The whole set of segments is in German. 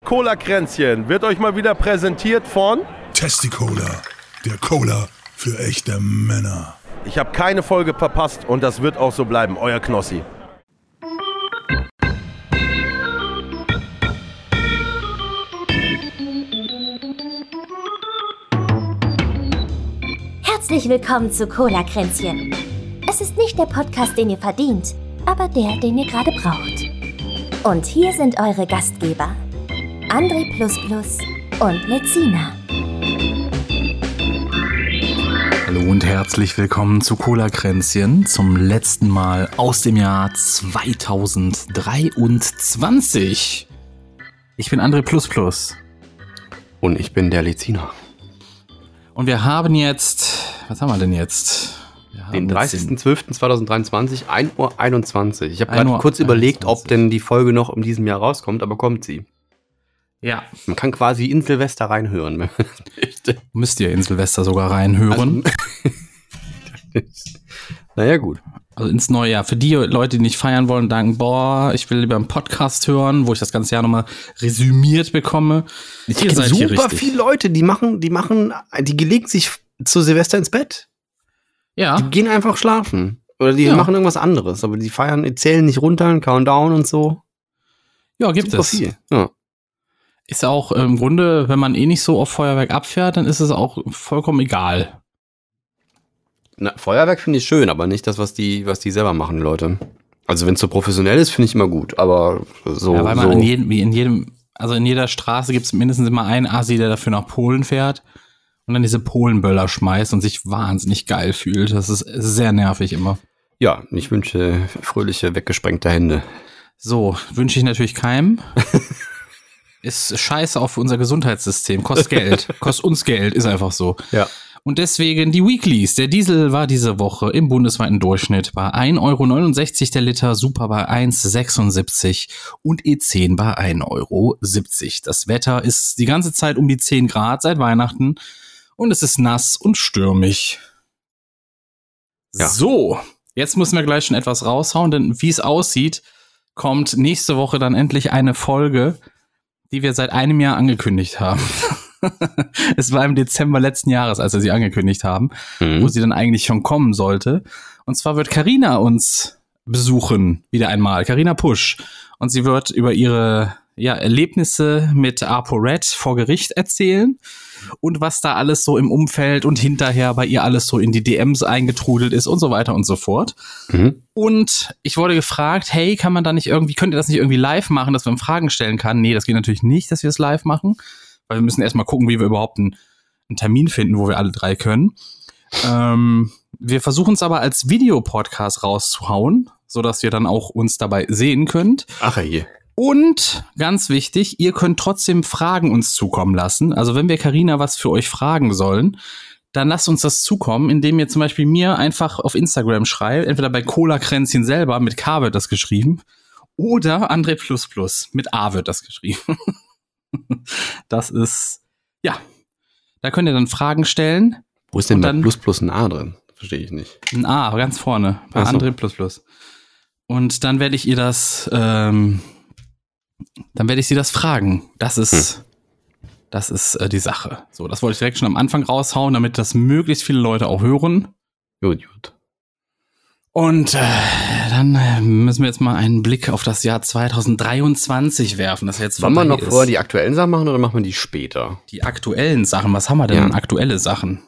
Cola-Kränzchen wird euch mal wieder präsentiert von Testicola, der Cola für echte Männer. Ich habe keine Folge verpasst und das wird auch so bleiben. Euer Knossi. Herzlich willkommen zu Cola-Kränzchen. Es ist nicht der Podcast, den ihr verdient, aber der, den ihr gerade braucht. Und hier sind eure Gastgeber, André++ und Lezina. Hallo und herzlich willkommen zu Cola-Kränzchen zum letzten Mal aus dem Jahr 2023. Ich bin André++. Und ich bin der Lezina. Und wir haben jetzt, was haben wir denn jetzt? Den 30.12.2023, 1:21 Uhr. Ich habe gerade kurz 1:21 überlegt, ob denn die Folge noch in diesem Jahr rauskommt, aber kommt sie. Ja. Man kann quasi in Silvester reinhören, wenn man möchte. Müsst ihr in Silvester sogar reinhören. Also, naja, gut. Also ins neue Jahr. Für die Leute, die nicht feiern wollen, sagen, boah, ich will lieber einen Podcast hören, wo ich das ganze Jahr nochmal resümiert bekomme. Ich kenne super viele Leute, die gelegen sich zu Silvester ins Bett. Ja. Die gehen einfach schlafen. Oder die machen irgendwas anderes. Aber die feiern, die zählen nicht runter, einen Countdown und so. Ja, gibt super es. Viel. Ja. Ist auch im Grunde, wenn man nicht so auf Feuerwerk abfährt, dann ist es auch vollkommen egal. Na, Feuerwerk finde ich schön, aber nicht das, was die selber machen, Leute. Also wenn es so professionell ist, finde ich immer gut, aber so. Ja, weil man in jeder Straße gibt es mindestens immer einen Assi, der dafür nach Polen fährt und dann diese Polenböller schmeißt und sich wahnsinnig geil fühlt. Das ist sehr nervig immer. Ja, ich wünsche fröhliche, weggesprengte Hände. So, wünsche ich natürlich keinem. Ist scheiße auch für unser Gesundheitssystem. Kostet Geld. Kostet uns Geld, ist einfach so. Ja. Und deswegen die Weeklies. Der Diesel war diese Woche im bundesweiten Durchschnitt bei 1,69 € der Liter, Super bei 1,76 und E10 bei 1,70 €. Das Wetter ist die ganze Zeit um die 10 Grad seit Weihnachten und es ist nass und stürmig. Ja. So, jetzt müssen wir gleich schon etwas raushauen, denn wie es aussieht, kommt nächste Woche dann endlich eine Folge, die wir seit einem Jahr angekündigt haben. Es war im Dezember letzten Jahres, als wir sie angekündigt haben, wo sie dann eigentlich schon kommen sollte. Und zwar wird Carina uns besuchen, wieder einmal. Carina Pusch. Und sie wird über ihre Erlebnisse mit ApoRed vor Gericht erzählen und was da alles so im Umfeld und hinterher bei ihr alles so in die DMs eingetrudelt ist und so weiter und so fort. Und ich wurde gefragt, hey, könnt ihr das nicht irgendwie live machen, dass man Fragen stellen kann? Nee, das geht natürlich nicht, dass wir es live machen, weil wir müssen erstmal gucken, wie wir überhaupt einen Termin finden, wo wir alle drei können. Wir versuchen es aber als Videopodcast rauszuhauen, sodass ihr dann auch uns dabei sehen könnt. Ach je. Und ganz wichtig, ihr könnt trotzdem Fragen uns zukommen lassen. Also wenn wir Carina was für euch fragen sollen, dann lasst uns das zukommen, indem ihr zum Beispiel mir einfach auf Instagram schreibt, entweder bei Cola-Kränzchen selber, mit K wird das geschrieben, oder André++, mit A wird das geschrieben. Das ist, da könnt ihr dann Fragen stellen. Wo ist denn dann Plus ein A drin? Verstehe ich nicht. Ein A, ganz vorne, bei André++. Und dann werde ich ihr das, sie das fragen. Das ist die Sache. So, das wollte ich direkt schon am Anfang raushauen, damit das möglichst viele Leute auch hören. Gut. Und dann müssen wir jetzt mal einen Blick auf das Jahr 2023 werfen, das jetzt vorbei ist. Wollen wir noch vorher die aktuellen Sachen machen oder machen wir die später? Die aktuellen Sachen, was haben wir denn an aktuelle Sachen?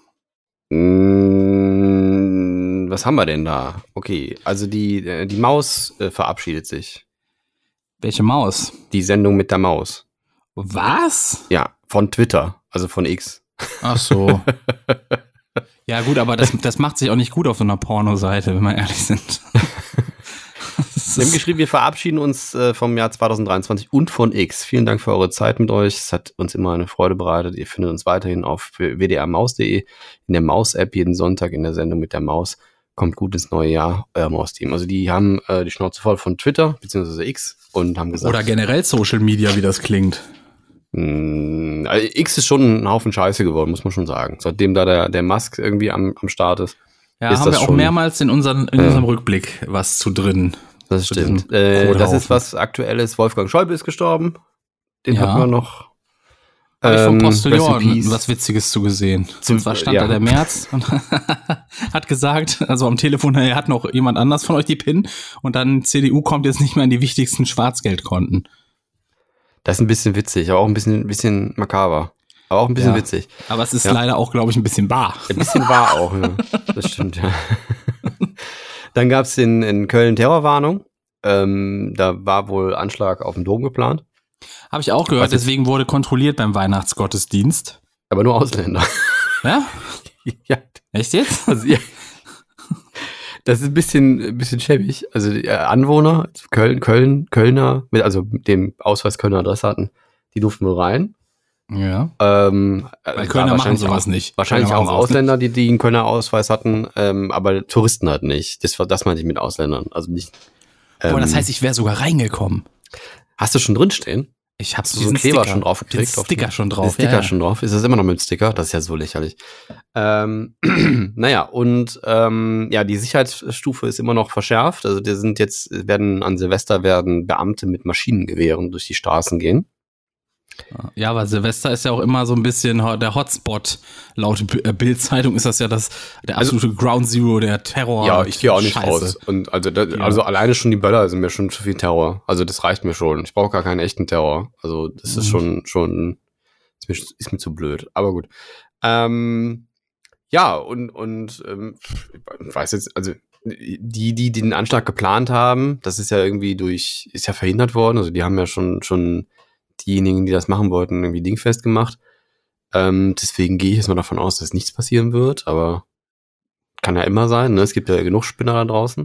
Was haben wir denn da? Okay, also die Maus verabschiedet sich. Welche Maus? Die Sendung mit der Maus. Was? Ja, von Twitter, also von X. Ach so. Ja gut, aber das macht sich auch nicht gut auf so einer Pornoseite, wenn wir ehrlich sind. Wir haben geschrieben, wir verabschieden uns vom Jahr 2023 und von X. Vielen Dank für eure Zeit mit euch. Es hat uns immer eine Freude bereitet. Ihr findet uns weiterhin auf wdrmaus.de, in der Maus-App jeden Sonntag in der Sendung mit der Maus. Kommt gut ins neue Jahr, euer Maus-Team. Also die haben die Schnauze voll von Twitter, beziehungsweise X, und haben gesagt... Oder generell Social Media, wie das klingt. Also X ist schon ein Haufen Scheiße geworden, muss man schon sagen. Seitdem da der Musk irgendwie am Start ist. Ja, ist haben das wir auch schon mehrmals in unserem Rückblick was zu drin. Das stimmt. Das ist was Aktuelles. Wolfgang Schäuble ist gestorben. Den hatten wir noch. Habe ich vom Rest in Postillon Peace. was Witziges zugesehen. Und zwar stand ja. da der Merz und hat gesagt, also am Telefon, er hat noch jemand anders von euch die PIN und dann CDU kommt jetzt nicht mehr in die wichtigsten Schwarzgeldkonten. Das ist ein bisschen witzig, aber auch ein bisschen makaber. Aber auch ein bisschen witzig. Aber es ist leider auch, glaube ich, ein bisschen wahr. Ein bisschen wahr auch, ja. Das stimmt, ja. Dann gab es in Köln Terrorwarnung. Da war wohl Anschlag auf dem Dom geplant. Habe ich auch gehört, deswegen wurde kontrolliert beim Weihnachtsgottesdienst. Aber nur Ausländer. Ja? Ja. Echt jetzt? Also, ja. Das ist ein bisschen schäbig. Also die Anwohner, Kölner, mit dem Ausweis Kölner Adresse hatten, die durften wohl rein. Ja. Weil Kölner machen sowas nicht. Wahrscheinlich Kölner auch machen sowas Ausländer, die einen Kölner Ausweis hatten, aber Touristen halt nicht. Das meinte ich mit Ausländern. Also nicht. Boah, das heißt, ich wäre sogar reingekommen. Hast du schon drinstehen? Ich habe Hast du so einen Kleber schon drauf gekriegt? Den Sticker schon drauf. Den Sticker schon drauf. Ist das immer noch mit dem Sticker? Das ist ja so lächerlich. Naja, und die Sicherheitsstufe ist immer noch verschärft. Also an Silvester Beamte mit Maschinengewehren durch die Straßen gehen. Ja, aber Silvester ist ja auch immer so ein bisschen der Hotspot. Laut Bild-Zeitung ist das ja der absolute Ground Zero der Terror. Ja, ich gehe auch nicht Scheiße. raus. Und also alleine schon die Böller sind mir schon zu viel Terror. Also das reicht mir schon. Ich brauche gar keinen echten Terror. Also das ist schon ist mir zu blöd. Aber gut. Ich weiß jetzt, also die den Anschlag geplant haben, das ist ja irgendwie ist ja verhindert worden. Also die haben ja schon diejenigen, die das machen wollten, irgendwie dingfest gemacht. Deswegen gehe ich jetzt mal davon aus, dass nichts passieren wird, aber kann ja immer sein, ne? Es gibt ja genug Spinner da draußen.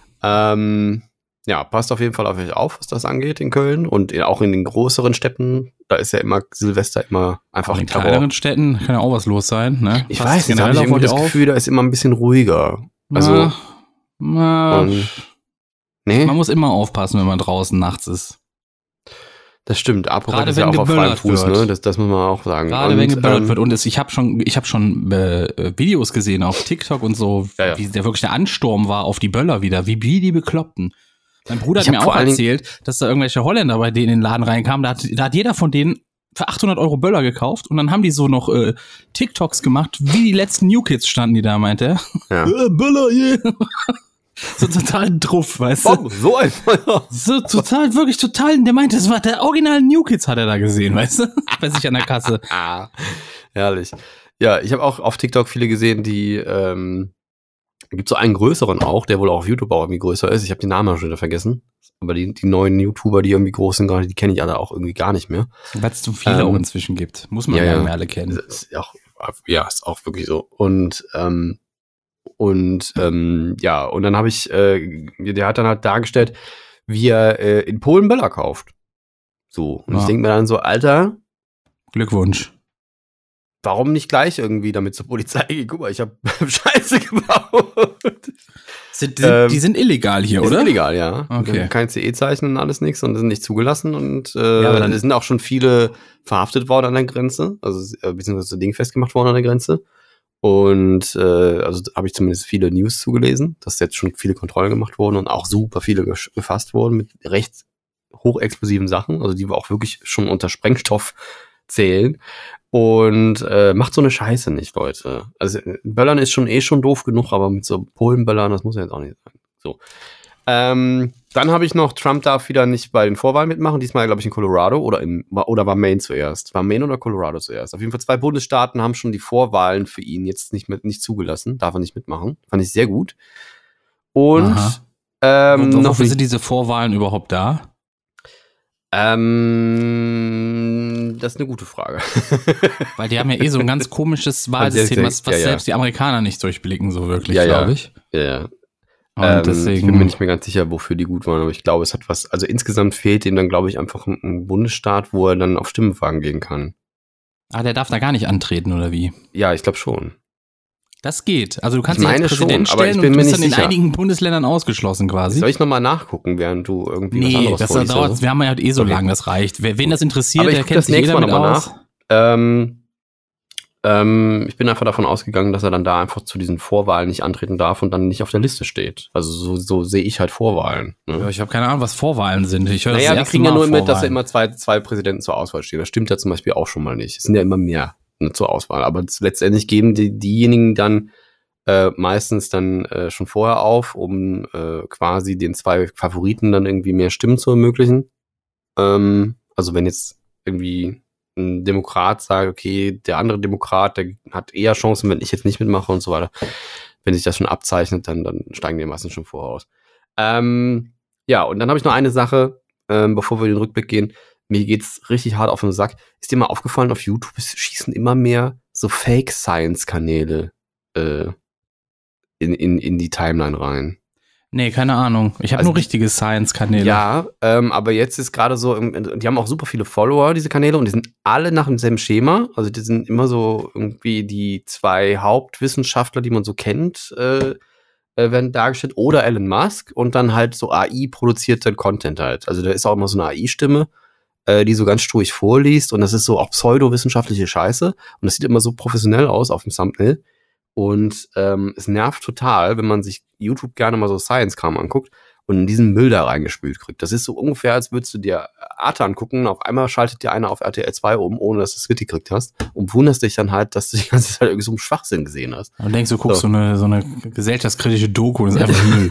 Passt auf jeden Fall auf euch auf, was das angeht in Köln und auch in den größeren Städten. Da ist ja immer Silvester immer einfach in kleineren Städten kann ja auch was los sein, ne? Ich weiß, jetzt habe ich irgendwie das Gefühl, da ist immer ein bisschen ruhiger. Also, man muss immer aufpassen, wenn man draußen nachts ist. Das stimmt, Apokat gerade ist ja auch auf freiem Fuß, ne? Das muss man auch sagen. Gerade wenn geböllert wird. Und ich habe schon Videos gesehen auf TikTok und so, wie der Ansturm war auf die Böller wieder, wie die Bekloppten. Mein Bruder hat mir auch erzählt, dass da irgendwelche Holländer bei denen in den Laden reinkamen. Da hat jeder von denen für 800 € Böller gekauft und dann haben die so noch TikToks gemacht, wie die letzten New Kids standen die da, meinte er. Ja. Böller, yeah. So total druff, weißt du? So ein Feuer. So wirklich total, der meinte, das war der Original New Kids, hat er da gesehen, weißt du? Bei sich an der Kasse. Herrlich. Ja, ich habe auch auf TikTok viele gesehen, die, gibt so einen größeren auch, der wohl auch auf YouTube auch irgendwie größer ist. Ich habe den Namen schon wieder vergessen. Aber die neuen YouTuber, die irgendwie groß sind, die kenne ich alle auch irgendwie gar nicht mehr. Weil es so viele auch inzwischen gibt. Muss man ja mehr alle kennen. Ist auch wirklich so. Und dann habe ich, der hat dann halt dargestellt, wie er in Polen Böller kauft. So. Und ich denke mir dann so, Alter. Glückwunsch. Warum nicht gleich irgendwie damit zur Polizei gehen? Guck mal, ich habe Scheiße gebaut. Die sind illegal hier, oder? Die sind illegal, ja. Okay. Kein CE-Zeichen und alles nichts und sind nicht zugelassen. Und es sind auch schon viele verhaftet worden an der Grenze. Also beziehungsweise dingfest gemacht worden an der Grenze. Und also habe ich zumindest viele News zugelesen, dass jetzt schon viele Kontrollen gemacht wurden und auch super viele gefasst wurden mit recht hochexplosiven Sachen, also die wir auch wirklich schon unter Sprengstoff zählen. Und macht so eine Scheiße nicht, Leute. Also Böllern ist schon doof genug, aber mit so Polenböllern, das muss ja jetzt auch nicht sein. So. Dann habe ich noch, Trump darf wieder nicht bei den Vorwahlen mitmachen. Diesmal, glaube ich, in Colorado oder war Maine zuerst. War Maine oder Colorado zuerst? Auf jeden Fall 2 Bundesstaaten haben schon die Vorwahlen für ihn jetzt nicht zugelassen. Darf er nicht mitmachen. Fand ich sehr gut. Und wofür sind diese Vorwahlen überhaupt da? Das ist eine gute Frage. Weil die haben ja so ein ganz komisches Wahlsystem, was selbst die Amerikaner nicht durchblicken, so wirklich, glaube ich. Ja. Deswegen, ich bin mir nicht mehr ganz sicher, wofür die gut waren, aber ich glaube, es hat was, also insgesamt fehlt ihm dann, glaube ich, einfach ein Bundesstaat, wo er dann auf Stimmenwagen gehen kann. Der darf da gar nicht antreten, oder wie? Ja, ich glaube schon. Das geht. Also du kannst dich als Präsident schon, stellen und du bist dann in einigen Bundesländern ausgeschlossen quasi. Soll ich nochmal nachgucken, während du irgendwie was anderes das dauert, wir haben ja so lange, das reicht. Wen das interessiert, aber der kennt sich jeder mit aus. Ich bin einfach davon ausgegangen, dass er dann da einfach zu diesen Vorwahlen nicht antreten darf und dann nicht auf der Liste steht. Also so sehe ich halt Vorwahlen. Ne? Ja, ich habe keine Ahnung, was Vorwahlen sind. Ich höre Naja, wir kriegen ja nur mit, dass er ja immer zwei Präsidenten zur Auswahl stehen. Das stimmt ja zum Beispiel auch schon mal nicht. Es sind ja immer mehr zur Auswahl. Aber letztendlich geben diejenigen dann meistens dann schon vorher auf, um quasi den 2 Favoriten dann irgendwie mehr Stimmen zu ermöglichen. Also wenn jetzt irgendwie ein Demokrat sagt, okay, der andere Demokrat, der hat eher Chancen, wenn ich jetzt nicht mitmache und so weiter. Wenn sich das schon abzeichnet, dann steigen die meistens schon voraus. Ja, und dann habe ich noch eine Sache, bevor wir in den Rückblick gehen. Mir geht's richtig hart auf den Sack. Ist dir mal aufgefallen, auf YouTube schießen immer mehr so Fake-Science-Kanäle in die Timeline rein. Nee, keine Ahnung. Ich habe nur richtige Science-Kanäle. Ja, aber jetzt ist gerade so, die haben auch super viele Follower, diese Kanäle, und die sind alle nach demselben Schema. Also die sind immer so irgendwie die 2 Hauptwissenschaftler, die man so kennt, werden dargestellt. Oder Elon Musk und dann halt so AI-produzierter Content halt. Also da ist auch immer so eine AI-Stimme, die so ganz sturig vorliest. Und das ist so auch pseudowissenschaftliche Scheiße. Und das sieht immer so professionell aus auf dem Thumbnail. Und es nervt total, wenn man sich YouTube gerne mal so Science-Kram anguckt und in diesen Müll da reingespült kriegt. Das ist so ungefähr, als würdest du dir Arte angucken und auf einmal schaltet dir einer auf RTL 2 um, ohne dass du es mitgekriegt hast, und wunderst dich dann halt, dass du die ganze Zeit irgendwie so einen Schwachsinn gesehen hast. Und denkst, du guckst so eine gesellschaftskritische Doku und das ist einfach Müll.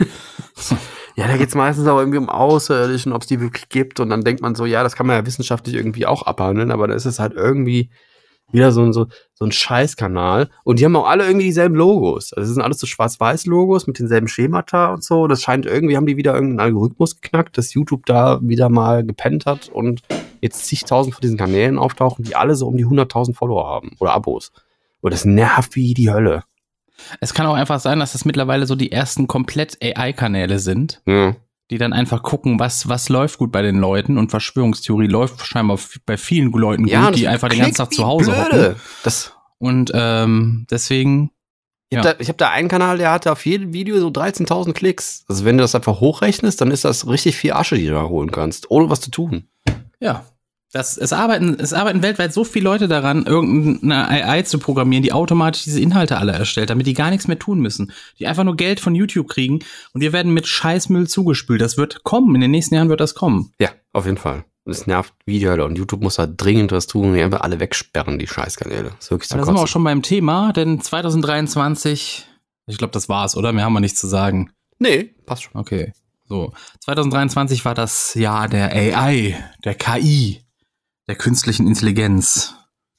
Ja, da geht's meistens aber irgendwie um Außerirdischen, ob es die wirklich gibt, und dann denkt man so, ja, das kann man ja wissenschaftlich irgendwie auch abhandeln, aber da ist es halt irgendwie wieder so ein Scheißkanal. Und die haben auch alle irgendwie dieselben Logos. Also das sind alles so Schwarz-Weiß-Logos mit denselben Schemata und so. Das scheint irgendwie, haben die wieder irgendeinen Algorithmus geknackt, dass YouTube da wieder mal gepennt hat und jetzt zigtausend von diesen Kanälen auftauchen, die alle so um die 100.000 Follower haben oder Abos. Und das nervt wie die Hölle. Es kann auch einfach sein, dass das mittlerweile so die ersten komplett AI-Kanäle sind. Ja. Die dann einfach gucken, was läuft gut bei den Leuten, und Verschwörungstheorie läuft scheinbar bei vielen Leuten gut, die einfach den ganzen Tag zu Hause hocken. Und deswegen. Ich hab da einen Kanal, der hatte auf jedem Video so 13.000 Klicks. Also wenn du das einfach hochrechnest, dann ist das richtig viel Asche, die du da holen kannst, ohne was zu tun. Ja. Es arbeiten weltweit so viele Leute daran, irgendeine AI zu programmieren, die automatisch diese Inhalte alle erstellt, damit die gar nichts mehr tun müssen. Die einfach nur Geld von YouTube kriegen, und wir werden mit Scheißmüll zugespült. Das wird kommen. In den nächsten Jahren wird das kommen. Ja, auf jeden Fall. Und es nervt wie die Hölle. Und YouTube muss da dringend was tun und die einfach alle wegsperren, die Scheißkanäle. Das ist wirklich da sind wir auch schon beim Thema, denn 2023, ich glaube, das war's, oder? Mehr haben wir nichts zu sagen. Nee, passt schon. Okay. So. 2023 war das Jahr der AI, der KI. Der künstlichen Intelligenz.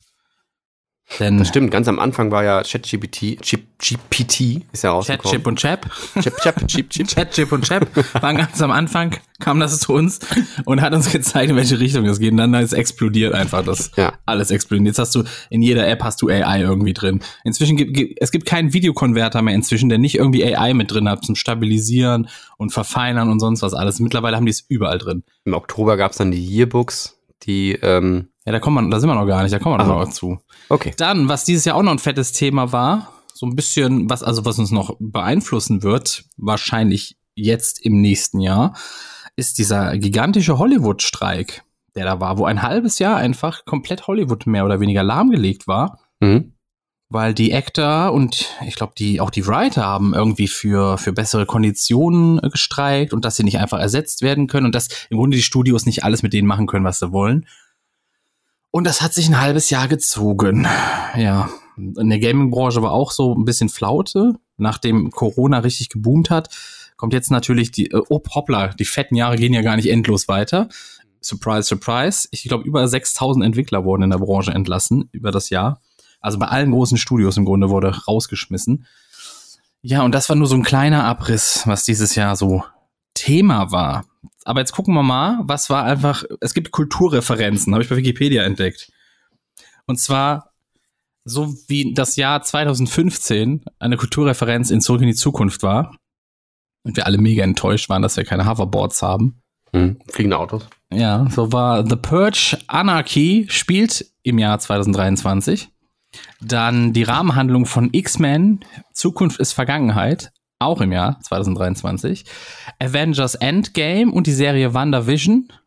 Denn das stimmt, ganz am Anfang war ja ChatGPT ist ja rausgekommen. ChatChip und Chap. ChatChip und Chap waren ganz am Anfang, kam das zu uns und hat uns gezeigt, in welche Richtung es geht. Und dann ist es explodiert einfach, alles explodiert. Jetzt hast du, in jeder App hast du AI irgendwie drin. Inzwischen es gibt keinen Videokonverter mehr inzwischen, der nicht irgendwie AI mit drin hat, zum Stabilisieren und Verfeinern und sonst was alles. Mittlerweile haben die es überall drin. Im Oktober gab es dann die Yearbooks, die ja, da sind wir noch gar nicht, da kommen wir noch zu. Okay. Dann, was dieses Jahr auch noch ein fettes Thema war, so ein bisschen, was uns noch beeinflussen wird, wahrscheinlich jetzt im nächsten Jahr, ist dieser gigantische Hollywood-Streik, der da war, wo ein halbes Jahr einfach komplett Hollywood mehr oder weniger lahmgelegt war, weil die Actor und ich glaube auch die Writer haben irgendwie für bessere Konditionen gestreikt und dass sie nicht einfach ersetzt werden können und dass im Grunde die Studios nicht alles mit denen machen können, was sie wollen. Und das hat sich ein halbes Jahr gezogen. Ja, in der Gaming-Branche war auch so ein bisschen Flaute. Nachdem Corona richtig geboomt hat, kommt jetzt natürlich die fetten Jahre gehen ja gar nicht endlos weiter. Surprise, surprise. Ich glaube, über 6.000 Entwickler wurden in der Branche entlassen über das Jahr. Also bei allen großen Studios im Grunde wurde rausgeschmissen. Ja, und das war nur so ein kleiner Abriss, was dieses Jahr so Thema war. Aber jetzt gucken wir mal, was war einfach, es gibt Kulturreferenzen, habe ich bei Wikipedia entdeckt. Und zwar, so wie das Jahr 2015 eine Kulturreferenz in Zurück in die Zukunft war. Und wir alle mega enttäuscht waren, dass wir keine Hoverboards haben. Fliegende Autos. Ja, so war The Purge Anarchy spielt im Jahr 2023. Dann die Rahmenhandlung von X-Men, Zukunft ist Vergangenheit, auch im Jahr 2023. Avengers Endgame und die Serie WandaVision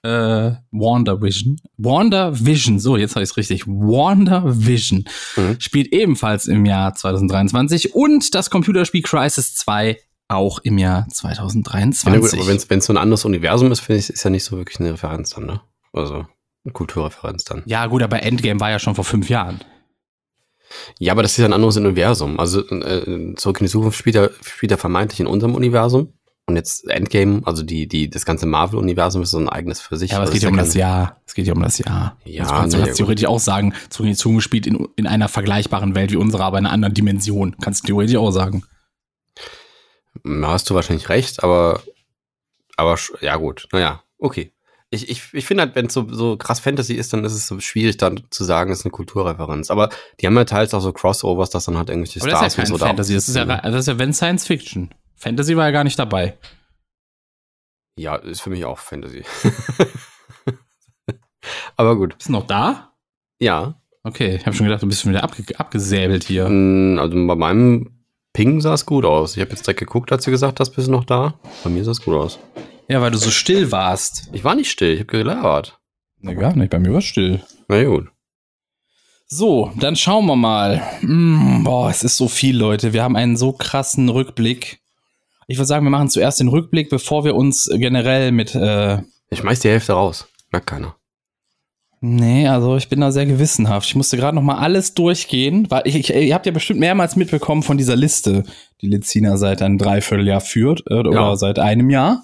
WandaVision, so, jetzt habe ich es richtig. WandaVision spielt ebenfalls im Jahr 2023 und das Computerspiel Crysis 2 auch im Jahr 2023. Ja, gut, aber wenn es so ein anderes Universum ist, finde ich, ist ja nicht so wirklich eine Referenz dann, ne? Also eine Kulturreferenz dann. Ja, gut, aber Endgame war ja schon vor 5 Jahren. Ja, aber das ist ja ein anderes Universum. Also Zurück in die Zukunft spielt er vermeintlich in unserem Universum. Und jetzt Endgame, also das ganze Marvel-Universum ist so ein eigenes für sich. Ja, aber es geht ja um das Jahr. Es geht ja um das Jahr. Ja, also du kannst theoretisch auch sagen, Zurück in die Zukunft spielt in einer vergleichbaren Welt wie unsere, aber in einer anderen Dimension. Kannst du theoretisch auch sagen. Da hast du wahrscheinlich recht, aber ja gut, naja, okay. Ich finde halt, wenn es so krass Fantasy ist, dann ist es so schwierig dann zu sagen, es ist eine Kulturreferenz. Aber die haben ja teils auch so Crossovers, dass dann halt irgendwelche aber Stars das ist ja kein oder Fantasy, das ist ja wenn Science Fiction. Fantasy war ja gar nicht dabei. Ja, ist für mich auch Fantasy. Aber gut. Bist du noch da? Ja. Okay, ich habe schon gedacht, du bist schon wieder abgesäbelt hier. Also bei meinem Ping sah es gut aus. Ich habe jetzt direkt geguckt, als du gesagt hast, bist du noch da. Bei mir sah es gut aus. Ja, weil du so still warst. Ich war nicht still, ich habe gelabert. Ne, gar nicht, bei mir war es still. Na gut. So, dann schauen wir mal. Es ist so viel, Leute. Wir haben einen so krassen Rückblick. Ich würde sagen, wir machen zuerst den Rückblick, bevor wir uns generell mit... Ich schmeiß die Hälfte raus. Merkt keiner. Nee, also ich bin da sehr gewissenhaft. Ich musste gerade noch mal alles durchgehen, weil ihr habt ja bestimmt mehrmals mitbekommen von dieser Liste, die Lezina seit einem Dreivierteljahr führt oder seit einem Jahr.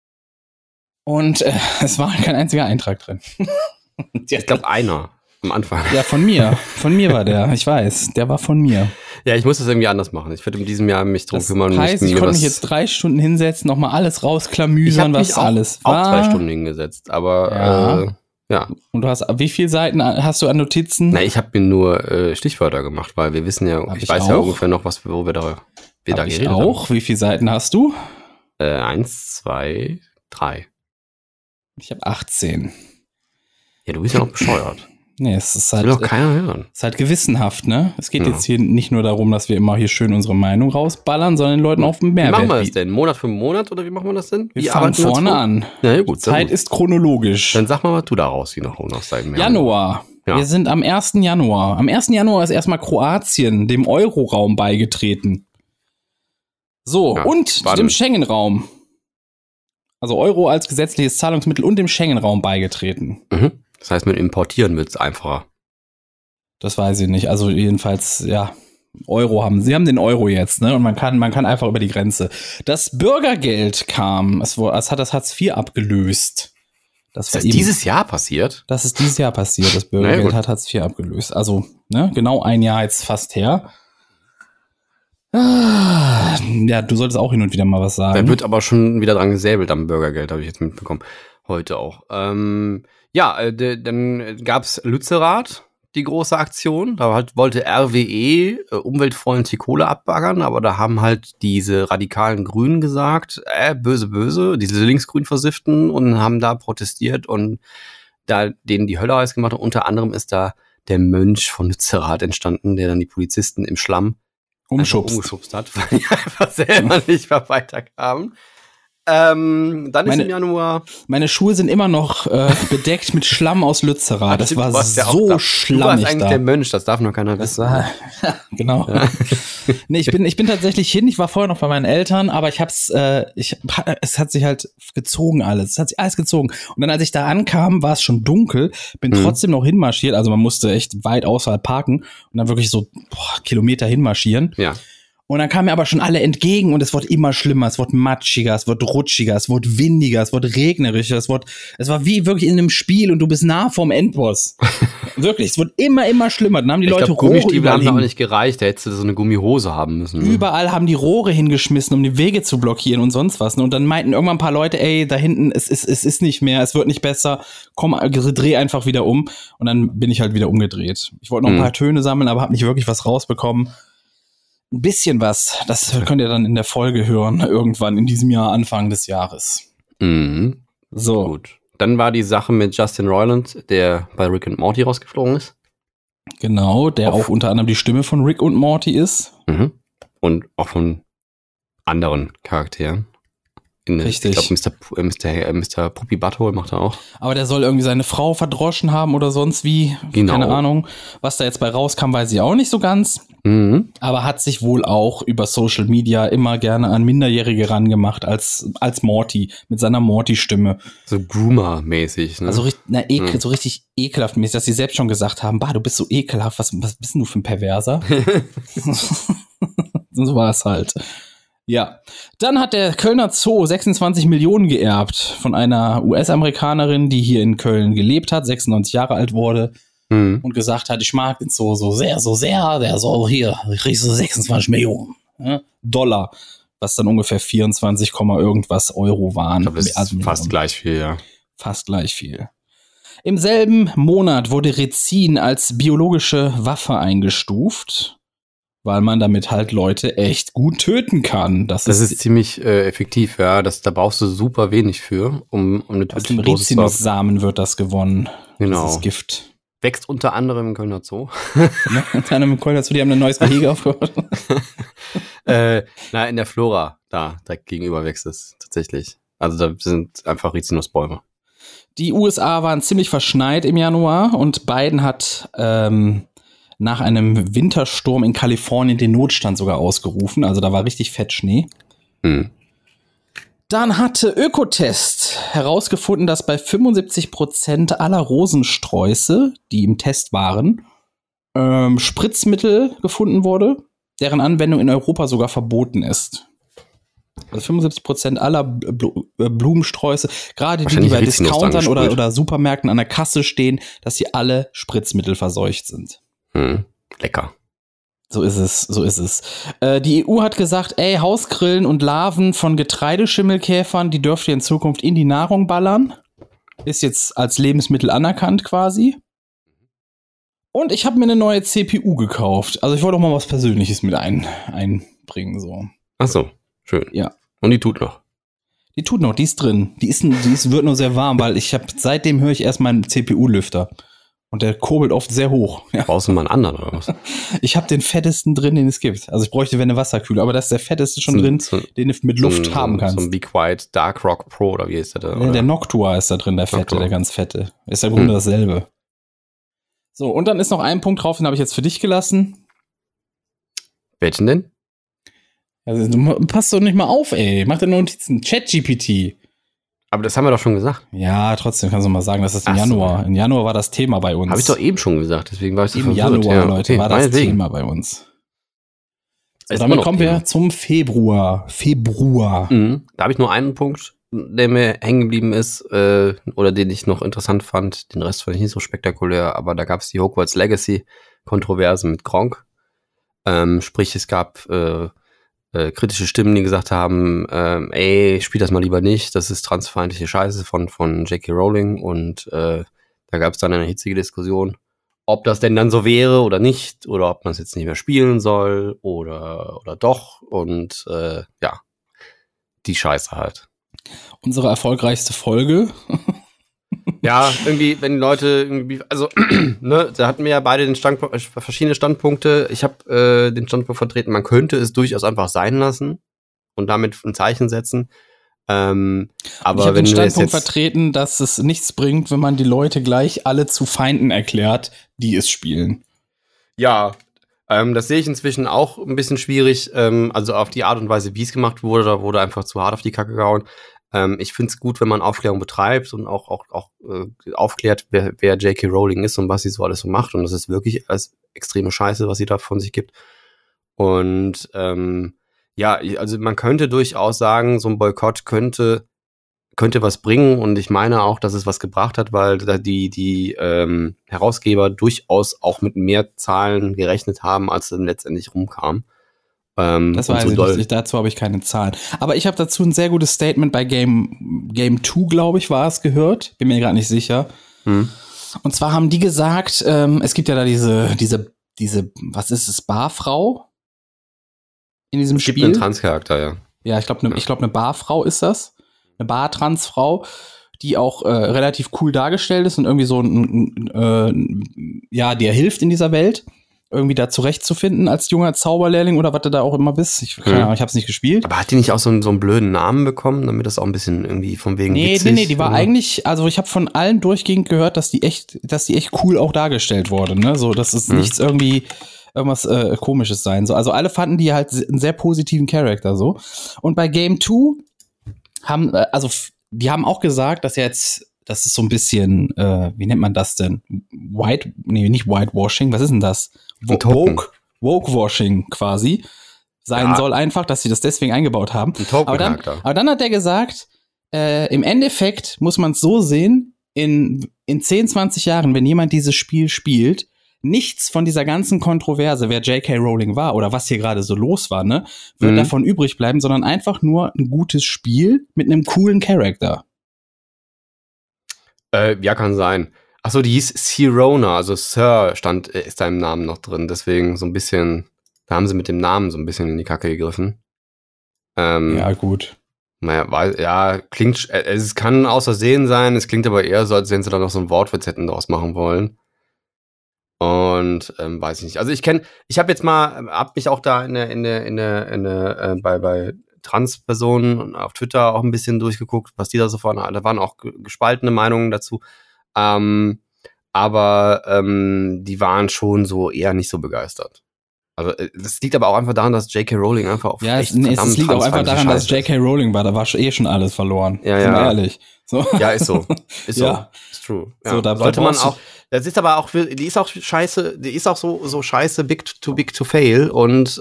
Und es war kein einziger Eintrag drin. Ich glaube einer am Anfang. Ja, von mir. Von mir war der. Ich weiß, der war von mir. Ja, ich muss das irgendwie anders machen. Ich werde in diesem Jahr mich drum kümmern. Das heißt, ich konnte mich jetzt 3 Stunden hinsetzen, noch mal alles rausklamüsern, was alles war. Ich habe mich auch 2 Stunden hingesetzt, aber ja. Und du hast, wie viele Seiten hast du an Notizen? Na, ich habe mir nur Stichwörter gemacht, weil wir wissen ja, ich weiß ja ungefähr noch, worüber wir da geredet haben. Auch? Wie viele Seiten hast du? 1, 2, 3. Ich habe 18. Ja, du bist ja noch bescheuert. Nee, es ist halt. Das will doch keiner hören. Es ist halt gewissenhaft, ne? Es geht jetzt hier nicht nur darum, dass wir immer hier schön unsere Meinung rausballern, sondern den Leuten auf den Mehrwert. Wie machen wir das denn? Monat für Monat oder wie machen wir das denn? Wir fangen vorne an. Ja, gut. Zeit ist chronologisch. Dann sag mal, was du da rausziehst noch aus deinem Januar. Ja. Wir sind am 1. Januar. Am 1. Januar ist erstmal Kroatien dem Euroraum beigetreten. So, und dem Schengen-Raum. Also Euro als gesetzliches Zahlungsmittel und dem Schengen-Raum beigetreten. Mhm. Das heißt, mit Importieren wird es einfacher. Das weiß ich nicht. Also jedenfalls, ja, sie haben den Euro jetzt, ne? Und man kann einfach über die Grenze. Das Bürgergeld kam, es hat das Hartz IV abgelöst. Das ist dieses Jahr passiert? Das ist dieses Jahr passiert. Das Bürgergeld hat Hartz IV abgelöst. Also, ne, genau ein Jahr jetzt fast her. Ja, du solltest auch hin und wieder mal was sagen. Da wird aber schon wieder dran gesäbelt am Bürgergeld, habe ich jetzt mitbekommen. Heute auch. Dann gab's Lützerath, die große Aktion. Da wollte RWE umweltfreundliche Kohle abbaggern, aber da haben halt diese radikalen Grünen gesagt, böse, böse, diese linksgrün Versifften, und haben da protestiert und da denen die Hölle heiß gemacht. Und unter anderem ist da der Mönch von Lützerath entstanden, der dann die Polizisten im Schlamm umgeschubst hat, weil die einfach selber nicht mehr weiterkamen. Dann ist im Januar... Meine Schuhe sind immer noch bedeckt mit Schlamm aus Lützerath. Das war so schlammig. Du warst eigentlich der Mönch, das darf noch keiner wissen. Genau. Ja. Nee, ich bin tatsächlich hin. Ich war vorher noch bei meinen Eltern, aber es hat sich halt gezogen alles. Es hat sich alles gezogen. Und dann, als ich da ankam, war es schon dunkel. Bin trotzdem noch hinmarschiert. Also man musste echt weit außerhalb parken und dann wirklich so Kilometer hinmarschieren. Ja. Und dann kamen mir aber schon alle entgegen und es wurde immer schlimmer, es wurde matschiger, es wurde rutschiger, es wurde windiger, es wurde regnerischer, es war wie wirklich in einem Spiel und du bist nah vorm Endboss. Wirklich, es wurde immer schlimmer. Dann haben die Leute Rohre Gummistiefel haben auch nicht gereicht, da hättest du so eine Gummihose haben müssen. Ne? Überall haben die Rohre hingeschmissen, um die Wege zu blockieren und sonst was. Und dann meinten irgendwann ein paar Leute, ey, da hinten, es ist nicht mehr, es wird nicht besser, komm, dreh einfach wieder um. Und dann bin ich halt wieder umgedreht. Ich wollte noch ein paar Töne sammeln, aber habe nicht wirklich was rausbekommen. Ein bisschen was, das könnt ihr dann in der Folge hören, irgendwann in diesem Jahr, Anfang des Jahres. Mhm. So. Gut. Dann war die Sache mit Justin Roiland, der bei Rick und Morty rausgeflogen ist. Genau, der auch unter anderem die Stimme von Rick und Morty ist. Mhm. Und auch von anderen Charakteren. Richtig. Ich glaube, Mr. Puppy Butthole macht er auch. Aber der soll irgendwie seine Frau verdroschen haben oder sonst wie. Genau. Keine Ahnung. Was da jetzt bei rauskam, weiß ich auch nicht so ganz. Mhm. Aber hat sich wohl auch über Social Media immer gerne an Minderjährige rangemacht als Morty, mit seiner Morty-Stimme. So Groomer-mäßig, ne? Also so richtig ekelhaft mäßig, dass sie selbst schon gesagt haben, du bist so ekelhaft, was bist denn du für ein Perverser? So war es halt. Ja, dann hat der Kölner Zoo 26 Millionen geerbt von einer US-Amerikanerin, die hier in Köln gelebt hat, 96 Jahre alt wurde und gesagt hat, ich mag den Zoo so sehr, der soll hier, ich krieg so 26 Millionen Dollar, was dann ungefähr 24, irgendwas Euro waren. Ich glaube, das ist fast gleich viel, ja. Fast gleich viel. Im selben Monat wurde Rizin als biologische Waffe eingestuft, weil man damit halt Leute echt gut töten kann. Das ist ziemlich effektiv, ja. Da brauchst du super wenig für, um eine aus dem Rizinussamen wird das gewonnen. Genau. Dieses Gift. Wächst unter anderem im Kölner Zoo. Unter anderem im Kölner Zoo, die haben ein neues Gehege aufgebaut. In der Flora, da gegenüber wächst es tatsächlich. Also da sind einfach Rizinusbäume. Die USA waren ziemlich verschneit im Januar und Biden hat nach einem Wintersturm in Kalifornien den Notstand sogar ausgerufen. Also da war richtig fett Schnee. Dann hatte Ökotest herausgefunden, dass bei 75% aller Rosensträuße, die im Test waren, Spritzmittel gefunden wurde, deren Anwendung in Europa sogar verboten ist. Also 75% aller Blumensträuße, gerade die bei Discountern oder Supermärkten an der Kasse stehen, dass sie alle Spritzmittel verseucht sind. Lecker. So ist es. Die EU hat gesagt, Hausgrillen und Larven von Getreideschimmelkäfern, die dürft ihr in Zukunft in die Nahrung ballern. Ist jetzt als Lebensmittel anerkannt quasi. Und ich habe mir eine neue CPU gekauft. Also ich wollte auch mal was Persönliches mit einbringen. So. Ach so, schön. Ja. Und die tut noch. Die ist drin. Die wird nur sehr warm, weil seitdem höre ich erst meinen CPU-Lüfter. Und der kurbelt oft sehr hoch. Ja. Brauchst du mal einen anderen oder was? Ich habe den fettesten drin, den es gibt. Also ich bräuchte eine Wasserkühle, aber das ist der fetteste schon drin, den du mit Luft haben kannst. So ein Be Quiet Dark Rock Pro oder wie ist der da? Ja, der Noctua ist da drin, der fette, der ganz fette. Ist ja im Grunde dasselbe. So, und dann ist noch ein Punkt drauf, den habe ich jetzt für dich gelassen. Welchen denn? Also, du passt doch nicht mal auf, Mach dir Notizen. ChatGPT. Aber das haben wir doch schon gesagt. Ja, trotzdem kannst du mal sagen, das ist im Januar. So. Im Januar war das Thema bei uns. Habe ich doch eben schon gesagt, deswegen war ich so verwirrt. Im Januar, Leute, war das Thema bei uns. So, damit kommen wir zum Februar. Da habe ich nur einen Punkt, der mir hängen geblieben ist, oder den ich noch interessant fand. Den Rest fand ich nicht so spektakulär, aber da gab es die Hogwarts Legacy-Kontroverse mit Gronkh. Sprich, es gab kritische Stimmen, die gesagt haben, spiel das mal lieber nicht, das ist transfeindliche Scheiße von J.K. Rowling und da gab es dann eine hitzige Diskussion, ob das denn dann so wäre oder nicht oder ob man es jetzt nicht mehr spielen soll oder doch und die Scheiße halt. Unsere erfolgreichste Folge. Ja, irgendwie, wenn die Leute irgendwie, also, ne, da hatten wir ja beide verschiedene Standpunkte. Ich habe den Standpunkt vertreten, man könnte es durchaus einfach sein lassen und damit ein Zeichen setzen. Aber ich habe den Standpunkt vertreten, dass es nichts bringt, wenn man die Leute gleich alle zu Feinden erklärt, die es spielen. Ja, das sehe ich inzwischen auch ein bisschen schwierig. Also auf die Art und Weise, wie es gemacht wurde, da wurde einfach zu hart auf die Kacke gehauen. Ich finde es gut, wenn man Aufklärung betreibt und auch aufklärt, wer J.K. Rowling ist und was sie so alles so macht. Und das ist wirklich alles extreme Scheiße, was sie da von sich gibt. Und also man könnte durchaus sagen, so ein Boykott könnte was bringen. Und ich meine auch, dass es was gebracht hat, weil da die Herausgeber durchaus auch mit mehr Zahlen gerechnet haben, als dann letztendlich rumkam. Das weiß ich nicht, dazu habe ich keine Zahlen. Aber ich habe dazu ein sehr gutes Statement bei Game 2, glaube ich, war es, gehört. Bin mir gerade nicht sicher. Und zwar haben die gesagt, es gibt ja da diese, was ist es, Barfrau in diesem Spiel. Es gibt einen Transcharakter, ja. Ja, ich glaube, eine Barfrau ist das. Eine Bar-Transfrau, die auch relativ cool dargestellt ist und irgendwie so dir hilft in dieser Welt. irgendwie da zurechtzufinden als junger Zauberlehrling oder was du da auch immer bist. Ich hab's nicht gespielt. Aber hat die nicht auch so einen blöden Namen bekommen, damit das auch ein bisschen irgendwie von wegen witzig? Nee, die war eigentlich, also ich habe von allen durchgehend gehört, dass die echt cool auch dargestellt wurde, ne? So, dass es nichts irgendwas Komisches sein soll. Also alle fanden die halt einen sehr positiven Charakter so. Und bei Game 2 die haben auch gesagt, dass jetzt, das ist so ein bisschen, wie nennt man das denn? Nicht Whitewashing, was ist denn das? Woke-Washing quasi sein soll einfach, dass sie das deswegen eingebaut haben. Aber dann hat er gesagt, im Endeffekt muss man es so sehen, in 10, 20 Jahren, wenn jemand dieses Spiel spielt, nichts von dieser ganzen Kontroverse, wer J.K. Rowling war oder was hier gerade so los war, ne, wird davon übrig bleiben, sondern einfach nur ein gutes Spiel mit einem coolen Charakter. Ja, kann sein. Achso, die hieß Sirona, also Sir ist da im Namen noch drin, deswegen so ein bisschen, da haben sie mit dem Namen so ein bisschen in die Kacke gegriffen. Ja, gut. Naja, klingt, es kann außersehen sein, es klingt aber eher so, als wenn sie da noch so einen Wortwitz hätten draus machen wollen. Und weiß ich nicht. Also hab mich auch da bei Trans-Personen auf Twitter auch ein bisschen durchgeguckt, was die da so vorne, da waren auch gespaltene Meinungen dazu. Aber die waren schon so eher nicht so begeistert. Also das liegt aber auch einfach daran, dass J.K. Rowling einfach auch es liegt auch einfach daran, dass J.K. Rowling war, da war schon alles verloren. Ja, sind wir ehrlich. So. Ja, ist so. Ist so. Ja. Ist true. Ja. So, da sollte man auch. Das ist aber auch, die ist auch scheiße, die ist auch so scheiße big to fail und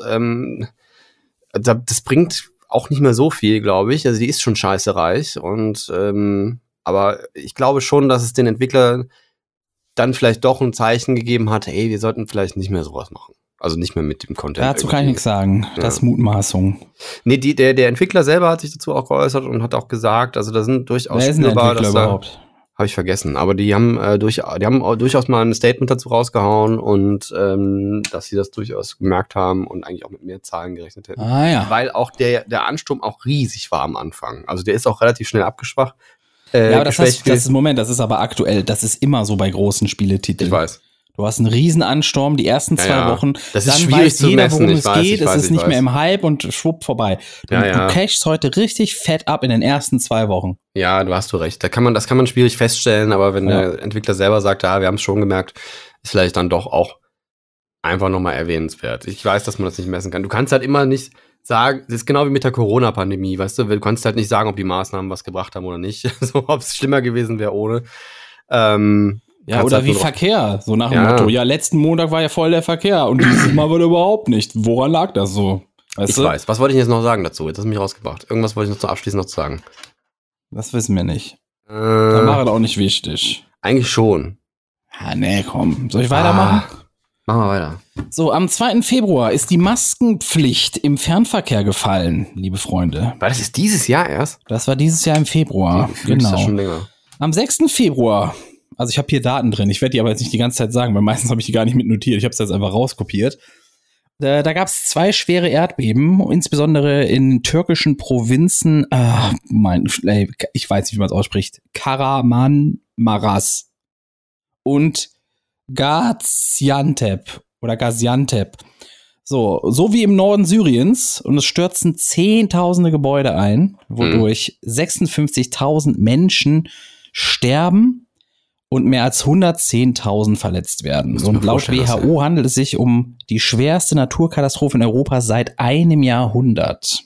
das bringt auch nicht mehr so viel, glaube ich. Also die ist schon scheiße reich und aber ich glaube schon, dass es den Entwicklern dann vielleicht doch ein Zeichen gegeben hat, hey, wir sollten vielleicht nicht mehr sowas machen. Also nicht mehr mit dem Content. Dazu kann ich nichts sagen. Das ist Mutmaßung. Nee, der Entwickler selber hat sich dazu auch geäußert und hat auch gesagt, also da sind durchaus Wer ist denn der Entwickler überhaupt? Habe ich vergessen, aber die haben durchaus mal ein Statement dazu rausgehauen und dass sie das durchaus gemerkt haben und eigentlich auch mit mehr Zahlen gerechnet hätten. Ah ja. Weil auch der Ansturm auch riesig war am Anfang. Also der ist auch relativ schnell abgeschwacht. Ja, aber das ist aber aktuell, das ist immer so bei großen Spieletiteln. Ich weiß. Du hast einen riesen Ansturm, die ersten 2 Wochen, das ist dann schwierig weiß zu jeder, messen. worum es geht, es ist nicht mehr im Hype und schwupp vorbei. Du cashst heute richtig fett ab in den ersten 2 Wochen. Ja, du hast recht. Das kann man schwierig feststellen, aber wenn der Entwickler selber sagt, ja, wir haben es schon gemerkt, ist vielleicht dann doch auch einfach nochmal erwähnenswert. Ich weiß, dass man das nicht messen kann. Du kannst halt immer nicht sagen, das ist genau wie mit der Corona-Pandemie, weißt du, du kannst halt nicht sagen, ob die Maßnahmen was gebracht haben oder nicht, so, ob es schlimmer gewesen wäre ohne. Ja, oder halt wie Verkehr, so nach dem Motto, ja, letzten Montag war ja voll der Verkehr und dieses Mal wurde überhaupt nicht. Woran lag das so? Weißt du? Weiß. Was wollte ich jetzt noch sagen dazu? Jetzt hast du mich rausgebracht. Irgendwas wollte ich noch abschließend noch sagen. Das wissen wir nicht. Dann war das auch nicht wichtig. Eigentlich schon. Ja, nee, komm. Soll ich weitermachen? Machen wir weiter. So, am 2. Februar ist die Maskenpflicht im Fernverkehr gefallen, liebe Freunde. Weil das ist dieses Jahr erst? Das war dieses Jahr im Februar. Genau. Das ist schon länger. Am 6. Februar, also ich habe hier Daten drin, ich werde die aber jetzt nicht die ganze Zeit sagen, weil meistens habe ich die gar nicht mitnotiert. Ich habe es jetzt einfach rauskopiert. Da gab es 2 schwere Erdbeben, insbesondere in türkischen Provinzen, ich weiß nicht, wie man es ausspricht, Kahramanmaraş und Gaziantep. So wie im Norden Syriens, und es stürzen Zehntausende Gebäude ein, wodurch 56.000 Menschen sterben und mehr als 110.000 verletzt werden. So, und laut WHO handelt es sich um die schwerste Naturkatastrophe in Europa seit einem Jahrhundert.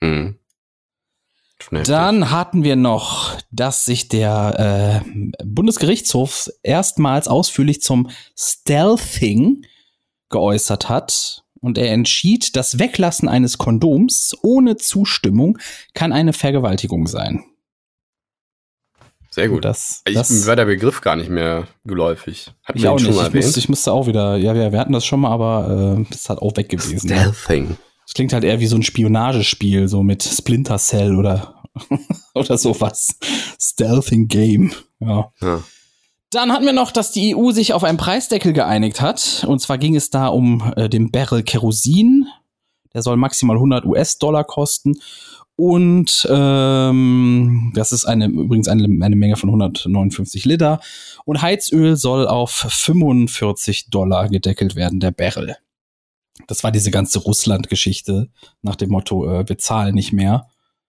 Dann hatten wir noch, dass sich der Bundesgerichtshof erstmals ausführlich zum Stealthing geäußert hat. Und er entschied, das Weglassen eines Kondoms ohne Zustimmung kann eine Vergewaltigung sein. Sehr gut. Mir war der Begriff gar nicht mehr geläufig. Hatten wir auch schon mal erwähnt? Ich musste auch wieder, ja, wir hatten das schon mal, aber ist halt auch weg gewesen. Stealthing. Das klingt halt eher wie so ein Spionagespiel, so mit Splinter Cell oder sowas. Stealthing Game. Ja. Dann hatten wir noch, dass die EU sich auf einen Preisdeckel geeinigt hat. Und zwar ging es da um den Barrel Kerosin. Der soll maximal $100 kosten. Und das ist übrigens eine Menge von 159 Liter. Und Heizöl soll auf $45 gedeckelt werden, der Barrel. Das war diese ganze Russland-Geschichte nach dem Motto, wir zahlen nicht mehr.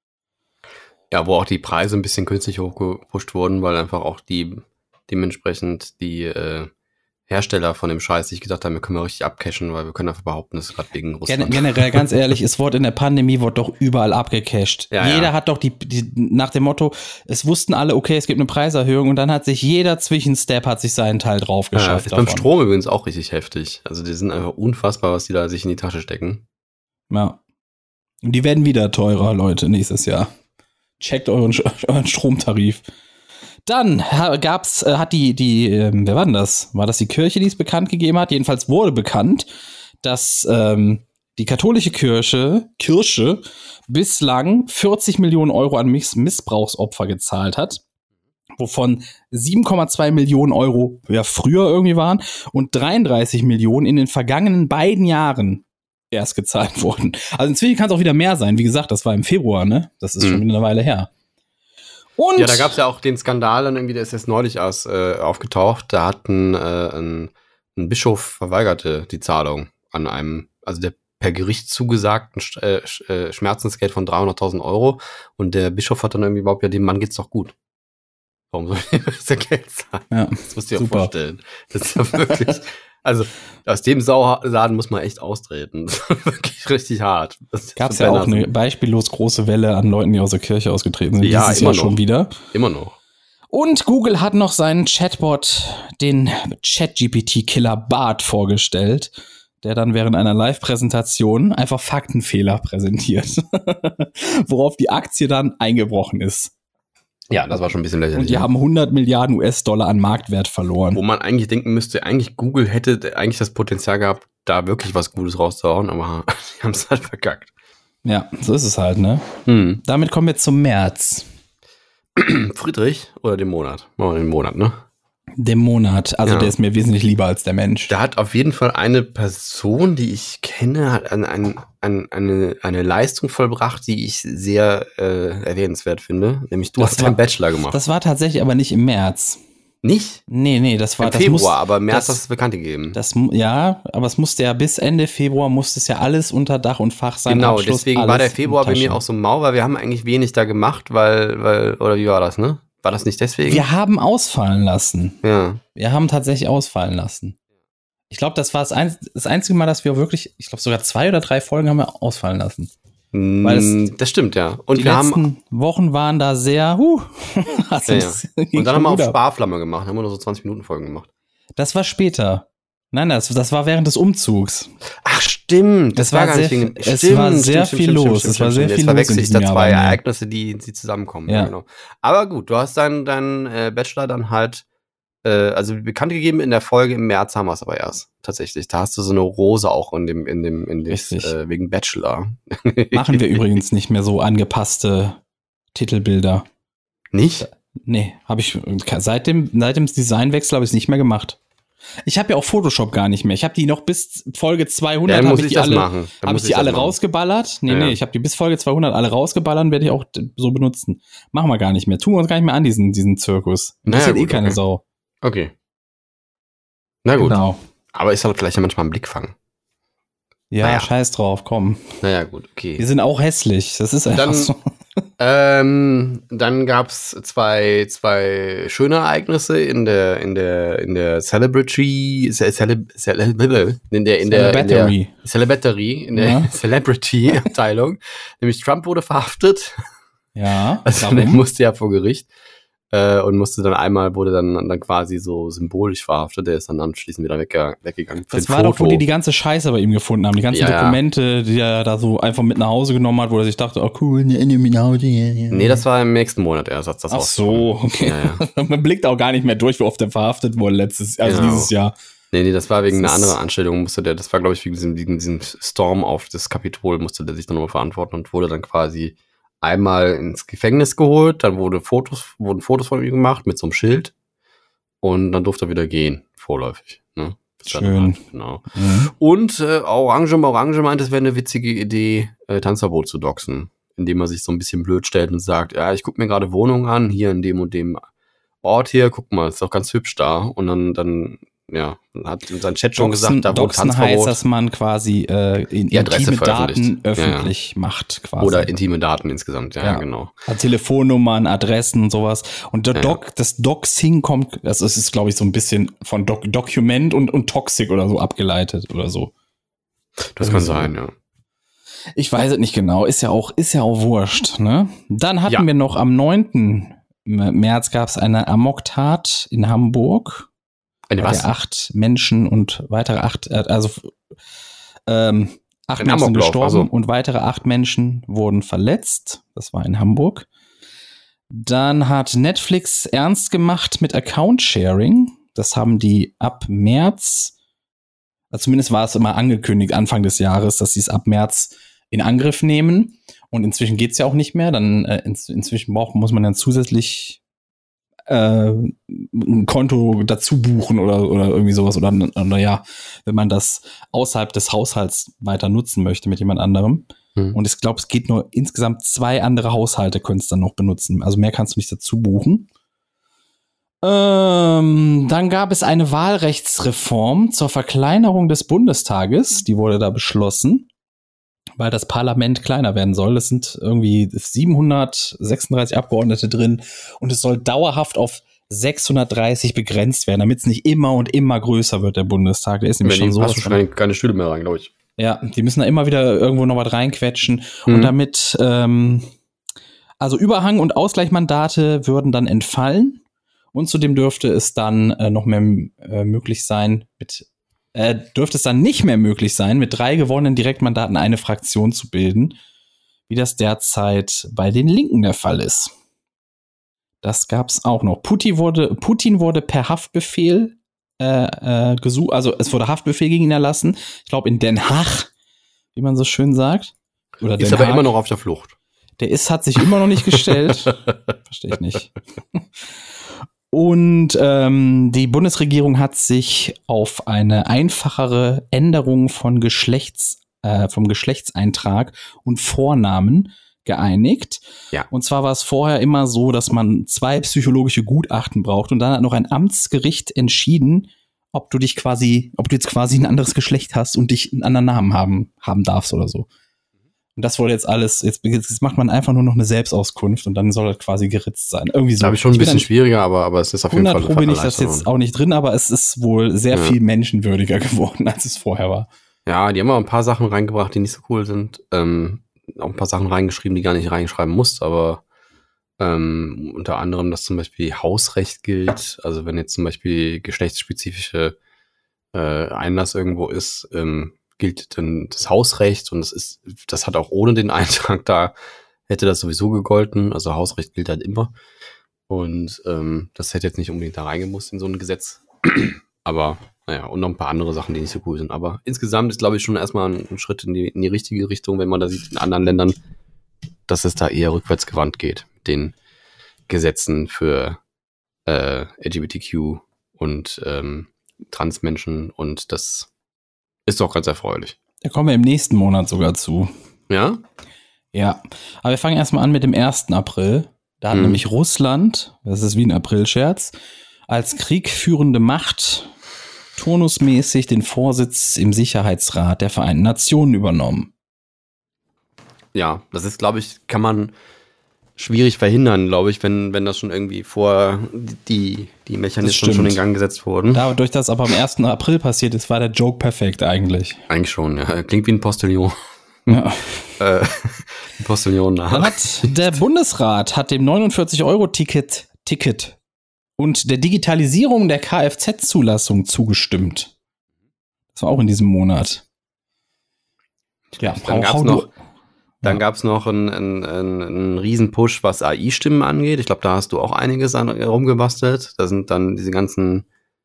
Ja, wo auch die Preise ein bisschen künstlich hochgepusht wurden, weil einfach auch dementsprechend die Hersteller von dem Scheiß sich gedacht haben, wir können mal richtig abcashen, weil wir können einfach behaupten, das ist gerade wegen Russland. Generell, ganz ehrlich, es wurde in der Pandemie doch überall abgecasht. Ja, jeder hat doch die nach dem Motto, es wussten alle, okay, es gibt eine Preiserhöhung und dann hat sich jeder Zwischenstep seinen Teil drauf geschafft. Ist beim Strom übrigens auch richtig heftig. Also die sind einfach unfassbar, was die da sich in die Tasche stecken. Ja. Und die werden wieder teurer, Leute, nächstes Jahr. Checkt euren Stromtarif. Dann wer war denn das? War das die Kirche, die es bekannt gegeben hat? Jedenfalls wurde bekannt, dass die katholische Kirche bislang 40 Millionen Euro an Missbrauchsopfer gezahlt hat, wovon 7,2 Millionen Euro früher irgendwie waren und 33 Millionen in den vergangenen beiden Jahren erst gezahlt wurden. Also inzwischen kann es auch wieder mehr sein. Wie gesagt, das war im Februar, ne? Das ist schon wieder eine Weile her. Und ja, da gab es ja auch den Skandal, dann irgendwie, der ist jetzt neulich aufgetaucht. Da hat ein Bischof verweigerte die Zahlung an einem, also der per Gericht zugesagten Schmerzensgeld von 300.000 Euro. Und der Bischof hat dann irgendwie überhaupt, ja, dem Mann geht's doch gut. Warum soll ich das Geld zahlen? Ja, das musst du dir auch vorstellen. Das ist ja wirklich, also aus dem Sauladen muss man echt austreten. Das ist wirklich richtig hart. Gab es ja auch eine beispiellos große Welle an Leuten, die aus der Kirche ausgetreten sind. Ja, dieses Jahr schon wieder. Immer noch. Und Google hat noch seinen Chatbot, den ChatGPT-Killer Bart, vorgestellt, der dann während einer Live-Präsentation einfach Faktenfehler präsentiert. Worauf die Aktie dann eingebrochen ist. Ja, das war schon ein bisschen lächerlich. Und die haben 100 Milliarden US-Dollar an Marktwert verloren. Wo man eigentlich denken müsste, Google hätte eigentlich das Potenzial gehabt, da wirklich was Gutes rauszuhauen, aber die haben es halt verkackt. Ja, so ist es halt, ne? Damit kommen wir zum März. Friedrich oder dem Monat? Machen wir den Monat, ne? Dem Monat, also ja. Der ist mir wesentlich lieber als der Mensch. Da hat auf jeden Fall eine Person, die ich kenne, hat eine Leistung vollbracht, die ich sehr erwähnenswert finde. Nämlich du hast deinen Bachelor gemacht. Das war tatsächlich aber nicht im März. Nicht? Nee, das war im Februar, aber im März hast du es bekannt gegeben. Ja, aber es musste ja bis Ende Februar musste es ja alles unter Dach und Fach sein. Genau, deswegen war der Februar bei mir auch so mau, weil wir haben eigentlich wenig da gemacht, weil oder wie war das, ne? War das nicht deswegen? Wir haben ausfallen lassen. Ja. Wir haben tatsächlich ausfallen lassen. Ich glaube, das war das einzige Mal, dass wir wirklich, ich glaube sogar 2 oder 3 Folgen haben wir ausfallen lassen. Weil das stimmt, ja. Und die letzten Wochen waren da sehr, also ja. Und dann haben wir auf Sparflamme gemacht, haben wir nur so 20-Minuten-Folgen gemacht. Das war später. Nein, das war während des Umzugs. Ach, stimmt. Das war gar nicht wegen. Es war sehr viel los. Es war sehr viel los. Jetzt verwechsel ich da 2 Ereignisse, die zusammenkommen. Ja. Genau. Aber gut, du hast deinen Bachelor dann halt, also bekannt gegeben in der Folge im März haben wir es aber erst. Tatsächlich. Da hast du so eine Rose auch in dem wegen Bachelor. Machen wir übrigens nicht mehr so angepasste Titelbilder. Nicht? Nee, habe ich seit dem Designwechsel habe ich es nicht mehr gemacht. Ich habe ja auch Photoshop gar nicht mehr. Ich habe die noch bis Folge 200 habe ich die alle rausgeballert. Nee, ich habe die bis Folge 200 alle rausgeballert, werde ich auch so benutzen. Machen wir gar nicht mehr. Tun wir uns gar nicht mehr an diesen Zirkus. Das ist keine Sau. Okay. Na gut. Genau. Aber ist halt vielleicht ja manchmal ein Blickfang. Ja, scheiß drauf, komm. Naja, gut, okay. Wir sind auch hässlich. Das ist einfach so. Dann gab's zwei schöne Ereignisse in der Celebrity Abteilung. Nämlich Trump wurde verhaftet. Ja. Also der musste ja vor Gericht. Und wurde dann quasi so symbolisch verhaftet. Der ist dann anschließend wieder weggegangen. Das war doch, wo die ganze Scheiße bei ihm gefunden haben. Die ganzen Dokumente, die er da so einfach mit nach Hause genommen hat, wo er sich dachte, oh cool, Nee, das war im nächsten Monat erst. Ach so, okay. Ja. Man blickt auch gar nicht mehr durch, wie oft der verhaftet wurde dieses Jahr. Nee, das war wegen einer anderen Anstellung. Das war, glaube ich, wegen diesem Storm auf das Kapitol, musste der sich dann nochmal verantworten und wurde dann quasi einmal ins Gefängnis geholt, dann wurden Fotos von ihm gemacht mit so einem Schild und dann durfte er wieder gehen, vorläufig. Ne? Schön. Genau. Mhm. Und Orange meint, es wäre eine witzige Idee, Tanzverbot zu doxen indem er sich so ein bisschen blöd stellt und sagt, ja, ich gucke mir gerade Wohnungen an, hier in dem und dem Ort hier, guck mal, ist doch ganz hübsch da. Und dann hat sein Chat schon gesagt, da wurde Doxen heißt, dass man quasi intime Daten öffentlich macht. Quasi. Oder intime Daten insgesamt, genau. Telefonnummern, Adressen und sowas. Und das Doxing kommt, also es ist, glaube ich, so ein bisschen von Document und Toxic oder so abgeleitet oder so. Das kann sein, ja. Ich weiß es nicht genau, ist ja auch wurscht, ne? Dann hatten wir noch am 9. März gab es eine Amoktat in Hamburg. Eine was? 8 Menschen und weitere 8, 8 Menschen sind gestorben und weitere 8 Menschen wurden verletzt. Das war in Hamburg. Dann hat Netflix ernst gemacht mit Account-Sharing. Das haben die ab März, also zumindest war es immer angekündigt, Anfang des Jahres, dass sie es ab März in Angriff nehmen. Und inzwischen geht es ja auch nicht mehr. Dann inzwischen muss man dann zusätzlich ein Konto dazu buchen oder irgendwie sowas oder ja, wenn man das außerhalb des Haushalts weiter nutzen möchte mit jemand anderem. Und ich glaube, es geht nur insgesamt 2 andere Haushalte können es dann noch benutzen. Also mehr kannst du nicht dazu buchen. Dann gab es eine Wahlrechtsreform zur Verkleinerung des Bundestages. Die wurde da beschlossen, weil das Parlament kleiner werden soll. Es sind irgendwie 736 Abgeordnete drin und es soll dauerhaft auf 630 begrenzt werden, damit es nicht immer und immer größer wird, der Bundestag. Der ist nämlich schon so. Hast du schon keine Stühle mehr rein, glaube ich. Ja, die müssen da immer wieder irgendwo noch was reinquetschen. Und damit, also Überhang- und Ausgleichsmandate würden dann entfallen. Und zudem dürfte es dann noch mehr möglich sein, dürfte es dann nicht mehr möglich sein, mit 3 gewonnenen Direktmandaten eine Fraktion zu bilden, wie das derzeit bei den Linken der Fall ist. Das gab's auch noch. Putin wurde per Haftbefehl gesucht, also es wurde Haftbefehl gegen ihn erlassen. Ich glaube in Den Haag, wie man so schön sagt. Oder ist aber immer noch auf der Flucht. Hat sich immer noch nicht gestellt. Verstehe ich nicht. Und die Bundesregierung hat sich auf eine einfachere Änderung vom Geschlechtseintrag und Vornamen geeinigt. Ja. Und zwar war es vorher immer so, dass man 2 psychologische Gutachten braucht und dann hat noch ein Amtsgericht entschieden, ob du jetzt quasi ein anderes Geschlecht hast und dich einen anderen Namen haben darfst oder so. Und das wurde jetzt alles, jetzt macht man einfach nur noch eine Selbstauskunft und dann soll das quasi geritzt sein. Irgendwie so. Glaube ich schon ein bisschen schwieriger, aber es ist auf jeden Fall 100% bin ich das jetzt auch nicht drin, aber es ist wohl sehr viel menschenwürdiger geworden, als es vorher war. Ja, die haben auch ein paar Sachen reingebracht, die nicht so cool sind. Auch ein paar Sachen reingeschrieben, die gar nicht reinschreiben musst, aber unter anderem, dass zum Beispiel Hausrecht gilt. Also wenn jetzt zum Beispiel geschlechtsspezifische Einlass irgendwo ist, gilt dann das Hausrecht und das hat auch ohne den Eintrag da, hätte das sowieso gegolten. Also Hausrecht gilt halt immer. Und das hätte jetzt nicht unbedingt da reingemusst in so ein Gesetz. Aber naja, und noch ein paar andere Sachen, die nicht so cool sind. Aber insgesamt ist, glaube ich, schon erstmal ein Schritt in die richtige Richtung, wenn man da sieht in anderen Ländern, dass es da eher rückwärtsgewandt geht. Den Gesetzen für LGBTQ und Transmenschen und das ist doch ganz erfreulich. Da kommen wir im nächsten Monat sogar zu. Ja? Ja, aber wir fangen erstmal an mit dem 1. April. Da hat nämlich Russland, das ist wie ein Aprilscherz, als kriegführende Macht turnusmäßig den Vorsitz im Sicherheitsrat der Vereinten Nationen übernommen. Ja, das ist, glaube ich, kann man schwierig verhindern, glaube ich, wenn das schon irgendwie vor die Mechanismen schon in Gang gesetzt wurden. Dadurch, dass aber am 1. April passiert ist, war der Joke perfekt eigentlich. Eigentlich schon, ja. Klingt wie ein Postillon. Ja. Ein Postillon nach. Der Bundesrat hat dem 49-Euro-Ticket und der Digitalisierung der Kfz-Zulassung zugestimmt. Das war auch in diesem Monat. Ja, dann gab's noch einen riesen Push, was AI-Stimmen angeht. Ich glaube, da hast du auch einiges rumgebastelt. Da sind dann diese ganzen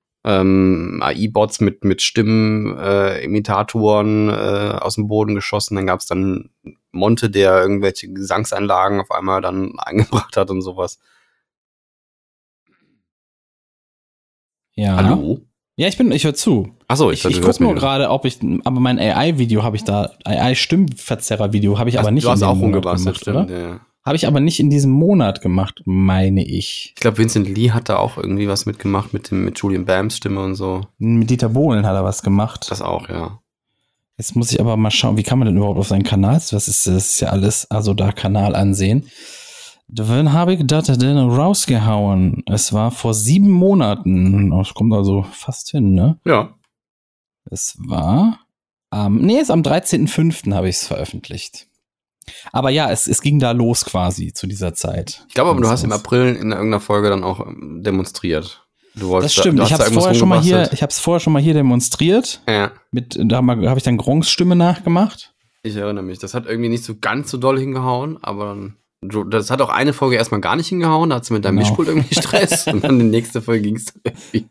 AI-Bots mit Stimmen-Imitatoren aus dem Boden geschossen. Dann gab's dann Monte, der irgendwelche Gesangsanlagen auf einmal dann eingebracht hat und sowas. Ja. Hallo? Ja, ich höre zu. Achso, Ich gucke nur gerade, aber mein AI-Video habe ich da, AI-Stimmverzerrer-Video habe ich aber nicht in diesem Monat gemacht, oder? Ja. Habe ich aber nicht in diesem Monat gemacht, meine ich. Ich glaube, Vincent Lee hat da auch irgendwie was mitgemacht mit Julian Bams Stimme und so. Mit Dieter Bohlen hat er was gemacht. Das auch, ja. Jetzt muss ich aber mal schauen, wie kann man denn überhaupt auf seinen Kanal, das ist ja alles, also da Kanal ansehen. Wann habe ich das denn rausgehauen? Es war vor 7 Monaten. Das kommt also fast hin, ne? Ja. Es war am 13.05. habe ich es veröffentlicht. Aber ja, es ging da los quasi zu dieser Zeit. Ich glaube aber, du hast im April in irgendeiner Folge dann auch demonstriert. Das stimmt, ich habe es vorher schon mal hier demonstriert. Ja. Da habe ich dann Gronks Stimme nachgemacht. Ich erinnere mich. Das hat irgendwie nicht so ganz so doll hingehauen, aber dann. Das hat auch eine Folge erstmal gar nicht hingehauen, da hat sie mit deinem Mischpult irgendwie Stress und dann die nächste Folge ging es dann irgendwie.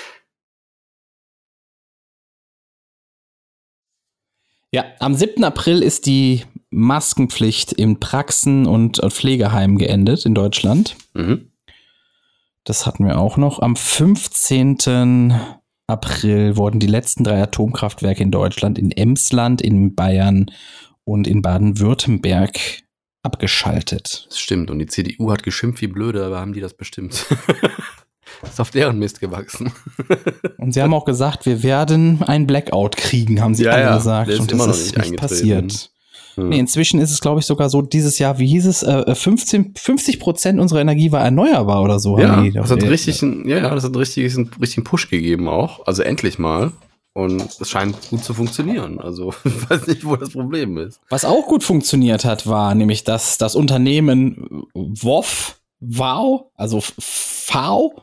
Ja, am 7. April ist die Maskenpflicht in Praxen und Pflegeheimen geendet in Deutschland. Mhm. Das hatten wir auch noch. Am 15. April wurden die letzten 3 Atomkraftwerke in Deutschland, in Emsland, in Bayern und in Baden-Württemberg abgeschaltet. Das stimmt. Und die CDU hat geschimpft wie blöde, aber haben die das bestimmt. Ist auf deren Mist gewachsen. Und sie haben auch gesagt, wir werden ein Blackout kriegen, haben sie alle gesagt. Der ist und immer das noch ist nicht nicht passiert. Hm. Nee, inzwischen ist es, glaube ich, sogar so, dieses Jahr, wie hieß es, 50% unserer Energie war erneuerbar oder so. Ja, das hat einen richtigen Push gegeben auch. Also endlich mal. Und es scheint gut zu funktionieren. Also ich weiß nicht, wo das Problem ist. Was auch gut funktioniert hat, war nämlich, dass das Unternehmen VOW, also VOW,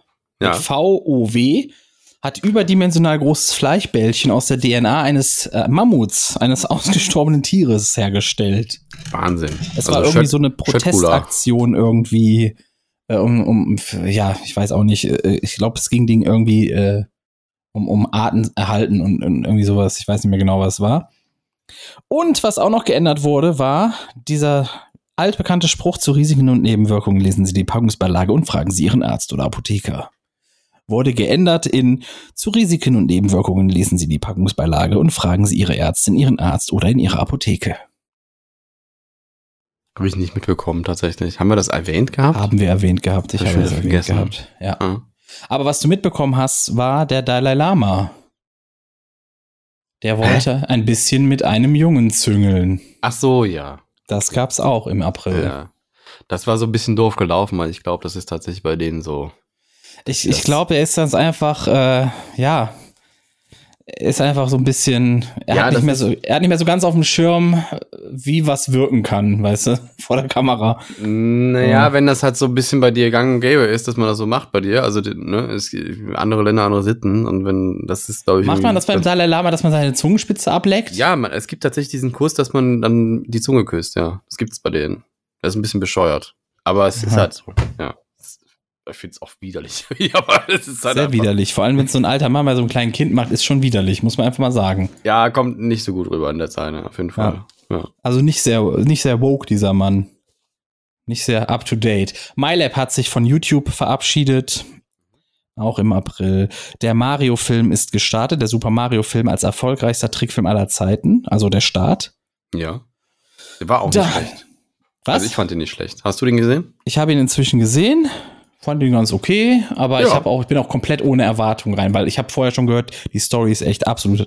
hat überdimensional großes Fleischbällchen aus der DNA eines Mammuts, eines ausgestorbenen Tieres hergestellt. Wahnsinn. Es war irgendwie so eine Protestaktion irgendwie, ich weiß auch nicht, ich glaube, es ging irgendwie um Arten erhalten und irgendwie sowas. Ich weiß nicht mehr genau, was es war. Und was auch noch geändert wurde, war dieser altbekannte Spruch zu Risiken und Nebenwirkungen. Lesen Sie die Packungsbeilage und fragen Sie Ihren Arzt oder Apotheker. Wurde geändert in zu Risiken und Nebenwirkungen. Lesen Sie die Packungsbeilage und fragen Sie Ihre Ärztin, Ihren Arzt oder in Ihrer Apotheke. Habe ich nicht mitbekommen, tatsächlich. Haben wir das erwähnt gehabt? Haben wir erwähnt gehabt. Ich habe das erwähnt gehabt. Ja. Ah. Aber was du mitbekommen hast, war der Dalai Lama. Der wollte ein bisschen mit einem Jungen züngeln. Ach so, ja. Das gab's auch im April. Ja. Das war so ein bisschen doof gelaufen, weil ich glaube, das ist tatsächlich bei denen so. Ich glaube, er ist ganz einfach, ist einfach so ein bisschen, er hat nicht mehr so ganz auf dem Schirm, wie was wirken kann, weißt du, vor der Kamera. Naja, wenn das halt so ein bisschen bei dir gang und gäbe ist, dass man das so macht bei dir, also es andere Länder, andere Sitten und wenn, das ist, glaube ich. Macht man das beim Dalai Lama, dass man seine Zungenspitze ableckt? Ja, es gibt tatsächlich diesen Kuss, dass man dann die Zunge küsst, ja. Das gibt's bei denen. Das ist ein bisschen bescheuert. Aber es ist halt so, ja. Ich finde es auch widerlich. Aber es ist halt sehr widerlich. Vor allem, wenn es so ein alter Mann bei so einem kleinen Kind macht, ist schon widerlich, muss man einfach mal sagen. Ja, kommt nicht so gut rüber in der Zeit, auf jeden Fall. Ja. Also nicht sehr woke, dieser Mann. Nicht sehr up to date. MyLab hat sich von YouTube verabschiedet. Auch im April. Der Mario-Film ist gestartet. Der Super Mario-Film als erfolgreichster Trickfilm aller Zeiten. Also der Start. Ja. Der war auch nicht schlecht. Was? Also ich fand den nicht schlecht. Hast du den gesehen? Ich habe ihn inzwischen gesehen. Fand ihn ganz okay, aber ich bin auch komplett ohne Erwartung rein, weil ich habe vorher schon gehört, die Story ist echt absolut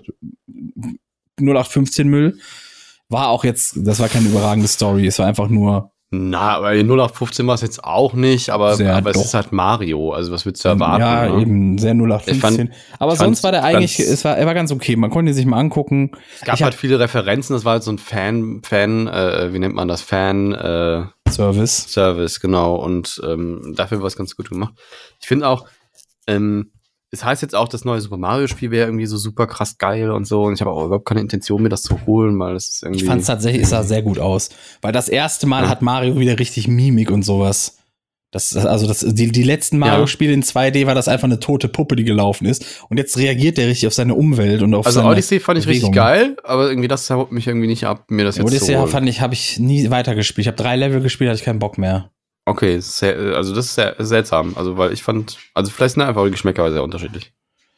0815 Müll. War auch jetzt, das war keine überragende Story, es war einfach nur. Na, aber 0815 war es jetzt auch nicht, aber es ist halt Mario, also was willst du erwarten? Ja, ne? Eben sehr 0815. Aber sonst war der eigentlich, er war ganz okay, man konnte ihn sich mal angucken. Es gab halt viele Referenzen, das war halt so ein wie nennt man das, Service, genau, und dafür war es ganz gut gemacht. Ich finde auch, es heißt jetzt auch, das neue Super Mario Spiel wäre irgendwie so super krass geil und so, und ich habe auch überhaupt keine Intention, mir das zu holen, weil es ist irgendwie. Ich fand es tatsächlich, es sah sehr gut aus, weil das erste Mal hat Mario wieder richtig Mimik und sowas. Die letzten Mario-Spiele in 2D war das einfach eine tote Puppe, die gelaufen ist. Und jetzt reagiert der richtig auf seine Umwelt und auf seine Odyssey fand ich Bewegung. richtig geil, aber irgendwie das haut mich irgendwie nicht ab, mir das jetzt Odyssey zu holen. habe ich nie weitergespielt. Ich habe 3 Level gespielt, hatte ich keinen Bock mehr. Okay, also das ist sehr seltsam. Also weil ich fand, vielleicht sind einfach die Geschmäcker sehr unterschiedlich.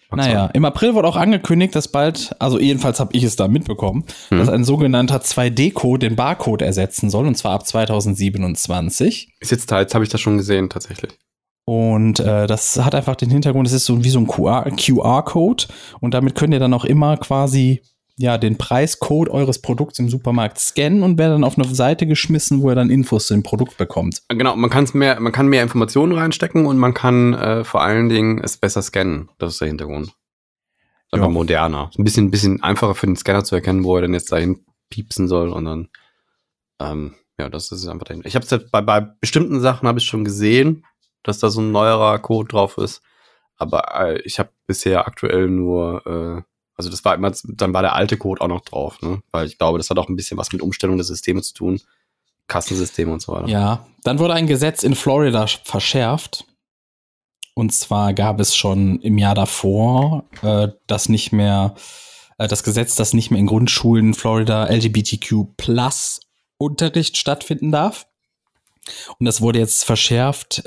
Naja, im April wurde auch angekündigt, dass bald, also jedenfalls habe ich es da mitbekommen, dass ein sogenannter 2D-Code den Barcode ersetzen soll, und zwar ab 2027. Jetzt habe ich das schon gesehen, tatsächlich. Und das hat einfach den Hintergrund, es ist so wie so ein QR-Code, und damit könnt ihr dann auch immer quasi den Preiscode eures Produkts im Supermarkt scannen und werden dann auf eine Seite geschmissen, wo ihr dann Infos zu dem Produkt bekommt. Genau, man kann mehr Informationen reinstecken und man kann vor allen Dingen es besser scannen. Das ist der Hintergrund. Aber moderner. Ein bisschen einfacher für den Scanner zu erkennen, wo er denn jetzt dahin piepsen soll, und dann das ist einfach dahin. Ich habe es bei bestimmten Sachen habe ich schon gesehen, dass da so ein neuerer Code drauf ist, aber ich habe bisher aktuell nur also das war immer, dann war der alte Code auch noch drauf, ne? Weil ich glaube, das hat auch ein bisschen was mit Umstellung der Systeme zu tun. Kassensysteme und so weiter. Ja, dann wurde ein Gesetz in Florida verschärft. Und zwar gab es schon im Jahr davor das Gesetz, dass nicht mehr in Grundschulen in Florida LGBTQ+ Unterricht stattfinden darf. Und das wurde jetzt verschärft.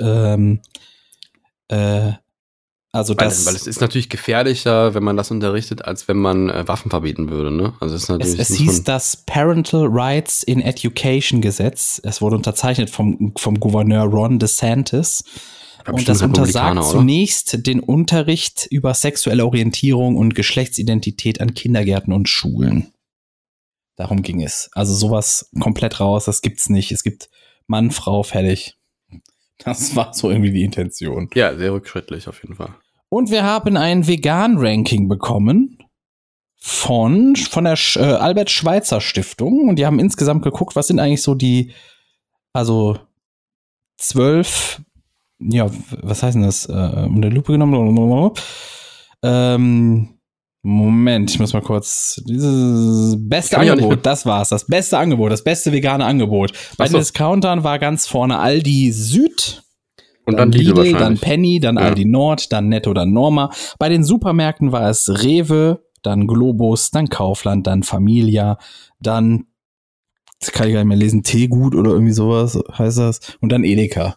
Weil es ist natürlich gefährlicher, wenn man das unterrichtet, als wenn man Waffen verbieten würde, ne? Also es ist natürlich es hieß das Parental Rights in Education Gesetz. Es wurde unterzeichnet vom Gouverneur Ron DeSantis. Und das untersagt zunächst den Unterricht über sexuelle Orientierung und Geschlechtsidentität an Kindergärten und Schulen. Darum ging es. Also sowas komplett raus, das gibt's nicht. Es gibt Mann, Frau, fertig. Das war so irgendwie die Intention. Ja, sehr rückschrittlich auf jeden Fall. Und wir haben ein Vegan-Ranking bekommen von der Albert-Schweitzer-Stiftung. Und die haben insgesamt geguckt, was sind eigentlich so 12, was heißt denn das? Unter Lupe genommen. Moment, ich muss mal kurz. Dieses beste Angebot, das war's. Das beste Angebot, das beste vegane Angebot. Bei den Discountern war ganz vorne Aldi Süd. Und dann Lidl, dann Penny, dann Aldi Nord, dann Netto, dann Norma. Bei den Supermärkten war es Rewe, dann Globus, dann Kaufland, dann Familia, dann, das kann ich gar nicht mehr lesen, Teegut oder irgendwie sowas heißt das. Und dann Edeka.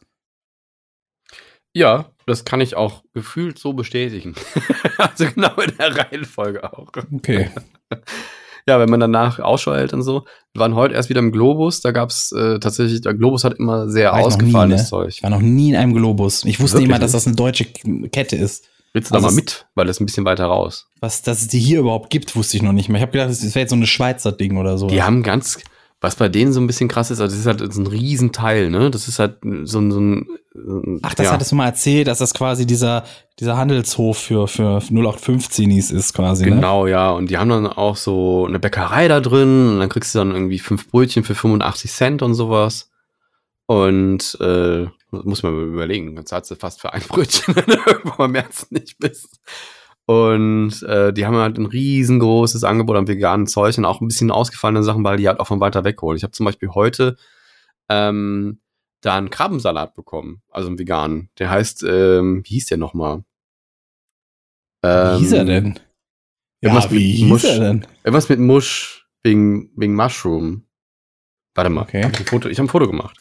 Ja, das kann ich auch gefühlt so bestätigen. Also genau in der Reihenfolge auch. Okay. Ja, wenn man danach Ausschau hält und so. Wir waren heute erst wieder im Globus, da gab's tatsächlich, der Globus hat immer sehr ausgefallenes Zeug. Ich war noch nie in einem Globus. Ich wusste nicht mal, dass das eine deutsche Kette ist. Willst du da mal mit? Weil das ist ein bisschen weiter raus. Dass es die hier überhaupt gibt, wusste ich noch nicht mehr. Ich habe gedacht, das wäre jetzt so eine Schweizer Ding oder so. Die haben was bei denen so ein bisschen krass ist, also das ist halt so ein Riesenteil, ne? Das ist halt so ein Ach, das hattest du mal erzählt, dass das quasi dieser Handelshof für 0815is ist quasi, genau, ne? Ja. Und die haben dann auch so eine Bäckerei da drin und dann kriegst du dann irgendwie 5 Brötchen für 85 Cent und sowas. Und muss man überlegen, dann zahlst du fast für ein Brötchen, wenn du irgendwo am März nicht bist. Und die haben halt ein riesengroßes Angebot an veganen Zeug und auch ein bisschen ausgefallene Sachen, weil die halt auch von weiter weg holen. Ich habe zum Beispiel heute da einen Krabbensalat bekommen, also einen veganen. Der heißt, wie hieß der nochmal? Wie hieß er denn? Wie hieß er denn? Irgendwas mit Mush, wegen Mushroom. Warte mal, okay. Ich habe ein Foto gemacht.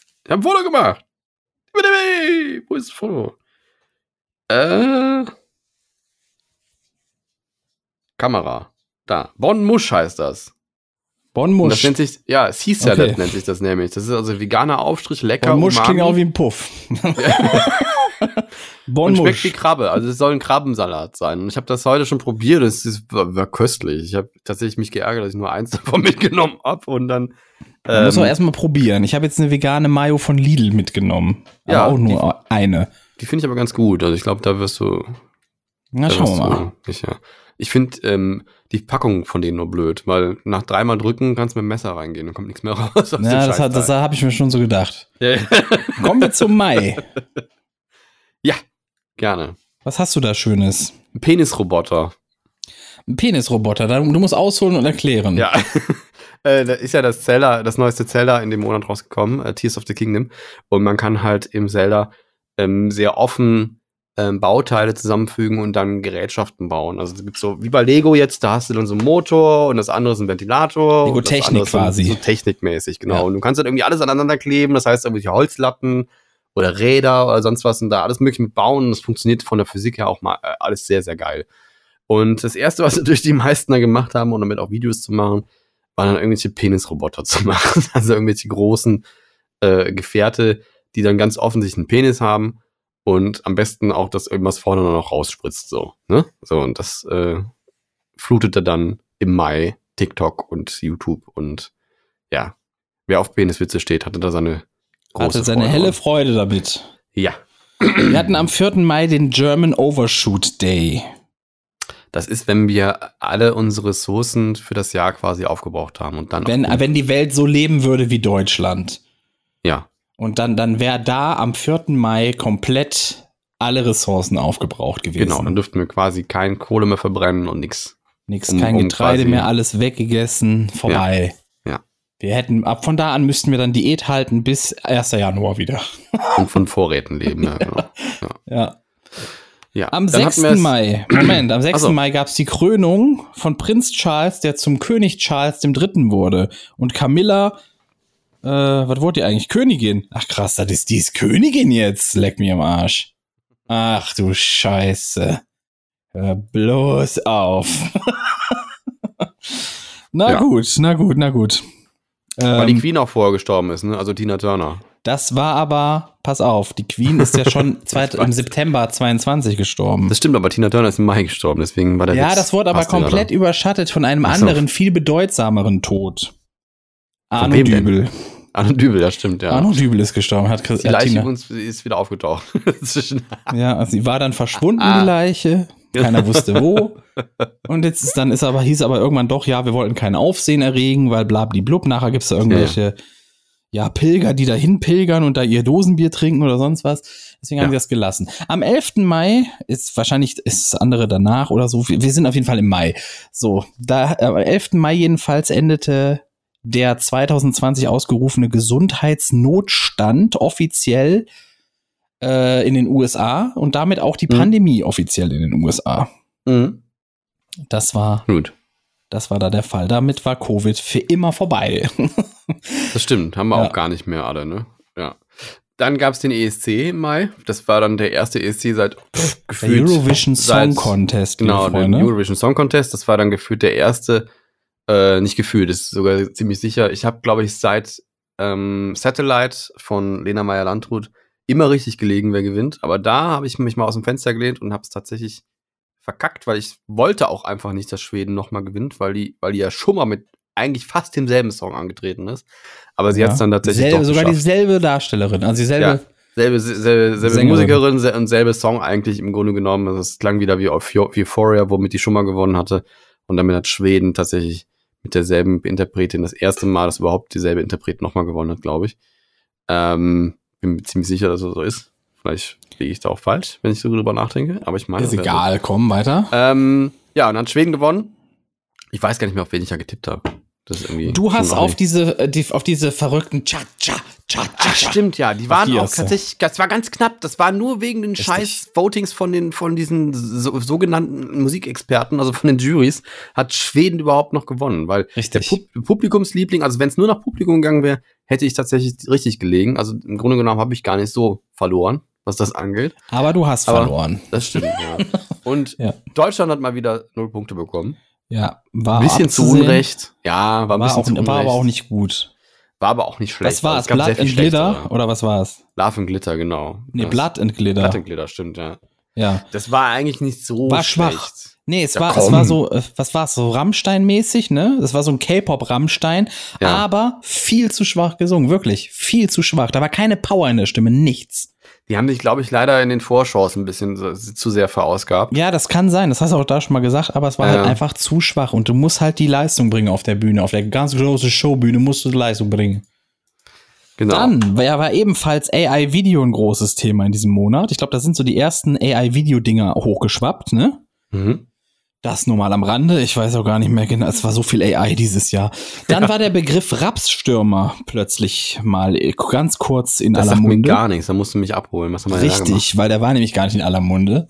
Wo ist das Foto? Kamera. Da. Bon Mush heißt das. Bon Mush. Das nennt sich, Sea Salad nennt sich das nämlich. Das ist also veganer Aufstrich, lecker. Bon Mush klingt auch wie ein Puff. Bon Mush. Schmeckt wie Krabbe. Also es soll ein Krabbensalat sein. Und ich habe das heute schon probiert. War köstlich. Ich habe tatsächlich mich geärgert, dass ich nur eins davon mitgenommen habe. Und dann man muss auch erstmal probieren. Ich habe jetzt eine vegane Mayo von Lidl mitgenommen. Aber auch nur eine. Die finde ich aber ganz gut. Also ich glaube, da wirst du... Na, schauen wir mal. Ich finde die Packung von denen nur blöd, weil nach 3-mal drücken kannst du mit dem Messer reingehen, dann kommt nichts mehr raus. Ja, das habe ich mir schon so gedacht. Ja. Kommen wir zum Mai. Ja, gerne. Was hast du da Schönes? Ein Penisroboter. Ein Penisroboter, du musst ausholen und erklären. Ja, da ist ja das neueste Zelda in dem Monat rausgekommen, Tears of the Kingdom. Und man kann halt im Zelda sehr offen Bauteile zusammenfügen und dann Gerätschaften bauen. Also es gibt so, wie bei Lego jetzt, da hast du dann so einen Motor und das andere ist ein Ventilator. Lego-Technik quasi. So technikmäßig, genau. Ja. Und du kannst dann irgendwie alles aneinander kleben, das heißt irgendwelche Holzlatten oder Räder oder sonst was und da alles mögliche mit bauen. Und das funktioniert von der Physik her auch mal alles sehr, sehr geil. Und das Erste, was natürlich die meisten da gemacht haben, und damit auch Videos zu machen, waren dann irgendwelche Penisroboter zu machen. Also irgendwelche großen Gefährte, die dann ganz offensichtlich einen Penis haben und am besten auch, dass irgendwas vorne noch rausspritzt. So, ne? So, und das flutete dann im Mai TikTok und YouTube. Und ja, wer auf Peniswitze steht, hatte da seine große Freude. Helle Freude damit. Ja. Wir hatten am 4. Mai den German Overshoot Day. Das ist, wenn wir alle unsere Ressourcen für das Jahr quasi aufgebraucht haben. Und dann wenn die Welt so leben würde wie Deutschland. Ja. Und dann wäre da am 4. Mai komplett alle Ressourcen aufgebraucht gewesen. Genau, dann dürften wir quasi kein Kohle mehr verbrennen und nichts. Kein Getreide mehr, alles weggegessen, vorbei. Ja. Wir hätten, von da an müssten wir dann Diät halten bis 1. Januar wieder. Und von Vorräten leben, ja, genau. Ja. Ja. Am 6. Mai, am 6. Mai gab es die Krönung von Prinz Charles, der zum König Charles III. Wurde. Und Camilla, was wurde die eigentlich? Königin? Ach krass, die ist Königin jetzt. Leck mir am Arsch. Ach du Scheiße. Hör bloß auf. Na gut. Weil die Queen auch vorher gestorben ist, ne? Also Tina Turner. Das war aber, pass auf, die Queen ist ja schon im September 22 gestorben. Das stimmt, aber Tina Turner ist im Mai gestorben, deswegen war der Ja, das wurde aber komplett überschattet von einem anderen, viel bedeutsameren Tod. Arno Dübel. Arno Dübel, das stimmt, ja. Arno Dübel ist gestorben. Die Leiche ist wieder aufgetaucht. Ja, also sie war dann verschwunden, die Leiche. Keiner wusste wo. Und jetzt hieß aber irgendwann doch, ja, wir wollten kein Aufsehen erregen, weil blablablub. Nachher gibt es da irgendwelche Pilger, die dahin pilgern und da ihr Dosenbier trinken oder sonst was. Deswegen haben sie das gelassen. Am 11. Mai ist das andere danach oder so. Wir sind auf jeden Fall im Mai. So, am 11. Mai jedenfalls endete der 2020 ausgerufene Gesundheitsnotstand offiziell in den USA und damit auch die Pandemie offiziell in den USA. Mhm. Das war da der Fall. Damit war Covid für immer vorbei. Das stimmt, haben wir auch gar nicht mehr alle, ne? Ja. Dann gab es den ESC im Mai. Das war dann der erste ESC seit gefühlt der Eurovision Song Contest. Genau, der Eurovision Song Contest. Das war dann gefühlt der erste, nicht gefühlt, das ist sogar ziemlich sicher. Ich habe, glaube ich, seit Satellite von Lena Meyer-Landrut immer richtig gelegen, wer gewinnt. Aber da habe ich mich mal aus dem Fenster gelehnt und habe es tatsächlich verkackt, weil ich wollte auch einfach nicht, dass Schweden nochmal gewinnt, weil die ja schon mal mit eigentlich fast demselben Song angetreten ist. Aber sie hat es dann tatsächlich doch geschafft. Sogar dieselbe Darstellerin, also dieselbe selbe Musikerin und selbe Song eigentlich im Grunde genommen. Also es klang wieder wie auf Euphoria, womit die schon mal gewonnen hatte. Und damit hat Schweden tatsächlich mit derselben Interpretin das erste Mal, dass überhaupt dieselbe Interpret nochmal gewonnen hat, glaube ich. Bin mir ziemlich sicher, dass es so ist. Vielleicht liege ich da auch falsch, wenn ich so drüber nachdenke. Aber ich meine. Ist egal, komm weiter. Ja, und dann hat Schweden gewonnen. Ich weiß gar nicht mehr, auf wen ich da getippt habe. Das ist irgendwie du hast auf diese verrückten Cha-Cha. Stimmt, ja. Die waren auch tatsächlich, das war ganz knapp. Das war nur wegen den scheiß Votings von diesen sogenannten Musikexperten, also von den Juries, hat Schweden überhaupt noch gewonnen. Weil der Publikumsliebling, also wenn es nur nach Publikum gegangen wäre, hätte ich tatsächlich richtig gelegen. Also im Grunde genommen habe ich gar nicht so verloren, was das angeht. Aber du hast verloren. Das stimmt, ja. Und Deutschland hat mal wieder 0 Punkte bekommen. Ja, war ein bisschen zu Unrecht. Ja, war ein bisschen zu Unrecht. War aber auch nicht gut. War aber auch nicht schlecht. Was war es? Blood and Glitter? Oder was war es? Love and Glitter, genau. Nee, Blood and Glitter. Blood and Glitter, stimmt, ja. Ja. Das war eigentlich nicht so war schlecht. Schwach. Nee, es war so, was war es? So Rammstein-mäßig, ne? Das war so ein K-Pop-Rammstein, aber viel zu schwach gesungen. Wirklich, viel zu schwach. Da war keine Power in der Stimme, nichts. Die haben sich, glaube ich, leider in den Vorschaus ein bisschen zu sehr verausgabt. Ja, das kann sein. Das hast du auch da schon mal gesagt. Aber es war halt einfach zu schwach. Und du musst halt die Leistung bringen auf der Bühne. Auf der ganz großen Showbühne musst du die Leistung bringen. Genau. Dann war ebenfalls AI-Video ein großes Thema in diesem Monat. Ich glaube, da sind so die ersten AI-Video-Dinger hochgeschwappt, ne? Mhm. Das nur mal am Rande. Ich weiß auch gar nicht mehr genau. Es war so viel AI dieses Jahr. Dann war der Begriff Rapsstürmer plötzlich mal ganz kurz in aller Munde. Das sagt mir gar nichts. Da musst du mich abholen. Was haben wir Richtig, da gemacht? weil der war nämlich gar nicht in aller Munde.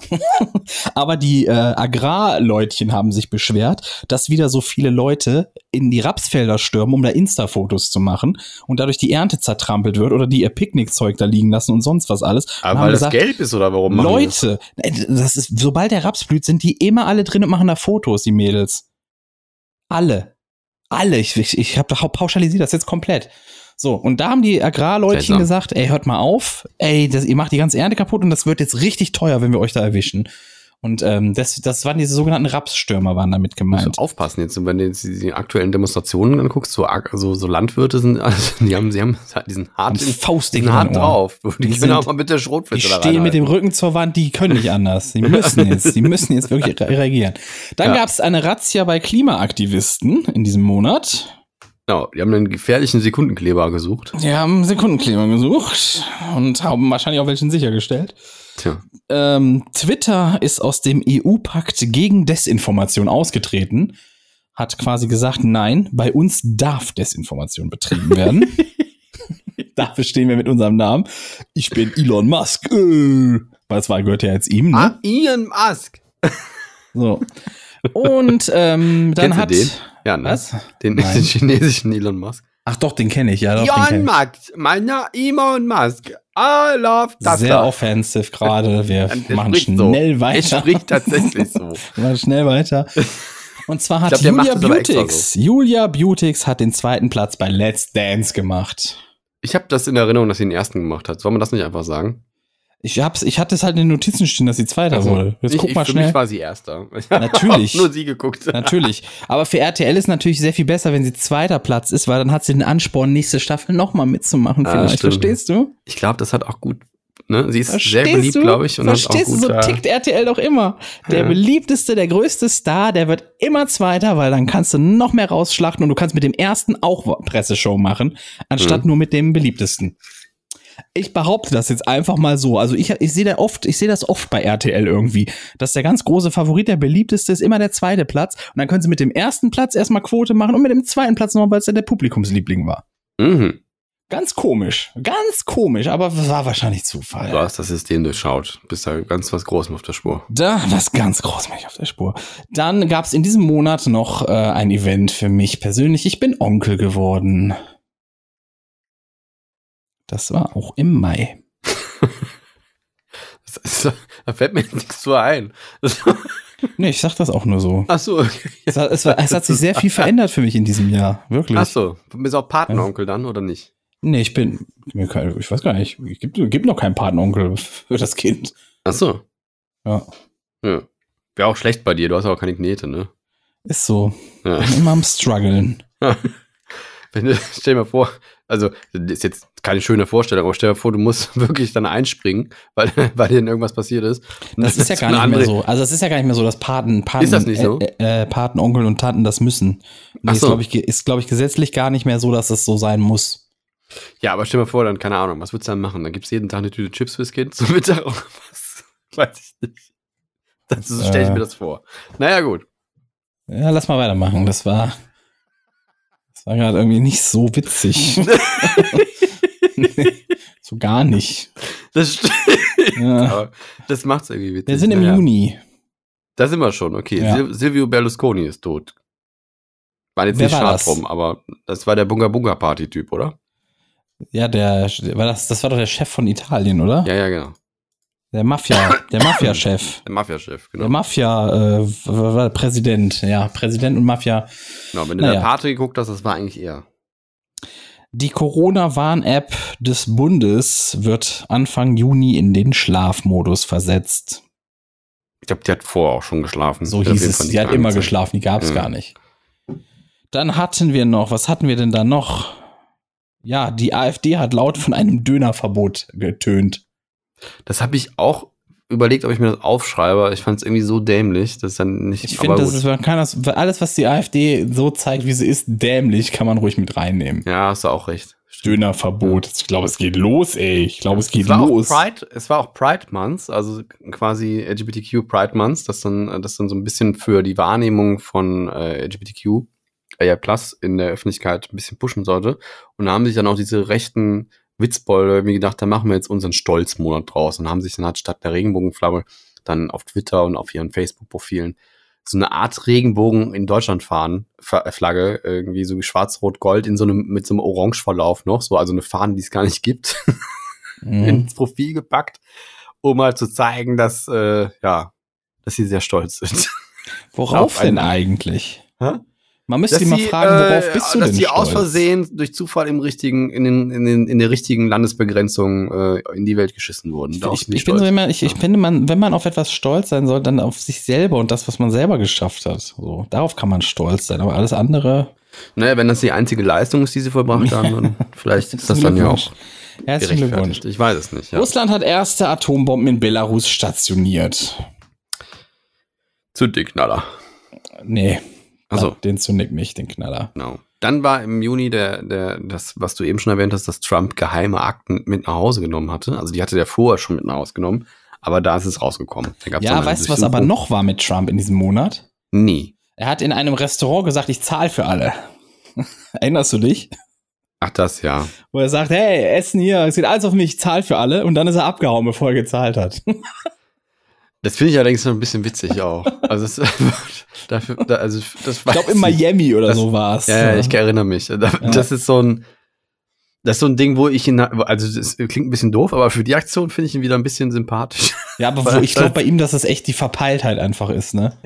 Aber die Agrarleutchen haben sich beschwert, dass wieder so viele Leute in die Rapsfelder stürmen, um da Insta-Fotos zu machen und dadurch die Ernte zertrampelt wird oder die ihr Picknickzeug da liegen lassen und sonst was alles. Aber weil das gelb ist oder warum? Leute, das ist, sobald der Raps blüht, sind die immer alle drin und machen machen da Fotos, die Mädels. Alle. Ich pauschalisiere das jetzt komplett. So, und da haben die Agrarleutchen gesagt, ey, hört mal auf, ey, ihr macht die ganze Ernte kaputt und das wird jetzt richtig teuer, wenn wir euch da erwischen. Und das waren diese sogenannten Rapsstürmer, waren damit gemeint. Musst du aufpassen jetzt, wenn du jetzt die aktuellen Demonstrationen anguckst, so Landwirte sind, also sie haben diesen hart drauf. Die können auch mal mit der Schrotflinte da rein. Die stehen mit dem Rücken zur Wand, die können nicht anders. Die müssen jetzt wirklich reagieren. Dann gab es eine Razzia bei Klimaaktivisten in diesem Monat. Genau, die haben einen gefährlichen Sekundenkleber gesucht. Die haben Sekundenkleber gesucht und haben wahrscheinlich auch welchen sichergestellt. Tja. Twitter ist aus dem EU-Pakt gegen Desinformation ausgetreten, hat quasi gesagt, nein, bei uns darf Desinformation betrieben werden. Dafür stehen wir mit unserem Namen. Ich bin Elon Musk. Weil es gehört ja jetzt ihm, ne? Elon Musk. So. Und dann hat... Den? Ja, ne? Was? Den chinesischen Elon Musk. Ach doch, den kenne ich, ja. Elon Musk. I love das. Sehr offensive gerade. Wir machen schnell weiter. Es spricht tatsächlich so. Wir machen schnell weiter. Und zwar hat Julia Beautix hat den 2. Platz bei Let's Dance gemacht. Ich habe das in Erinnerung, dass sie den 1. gemacht hat. Soll man das nicht einfach sagen? Ich hatte es halt in den Notizen stehen, dass sie 2. wurde. Jetzt guck mal schnell. Für mich war sie 1. Natürlich. Nur sie geguckt. Natürlich. Aber für RTL ist natürlich sehr viel besser, wenn sie 2. Platz ist, weil dann hat sie den Ansporn, nächste Staffel nochmal mitzumachen. Vielleicht. Verstehst du? Ich glaube, das hat auch gut. Ne? Sie ist sehr beliebt, glaube ich. Und Verstehst du? So tickt RTL doch immer. Der beliebteste, der größte Star, der wird immer 2., weil dann kannst du noch mehr rausschlachten und du kannst mit dem 1. auch Presseshow machen, anstatt nur mit dem beliebtesten. Ich behaupte das jetzt einfach mal so. Also ich sehe das oft bei RTL irgendwie, dass der ganz große Favorit, der beliebteste, ist immer der 2. Platz. Und dann können sie mit dem 1. Platz erstmal Quote machen und mit dem 2. Platz noch, weil es ja der Publikumsliebling war. Mhm. Ganz komisch, aber es war wahrscheinlich Zufall. Du hast das System durchschaut. Bist da ganz was Großem auf der Spur. Was ganz Großem auf der Spur. Dann gab es in diesem Monat noch ein Event für mich persönlich. Ich bin Onkel geworden. Das war auch im Mai. Da fällt mir nichts so ein. Nee, ich sag das auch nur so. Ach so, okay. Es hat sich sehr viel verändert für mich in diesem Jahr. Wirklich. Ach so, du bist auch Patenonkel dann, oder nicht? Nee, ich weiß gar nicht, gibt noch keinen Patenonkel für das Kind. Ach so. Ja. Wäre auch schlecht bei dir, du hast auch keine Knete, ne? Ist so. Ja. Bin immer am struggeln. Stell dir mal vor, also das ist jetzt keine schöne Vorstellung, aber stell dir vor, du musst wirklich dann einspringen, weil dir irgendwas passiert ist. Das ist ja gar nicht mehr so. Also es ist ja gar nicht mehr so, dass ist das nicht so? Patenonkel und Tanten das müssen. Nee, ist, glaube ich, gesetzlich gar nicht mehr so, dass es so sein muss. Ja, aber stell dir mal vor, dann, keine Ahnung, was würdest du dann machen? Dann gibt's jeden Tag eine Tüte Chips fürs Kind zum Mittag oder was? Weiß ich nicht. So stelle ich mir das vor. Naja, gut. Ja, lass mal weitermachen. Das war gerade irgendwie nicht so witzig. So gar nicht. Das stimmt. Ja. Aber das macht's irgendwie witzig. Wir sind im Juni. Da sind wir schon, okay. Ja. Silvio Berlusconi ist tot. War jetzt nicht schade drum, aber das war der Bunga-Bunga-Party-Typ, oder? Ja, das war doch der Chef von Italien, oder? Ja, genau. Der Mafia-Chef. Der Mafia-Chef, genau. Der Mafia-Präsident, Präsident und Mafia. Genau, wenn du der Party geguckt hast, das war eigentlich eher. Die Corona-Warn-App des Bundes wird Anfang Juni in den Schlafmodus versetzt. Ich glaube, die hat vorher auch schon geschlafen. So hieß es, die hat immer geschlafen, die gab es gar nicht. Dann hatten wir noch, was hatten wir denn da noch? Ja, die AfD hat laut von einem Dönerverbot getönt. Das habe ich auch überlegt, ob ich mir das aufschreibe. Ich fand es irgendwie so dämlich, dass dann nicht. Ich finde, alles, was die AfD so zeigt, wie sie ist, dämlich, kann man ruhig mit reinnehmen. Ja, hast du auch recht. Dönerverbot. Ich glaube, es geht los, ey. Es war auch Pride Month, also quasi LGBTQ Pride Month, das dann so ein bisschen für die Wahrnehmung von LGBTQ Plus in der Öffentlichkeit ein bisschen pushen sollte. Und da haben sich dann auch diese rechten Witzbold irgendwie gedacht, da machen wir jetzt unseren Stolzmonat draus und haben sich dann halt statt der Regenbogenflagge dann auf Twitter und auf ihren Facebook-Profilen so eine Art Regenbogen in Deutschland Flagge, irgendwie so wie Schwarz-Rot-Gold mit so einem Orange-Verlauf noch, so, also eine Fahne, die es gar nicht gibt, ins Profil gepackt, um halt zu zeigen, dass sie sehr stolz sind. Worauf denn eigentlich? Hä? Man müsste ihn mal fragen, worauf bist du denn dass die stolz? aus Versehen durch Zufall in der richtigen Landesbegrenzung in die Welt geschissen wurden. Ich bin so immer, ich finde, wenn man auf etwas stolz sein soll, dann auf sich selber und das, was man selber geschafft hat. So, darauf kann man stolz sein, aber alles andere. Naja, wenn das die einzige Leistung ist, die sie vollbracht haben, dann vielleicht ist das dann ja auch Herzlichen Glückwunsch. Ich weiß es nicht. Ja. Russland hat erste Atombomben in Belarus stationiert. Zündknaller. Nee. Also den zündig nicht, den Knaller. Genau. Dann war im Juni das, was du eben schon erwähnt hast, dass Trump geheime Akten mit nach Hause genommen hatte. Also die hatte der vorher schon mit nach Hause genommen, aber da ist es rausgekommen. Ja, weißt du, was aber noch war mit Trump in diesem Monat? Nie. Er hat in einem Restaurant gesagt, ich zahle für alle. Erinnerst du dich? Ach, das ja. Wo er sagt, hey, Essen hier, es geht alles auf mich, ich zahle für alle. Und dann ist er abgehauen, bevor er gezahlt hat. Das finde ich allerdings so ein bisschen witzig auch. Also, das ich glaube, in Miami oder so war es. Ja, ich erinnere mich. Das ist so ein Ding, wo ich also das klingt ein bisschen doof, aber für die Aktion finde ich ihn wieder ein bisschen sympathisch. Ja, aber ich glaube bei ihm, dass das echt die Verpeiltheit einfach ist, ne?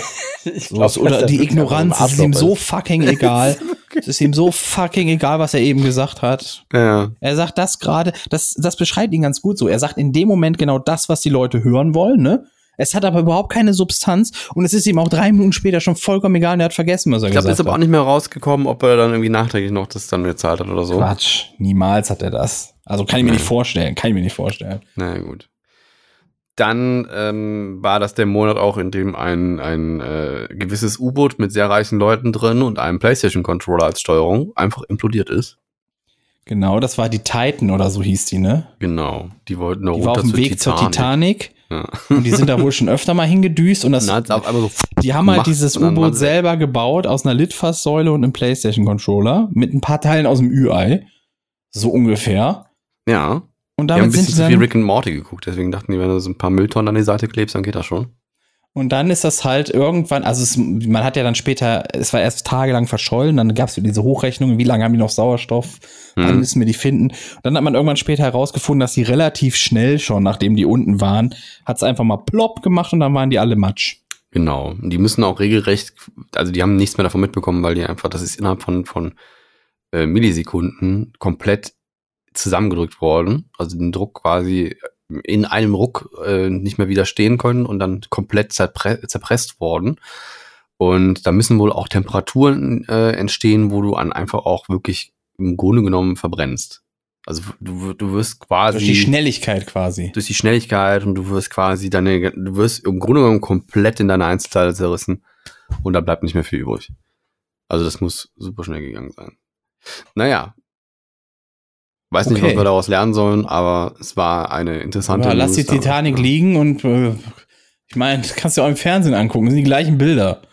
Oder die Ignoranz, es ist ihm so fucking egal. Es ist ihm so fucking egal, was er eben gesagt hat. Ja. Er sagt das gerade, das beschreibt ihn ganz gut so. Er sagt in dem Moment genau das, was die Leute hören wollen, ne? Es hat aber überhaupt keine Substanz und es ist ihm auch 3 Minuten später schon vollkommen egal und er hat vergessen, was er gesagt hat. Ich glaube, ist aber auch nicht mehr rausgekommen, ob er dann irgendwie nachträglich noch das dann gezahlt hat oder so. Quatsch, niemals hat er das. Also kann ich mir nicht vorstellen, Na gut. Dann war das der Monat auch, in dem ein gewisses U-Boot mit sehr reichen Leuten drin und einem PlayStation-Controller als Steuerung einfach implodiert ist. Genau, das war die Titan oder so hieß die, ne? Genau, die wollten noch runter war auf dem Weg zur Titanic. Ja. Und die sind da wohl schon öfter mal hingedüst und die haben halt dieses U-Boot selber gebaut aus einer Litfaßsäule und einem PlayStation-Controller mit ein paar Teilen aus dem Ü-Ei. So ungefähr. Ja. Und damit ein bisschen zu viel Rick and Morty geguckt, deswegen dachten die, wenn du so ein paar Mülltonnen an die Seite klebst, dann geht das schon. Und dann ist das halt irgendwann, man hat ja dann später, es war erst tagelang verschollen, dann gab es diese Hochrechnungen, wie lange haben die noch Sauerstoff, wann müssen wir die finden. Und dann hat man irgendwann später herausgefunden, dass die relativ schnell schon, nachdem die unten waren, hat es einfach mal plopp gemacht und dann waren die alle Matsch. Genau, und die müssen auch regelrecht, also die haben nichts mehr davon mitbekommen, weil die einfach, das ist innerhalb von Millisekunden komplett zusammengedrückt worden, also den Druck quasi in einem Ruck nicht mehr widerstehen können und dann komplett zerpresst worden. Und da müssen wohl auch Temperaturen entstehen, wo du einfach auch wirklich im Grunde genommen verbrennst. Also du wirst quasi... Durch die Schnelligkeit quasi. Durch die Schnelligkeit und du wirst quasi du wirst im Grunde genommen komplett in deine Einzelteile zerrissen und da bleibt nicht mehr viel übrig. Also das muss super schnell gegangen sein. Naja. Weiß nicht, was wir daraus lernen sollen, aber es war eine interessante News. Lass die Titanic liegen und ich meine, das kannst du auch im Fernsehen angucken, das sind die gleichen Bilder.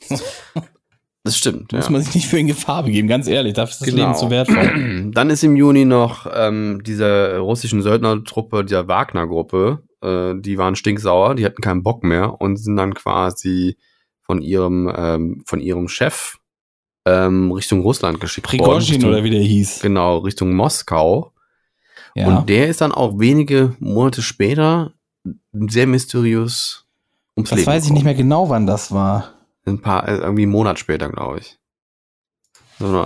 Das stimmt, Muss man sich nicht für in Gefahr begeben, ganz ehrlich, dafür ist das Leben zu wertvoll. Dann ist im Juni noch diese russischen Söldnertruppe, der Wagner-Gruppe, die waren stinksauer, die hatten keinen Bock mehr und sind dann quasi von ihrem Chef Richtung Russland geschickt worden. Prigozhin oder wie der hieß. Genau, Richtung Moskau. Ja. Und der ist dann auch wenige Monate später sehr mysteriös ums Leben gekommen. Das weiß ich nicht mehr genau, wann das war. Irgendwie einen Monat später, glaube ich. So,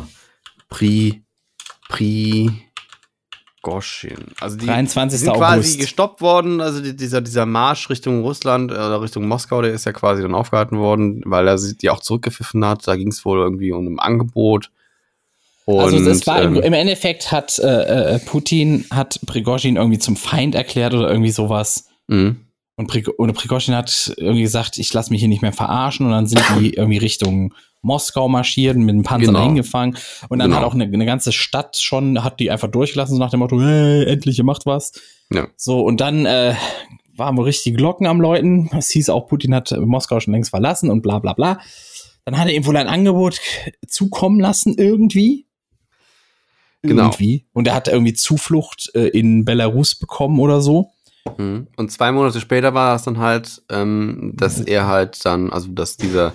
Prigozhin. Also die 23. sind August. quasi gestoppt worden, also dieser Marsch Richtung Russland oder Richtung Moskau, der ist ja quasi dann aufgehalten worden, weil er die auch zurückgepfiffen hat. Da ging es wohl irgendwie um ein Angebot. Und, also es war im Endeffekt hat Putin hat Prigozhin irgendwie zum Feind erklärt oder irgendwie sowas. Mhm. Und Prigozhin hat irgendwie gesagt, ich lasse mich hier nicht mehr verarschen und dann sind die irgendwie Richtung Moskau marschiert, mit dem Panzer hingefangen und dann hat auch eine ganze Stadt hat die einfach durchgelassen, so nach dem Motto, hey, endlich, ihr macht was. Ja. So, und dann waren wohl richtig Glocken am Läuten. Es hieß auch, Putin hat Moskau schon längst verlassen und bla bla bla. Dann hat er ihm wohl ein Angebot zukommen lassen, irgendwie. Genau. Und er hat irgendwie Zuflucht in Belarus bekommen oder so. Und 2 Monate später war es dann halt, dass er halt dann, also dass dieser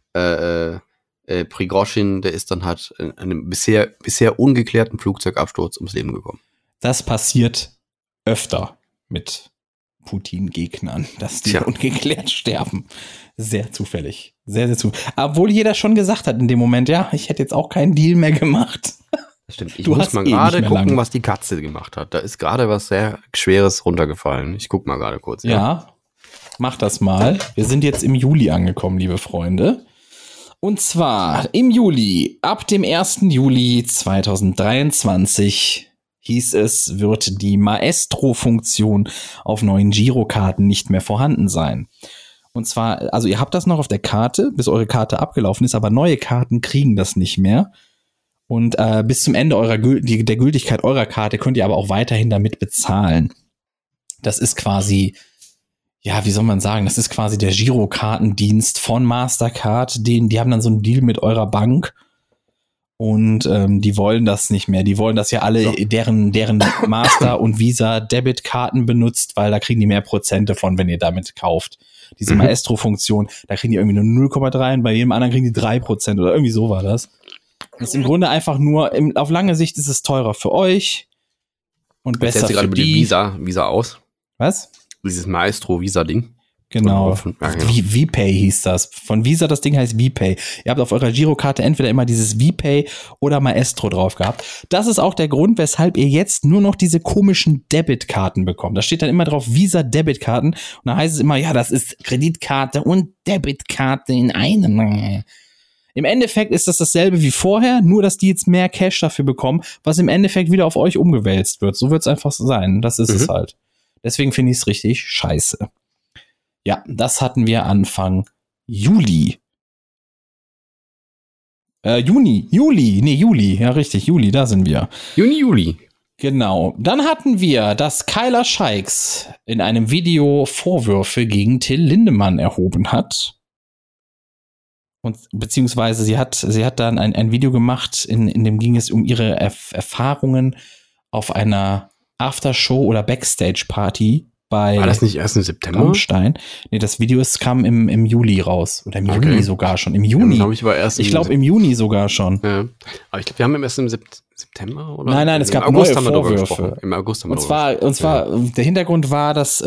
Prigozhin, der ist dann halt in einem bisher ungeklärten Flugzeugabsturz ums Leben gekommen. Das passiert öfter mit Putin-Gegnern, dass die ungeklärt sterben. Sehr zufällig. Sehr, sehr zufällig. Obwohl jeder schon gesagt hat in dem Moment, ja, ich hätte jetzt auch keinen Deal mehr gemacht. Das stimmt. Ich muss mal gerade gucken, was die Katze gemacht hat. Da ist gerade was sehr Schweres runtergefallen. Ich guck mal gerade kurz. Ja, mach das mal. Wir sind jetzt im Juli angekommen, liebe Freunde. Und zwar im Juli, ab dem 1. Juli 2023 hieß es, wird die Maestro-Funktion auf neuen Girokarten nicht mehr vorhanden sein. Und zwar, also ihr habt das noch auf der Karte, bis eure Karte abgelaufen ist, aber neue Karten kriegen das nicht mehr. Und bis zum Ende der Gültigkeit eurer Karte könnt ihr aber auch weiterhin damit bezahlen. Das ist quasi, ja, wie soll man sagen, das ist quasi der Girokartendienst von Mastercard. Die haben dann so einen Deal mit eurer Bank. Und die wollen das nicht mehr. Die wollen, dass ihr alle deren Master- und Visa-Debit-Karten benutzt, weil da kriegen die mehr Prozente von, wenn ihr damit kauft. Diese Maestro-Funktion, da kriegen die irgendwie nur 0,3 und bei jedem anderen kriegen die 3% oder irgendwie so war das. Das ist im Grunde einfach nur, auf lange Sicht ist es teurer für euch und besser für die. Visa aus. Was? Dieses Maestro-Visa-Ding. Genau. VPay hieß das. Von Visa, das Ding heißt VPay. Ihr habt auf eurer Girokarte entweder immer dieses VPay oder Maestro drauf gehabt. Das ist auch der Grund, weshalb ihr jetzt nur noch diese komischen Debitkarten bekommt. Da steht dann immer drauf Visa Debitkarten und da heißt es immer, ja, das ist Kreditkarte und Debitkarte in einem. Im Endeffekt ist das dasselbe wie vorher, nur dass die jetzt mehr Cash dafür bekommen, was im Endeffekt wieder auf euch umgewälzt wird. So wird es einfach sein. Das ist es halt. Deswegen finde ich es richtig scheiße. Ja, das hatten wir Anfang Juli. Juli. Ja, richtig, Juli, da sind wir. Juli. Genau. Dann hatten wir, dass Kyla Scheiks in einem Video Vorwürfe gegen Till Lindemann erhoben hat. Und beziehungsweise sie hat dann ein Video gemacht, in dem ging es um ihre Erfahrungen auf einer Aftershow oder Backstage-Party bei War das nicht erst im September? Rammstein. Nee, das Video kam im Juli raus. Oder im Juni sogar schon. Im Juni. Ich glaube im Juni sogar schon. Ja. Aber ich glaube, wir haben erst im September oder? Nein, es gab neue Vorwürfe. Im August haben wir und zwar der Hintergrund war, dass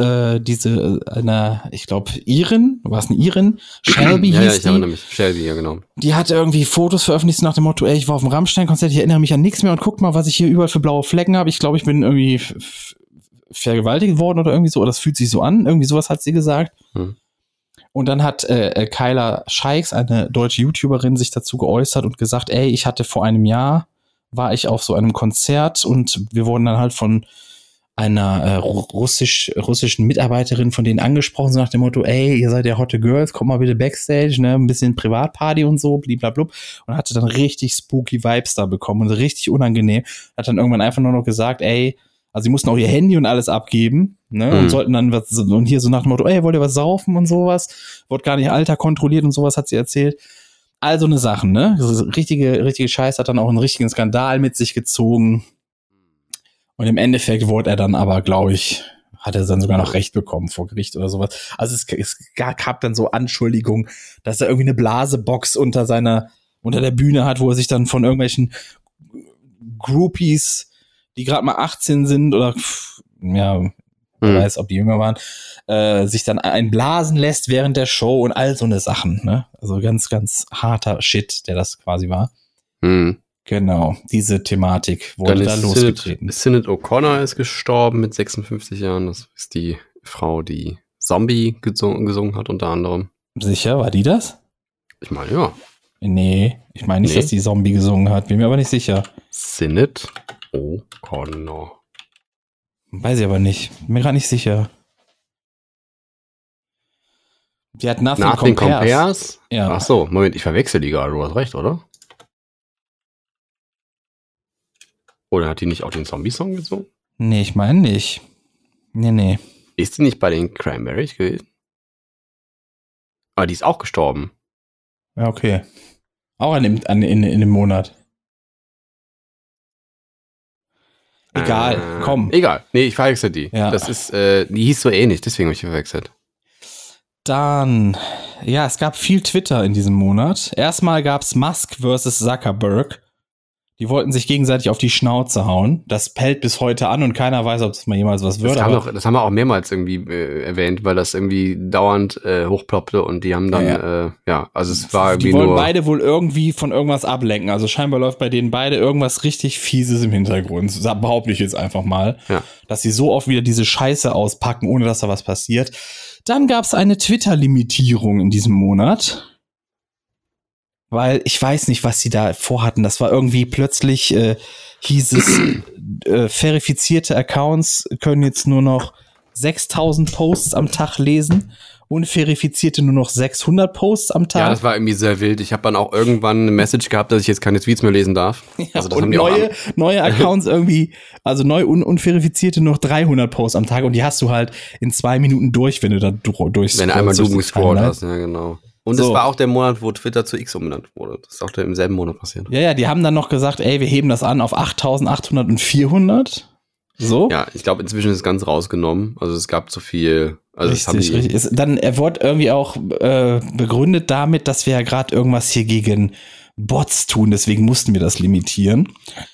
ich glaube, Iren, war es eine Iren? Shelby hieß die. Ja, ich erinnere mich. Shelby, ja genau. Die hatte irgendwie Fotos veröffentlicht nach dem Motto, ey, ich war auf dem Rammstein-Konzert, ich erinnere mich an nichts mehr und guck mal, was ich hier überall für blaue Flecken habe. Ich glaube, ich bin irgendwie vergewaltigt worden oder irgendwie so, oder das fühlt sich so an, irgendwie sowas hat sie gesagt. Und dann hat Kyla Scheiks, eine deutsche YouTuberin, sich dazu geäußert und gesagt, ey, ich hatte vor einem Jahr, war ich auf so einem Konzert und wir wurden dann halt von einer russischen Mitarbeiterin von denen angesprochen, so nach dem Motto, ey, ihr seid ja Hotte Girls, kommt mal bitte Backstage, ne, ein bisschen Privatparty und so, blablabla. Und hatte dann richtig spooky Vibes da bekommen und richtig unangenehm. Hat dann irgendwann einfach nur noch gesagt, ey, also sie mussten auch ihr Handy und alles abgeben, ne, und sollten dann was, und hier so nach dem Motto, ey, wollt ihr was saufen und sowas? Wurde gar nicht Alter kontrolliert und sowas, hat sie erzählt. Also eine Sachen, ne? Richtige Scheiß, hat dann auch einen richtigen Skandal mit sich gezogen. Und im Endeffekt wurde er dann aber, glaube ich, hat er dann sogar noch Recht bekommen vor Gericht oder sowas. Also es gab dann so Anschuldigungen, dass er irgendwie eine Blasebox unter der Bühne hat, wo er sich dann von irgendwelchen Groupies, die gerade mal 18 sind oder ja, wer weiß, ob die jünger waren, sich dann einblasen lässt während der Show und all so eine Sachen, ne? Also ganz, ganz harter Shit, der das quasi war. Genau, diese Thematik wurde da losgetreten. Sinead O'Connor ist gestorben mit 56 Jahren. Das ist die Frau, die Zombie gesungen hat, unter anderem. Sicher, war die das? Ich meine, ja. Nee, ich meine nicht, dass die Zombie gesungen hat. Bin mir aber nicht sicher. Sinead O'Connor. Weiß ich aber nicht. Bin mir gerade nicht sicher. Die hat Nothing Compares. Ja. Ach so, Moment, ich verwechsel die gerade. Du hast recht, oder? Oder hat die nicht auch den Zombie-Song gesungen? Nee, ich meine nicht. Nee. Ist die nicht bei den Cranberries gewesen? Aber die ist auch gestorben. Ja, okay. Auch in dem Monat. Egal, komm. Egal, nee, ich verwechsel die. Ja. Das ist, die hieß so ähnlich, deswegen habe ich verwechselt. Dann, ja, es gab viel Twitter in diesem Monat. Erstmal gab's Musk versus Zuckerberg. Die wollten sich gegenseitig auf die Schnauze hauen. Das pellt bis heute an und keiner weiß, ob das mal jemals was wird. Das haben wir auch mehrmals irgendwie erwähnt, weil das irgendwie dauernd hochploppte und die haben dann, also es war irgendwie die wollen beide wohl irgendwie von irgendwas ablenken. Also scheinbar läuft bei denen beide irgendwas richtig Fieses im Hintergrund. Das behaupte ich jetzt einfach mal. Ja. Dass sie so oft wieder diese Scheiße auspacken, ohne dass da was passiert. Dann gab es eine Twitter-Limitierung in diesem Monat. Weil ich weiß nicht, was sie da vorhatten. Das war irgendwie plötzlich, hieß es, verifizierte Accounts können jetzt nur noch 6000 Posts am Tag lesen und verifizierte nur noch 600 Posts am Tag. Ja, das war irgendwie sehr wild. Ich habe dann auch irgendwann eine Message gehabt, dass ich jetzt keine Tweets mehr lesen darf. Ja, also das und haben neue Accounts irgendwie, also neu unverifizierte noch 300 Posts am Tag und die hast du halt in 2 Minuten durch, wenn du da durchscrollst. Wenn du einmal gescrollt hast, ja genau. Und es war auch der Monat, wo Twitter zu X umbenannt wurde. Das ist auch im selben Monat passiert. Ja, die haben dann noch gesagt, ey, wir heben das an auf 8.800 und 400. So. Ja, ich glaube, inzwischen ist es ganz rausgenommen. Also es gab zu viel. Also richtig. Dann wurde irgendwie auch begründet damit, dass wir ja gerade irgendwas hier gegen Bots tun. Deswegen mussten wir das limitieren,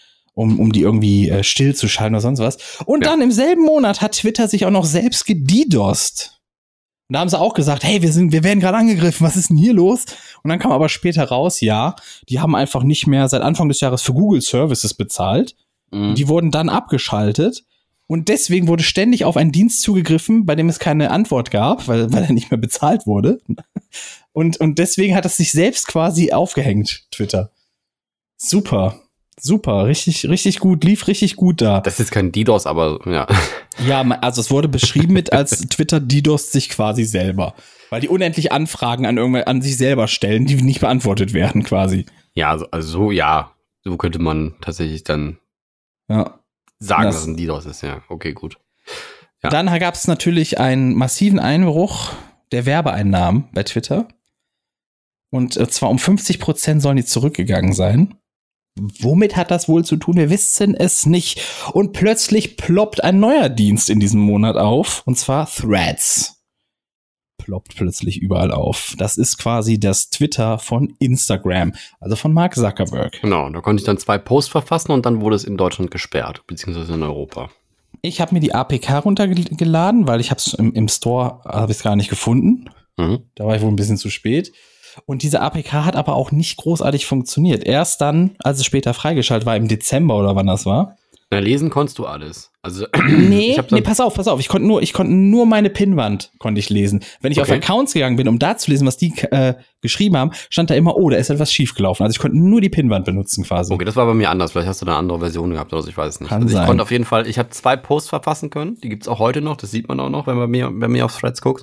um die irgendwie stillzuschalten oder sonst was. Und dann im selben Monat hat Twitter sich auch noch selbst gedidost. Und da haben sie auch gesagt, hey, wir werden gerade angegriffen, was ist denn hier los? Und dann kam aber später raus, die haben einfach nicht mehr seit Anfang des Jahres für Google Services bezahlt. Mhm. Die wurden dann abgeschaltet. Und deswegen wurde ständig auf einen Dienst zugegriffen, bei dem es keine Antwort gab, weil er nicht mehr bezahlt wurde. Und deswegen hat es sich selbst quasi aufgehängt, Twitter. Super, richtig gut, lief richtig gut da. Das ist kein DDoS, aber ja. Ja, also es wurde beschrieben als Twitter DDoS sich quasi selber. Weil die unendlich Anfragen an sich selber stellen, die nicht beantwortet werden quasi. Ja, so könnte man tatsächlich dann sagen, dass es ein DDoS ist. Ja, okay, gut. Ja. Dann gab es natürlich einen massiven Einbruch der Werbeeinnahmen bei Twitter. Und zwar um 50% sollen die zurückgegangen sein. Womit hat das wohl zu tun? Wir wissen es nicht. Und plötzlich ploppt ein neuer Dienst in diesem Monat auf. Und zwar Threads. Ploppt plötzlich überall auf. Das ist quasi das Twitter von Instagram. Also von Mark Zuckerberg. Genau, da konnte ich dann 2 Posts verfassen und dann wurde es in Deutschland gesperrt. Beziehungsweise in Europa. Ich habe mir die APK runtergeladen, weil ich habe es im Store gar nicht gefunden. Mhm. Da war ich wohl ein bisschen zu spät. Und diese APK hat aber auch nicht großartig funktioniert. Erst dann, als es später freigeschaltet war, im Dezember oder wann das war. Na, lesen konntest du alles. Also nee, pass auf. Ich konnte nur meine Pinnwand konnte ich lesen. Wenn ich auf Accounts gegangen bin, um da zu lesen, was die geschrieben haben, stand da immer, da ist etwas schiefgelaufen. Also ich konnte nur die Pinnwand benutzen quasi. Okay, das war bei mir anders. Vielleicht hast du da eine andere Version gehabt oder so, ich weiß es nicht. Also ich konnte auf jeden Fall, ich habe 2 Posts verfassen können. Die gibt's auch heute noch. Das sieht man auch noch, wenn man mir auf Threads guckt.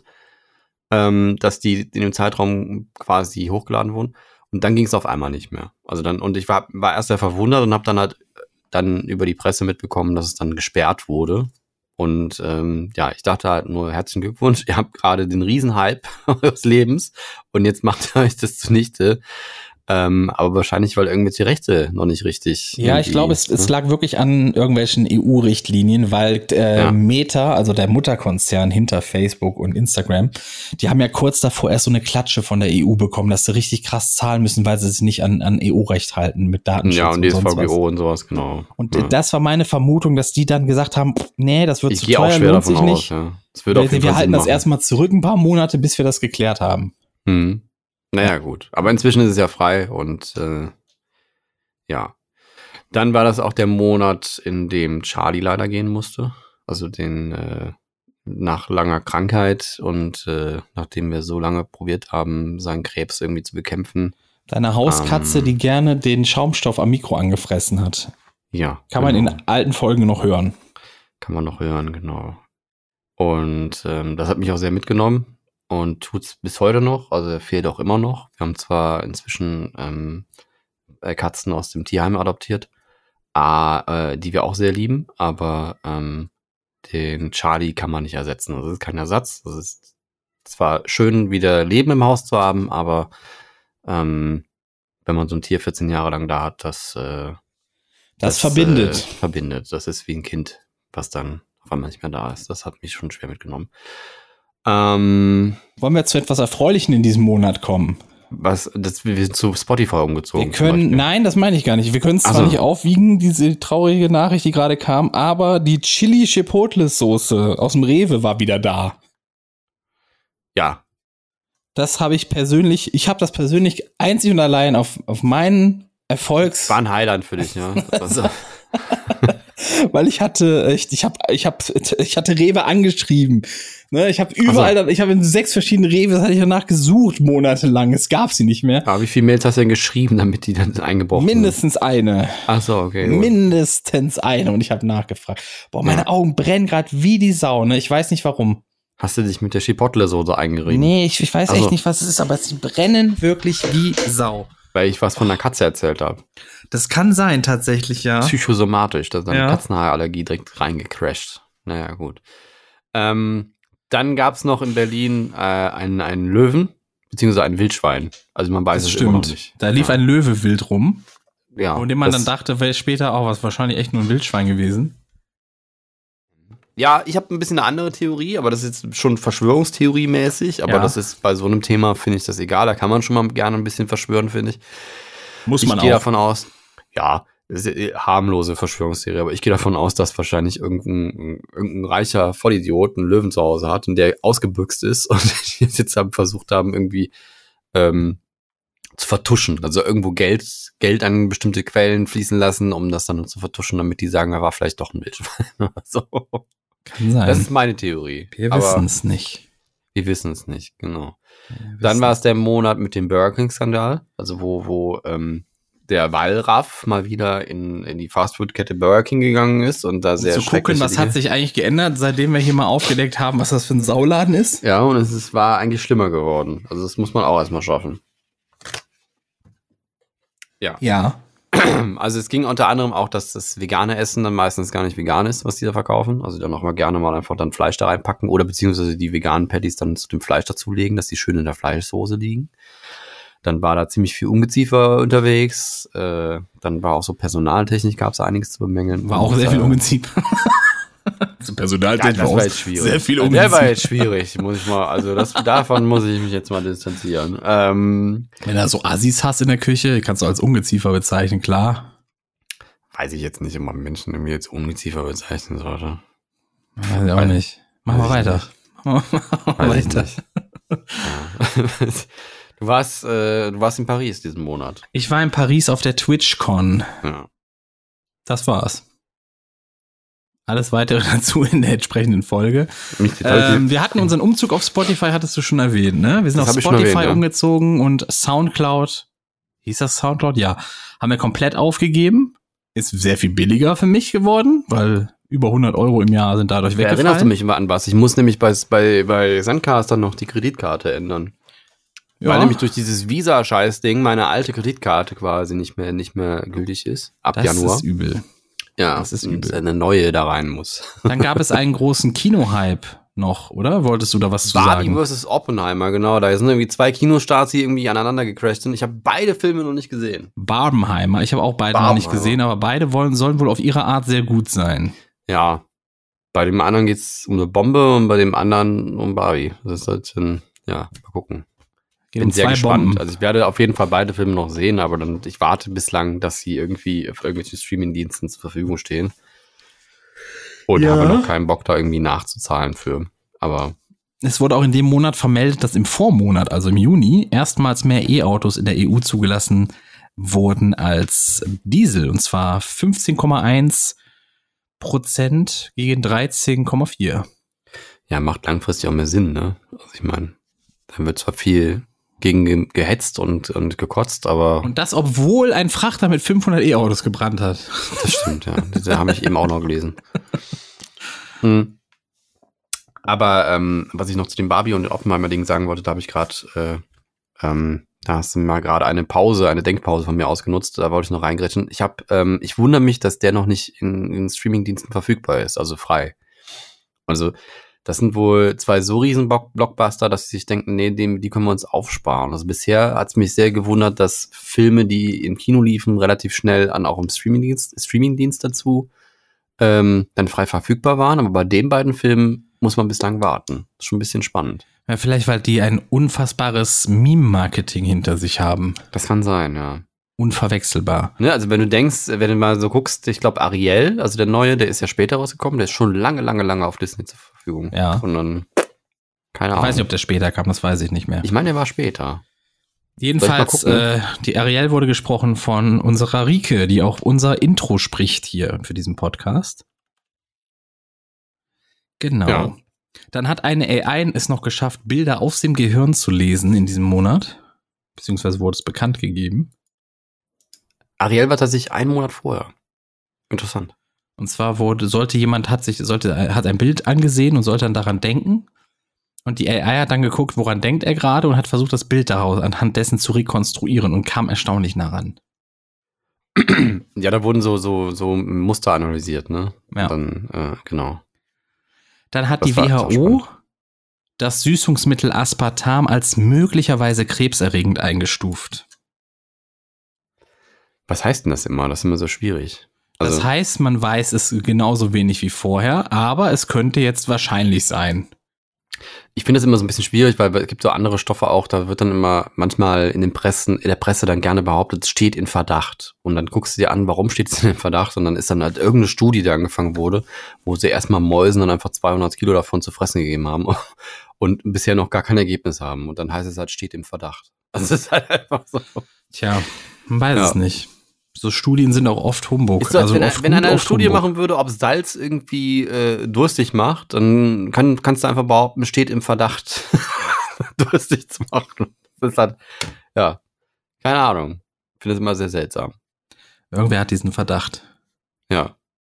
Dass die in dem Zeitraum quasi hochgeladen wurden. Und dann ging es auf einmal nicht mehr. Also dann, und ich war erst sehr verwundert und habe dann halt über die Presse mitbekommen, dass es dann gesperrt wurde. Und ich dachte halt nur, herzlichen Glückwunsch, ihr habt gerade den Riesenhype eures Lebens und jetzt macht ihr euch das zunichte. Aber wahrscheinlich, weil irgendwelche Rechte noch nicht richtig. Ja, ich glaube, es lag wirklich an irgendwelchen EU-Richtlinien, weil Meta, also der Mutterkonzern hinter Facebook und Instagram, die haben ja kurz davor erst so eine Klatsche von der EU bekommen, dass sie richtig krass zahlen müssen, weil sie sich nicht an EU-Recht halten mit Datenschutz. Ja, und DSVGO und sowas, genau. Und das war meine Vermutung, dass die dann gesagt haben, nee, das wird zu teuer, auch schwer lohnt sich nicht. Ja. Das wird wir halten das erstmal zurück ein paar Monate, bis wir das geklärt haben. Mhm. Naja, gut. Aber inzwischen ist es ja frei und Dann war das auch der Monat, in dem Charlie leider gehen musste. Also nach langer Krankheit und nachdem wir so lange probiert haben, seinen Krebs irgendwie zu bekämpfen. Deine Hauskatze, die gerne den Schaumstoff am Mikro angefressen hat. Ja. Kann man in alten Folgen noch hören. Kann man noch hören, genau. Und das hat mich auch sehr mitgenommen. Und tut's bis heute noch, also er fehlt auch immer noch. Wir haben zwar inzwischen Katzen aus dem Tierheim adoptiert, die wir auch sehr lieben, aber den Charlie kann man nicht ersetzen. Das ist kein Ersatz. Das ist zwar schön, wieder Leben im Haus zu haben, aber wenn man so ein Tier 14 Jahre lang da hat, das verbindet. Verbindet. Das ist wie ein Kind, was dann auf einmal nicht mehr da ist. Das hat mich schon schwer mitgenommen. Wollen wir zu etwas Erfreulichen in diesem Monat kommen? wir sind zu Spotify umgezogen. Nein, das meine ich gar nicht. Wir können es zwar nicht aufwiegen, diese traurige Nachricht, die gerade kam, aber die Chili-Chipotle-Soße aus dem Rewe war wieder da. Ja. Das habe ich persönlich einzig und allein auf meinen Erfolgs... War ein Highlight für dich, ja. Also. Weil ich hatte Rewe angeschrieben. Ne, ich habe überall, ich habe in 6 verschiedenen Rewes hatte ich danach gesucht, monatelang. Es gab sie nicht mehr. Aber wie viele Mails hast du denn geschrieben, damit die dann eingebrochen sind? Mindestens eine. Ach so, okay. Gut. Mindestens eine. Und ich habe nachgefragt. Boah, meine Augen brennen gerade wie die Sau. Ne? Ich weiß nicht warum. Hast du dich mit der Chipotle-Soße eingerieben? Nee, ich weiß echt nicht, was es ist, aber sie brennen wirklich wie Sau. Weil ich was von der Katze erzählt habe. Das kann sein, tatsächlich, ja. Psychosomatisch, da ist eine Katzenhaarallergie direkt reingecrasht. Naja, gut. Dann gab es noch in Berlin einen Löwen, beziehungsweise ein Wildschwein. Also man weiß es immer noch nicht. Da lief ein Löwe wild rum. Ja. Und dem man dann dachte, wäre später auch was wahrscheinlich echt nur ein Wildschwein gewesen. Ja, ich habe ein bisschen eine andere Theorie, aber das ist jetzt schon Verschwörungstheorie-mäßig. Aber das ist bei so einem Thema, finde ich das egal. Da kann man schon mal gerne ein bisschen verschwören, finde ich. Muss man auch. Ich gehe davon aus, ja, das ist eine harmlose Verschwörungstheorie, aber ich gehe davon aus, dass wahrscheinlich irgendein reicher Vollidiot einen Löwen zu Hause hat und der ausgebüxt ist und die jetzt versucht haben, irgendwie zu vertuschen. Also irgendwo Geld an bestimmte Quellen fließen lassen, um das dann zu vertuschen, damit die sagen, er war vielleicht doch ein Wildschwein. So. Kann sein. Das ist meine Theorie. Wir wissen es nicht. Wir wissen es nicht, genau. Dann war es der Monat mit dem Burger King-Skandal, also wo der Wallraff mal wieder in die Fastfood-Kette Burger King gegangen ist und da sehr zu gucken, was hat sich eigentlich geändert, seitdem wir hier mal aufgedeckt haben, was das für ein Sauladen ist. Ja, und es war eigentlich schlimmer geworden. Also das muss man auch erstmal schaffen. Ja. Also es ging unter anderem auch, dass das vegane Essen dann meistens gar nicht vegan ist, was die da verkaufen. Also dann auch mal gerne mal einfach dann Fleisch da reinpacken oder beziehungsweise die veganen Patties dann zu dem Fleisch dazulegen, dass die schön in der Fleischsoße liegen. Dann war da ziemlich viel Ungeziefer unterwegs. Dann war auch so Personaltechnik, gab es einiges zu bemängeln. War auch sehr viel Ungeziefer. Also Personaltechnik das war jetzt schwierig. Sehr viel Ungeziefer. Der war jetzt schwierig, muss ich mal, also davon muss ich mich jetzt mal distanzieren. Wenn du so Assis hast in der Küche, kannst du als Ungeziefer bezeichnen, klar. Weiß ich jetzt nicht, ob man Menschen irgendwie als Ungeziefer bezeichnen sollte. Weiß ich auch nicht. Machen wir weiter. Ja. Du warst in Paris diesen Monat. Ich war in Paris auf der TwitchCon. Ja. Das war's. Alles weitere dazu in der entsprechenden Folge. Wir hatten unseren Umzug auf Spotify, hattest du schon erwähnt, ne? Wir sind auf Spotify umgezogen und Soundcloud, hieß das Soundcloud? Ja. Haben wir komplett aufgegeben. Ist sehr viel billiger für mich geworden, weil über 100 € im Jahr sind dadurch weggefallen. Erinnerst du mich immer an was? Ich muss nämlich bei Zencaster noch die Kreditkarte ändern. Ja. Weil nämlich durch dieses Visa-Scheiß-Ding meine alte Kreditkarte quasi nicht mehr gültig ist. Ab Januar. Das ist übel. Ja, das ist übel. Eine neue da rein muss. Dann gab es einen großen Kino-Hype noch, oder? Wolltest du da was zu sagen? Barbie vs. Oppenheimer, genau. Da sind irgendwie 2 Kinostarts, die irgendwie aneinander gecrashed sind. Ich habe beide Filme noch nicht gesehen. Barbenheimer. Ich habe auch beide noch nicht gesehen, aber beide sollen wohl auf ihre Art sehr gut sein. Ja. Bei dem anderen geht's um eine Bombe und bei dem anderen um Barbie. Das ist halt, mal gucken. Bin sehr gespannt. Bomben. Also ich werde auf jeden Fall beide Filme noch sehen, aber ich warte bislang, dass sie irgendwie auf irgendwelchen Streaming-Diensten zur Verfügung stehen. Und habe noch keinen Bock, da irgendwie nachzuzahlen für. Aber es wurde auch in dem Monat vermeldet, dass im Vormonat, also im Juni, erstmals mehr E-Autos in der EU zugelassen wurden als Diesel. Und zwar 15,1% gegen 13,4%. Ja, macht langfristig auch mehr Sinn, ne? Also ich meine, dann wird zwar viel gegen gehetzt und gekotzt, aber... Und das, obwohl ein Frachter mit 500 E-Autos gebrannt hat. Das stimmt, ja. Das habe ich eben auch noch gelesen. Aber was ich noch zu dem Barbie und Oppenheimer-Ding sagen wollte, da habe ich gerade... da hast du mal gerade eine Denkpause von mir ausgenutzt, da wollte ich noch reingrätschen. Ich wundere mich, dass der noch nicht in Streamingdiensten verfügbar ist, also frei. Also... Das sind wohl 2 so riesen Blockbuster, dass sie sich denken, nee, die können wir uns aufsparen. Also bisher hat es mich sehr gewundert, dass Filme, die im Kino liefen, relativ schnell auch im Streamingdienst dazu dann frei verfügbar waren. Aber bei den beiden Filmen muss man bislang warten. Das ist schon ein bisschen spannend. Ja, vielleicht, weil die ein unfassbares Meme-Marketing hinter sich haben. Das kann sein, ja. Unverwechselbar. Ne, also wenn du mal so guckst, ich glaube Ariel, also der neue, der ist ja später rausgekommen, der ist schon lange auf Disney zur Verfügung. Ja. Und dann, keine Ahnung. Ich weiß nicht, ob der später kam, das weiß ich nicht mehr. Ich meine, der war später. Jedenfalls, die Ariel wurde gesprochen von unserer Rike, die auch unser Intro spricht hier für diesen Podcast. Genau. Ja. Dann hat eine AI es noch geschafft, Bilder aus dem Gehirn zu lesen in diesem Monat. Beziehungsweise wurde es bekannt gegeben. Ariel war tatsächlich 1 Monat vorher. Interessant. Und zwar hat ein Bild angesehen und sollte dann daran denken. Und die AI hat dann geguckt, woran denkt er gerade und hat versucht, das Bild daraus anhand dessen zu rekonstruieren und kam erstaunlich nah ran. Ja, da wurden so Muster analysiert, ne? Ja. Und dann, genau. Dann hat die WHO das Süßungsmittel Aspartam als möglicherweise krebserregend eingestuft. Was heißt denn das immer? Das ist immer so schwierig. Das heißt, man weiß es genauso wenig wie vorher, aber es könnte jetzt wahrscheinlich sein. Ich finde das immer so ein bisschen schwierig, weil es gibt so andere Stoffe auch, da wird dann immer manchmal in der Presse dann gerne behauptet, es steht in Verdacht. Und dann guckst du dir an, warum steht es in Verdacht? Und dann ist dann halt irgendeine Studie, die angefangen wurde, wo sie erstmal Mäusen dann einfach 200 Kilo davon zu fressen gegeben haben und bisher noch gar kein Ergebnis haben. Und dann heißt es halt, steht im Verdacht. Also es ist halt einfach so. Tja, man weiß es nicht. So Studien sind auch oft Humbug. Ist das, wenn einer eine Studie machen würde, ob Salz irgendwie durstig macht, dann kannst du einfach behaupten, es steht im Verdacht, durstig zu machen. Das ist halt, ja, keine Ahnung. Ich finde das immer sehr seltsam. Irgendwer hat diesen Verdacht. Ja.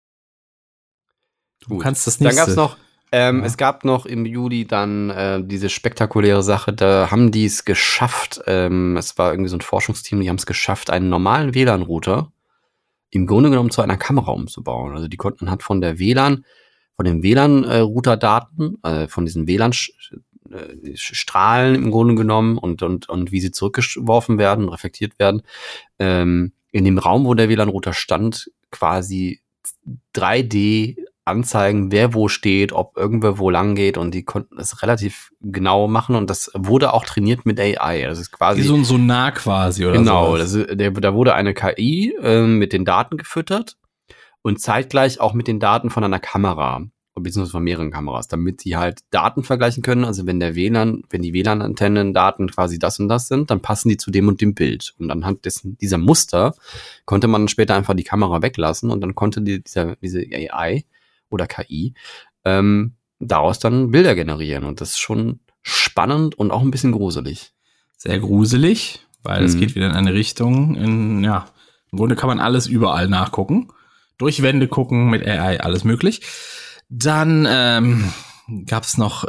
Du kannst das nicht. Dann gab es noch, es gab noch im Juli dann diese spektakuläre Sache, da haben die es geschafft, es war irgendwie so ein Forschungsteam, die haben es geschafft, einen normalen WLAN-Router im Grunde genommen zu einer Kamera umzubauen. Also die konnten anhand von den WLAN-Router-Daten, von diesen WLAN-Strahlen im Grunde genommen und wie sie zurückgeworfen werden, reflektiert werden, in dem Raum, wo der WLAN-Router stand, quasi 3D anzeigen, wer wo steht, ob irgendwer wo lang geht, und die konnten das relativ genau machen, und das wurde auch trainiert mit AI. Das ist quasi wie so ein Sonar quasi, oder? Genau, da wurde eine KI mit den Daten gefüttert und zeitgleich auch mit den Daten von einer Kamera, beziehungsweise von mehreren Kameras, damit sie halt Daten vergleichen können. Also wenn die WLAN-Antennen-Daten quasi das und das sind, dann passen die zu dem und dem Bild. Und anhand dieser Muster konnte man später einfach die Kamera weglassen, und dann konnte diese AI oder KI daraus dann Bilder generieren. Und das ist schon spannend und auch ein bisschen gruselig. Sehr gruselig, weil es geht wieder in eine Richtung, im Grunde kann man alles überall nachgucken. Durch Wände gucken, mit AI, alles möglich. Dann gab's noch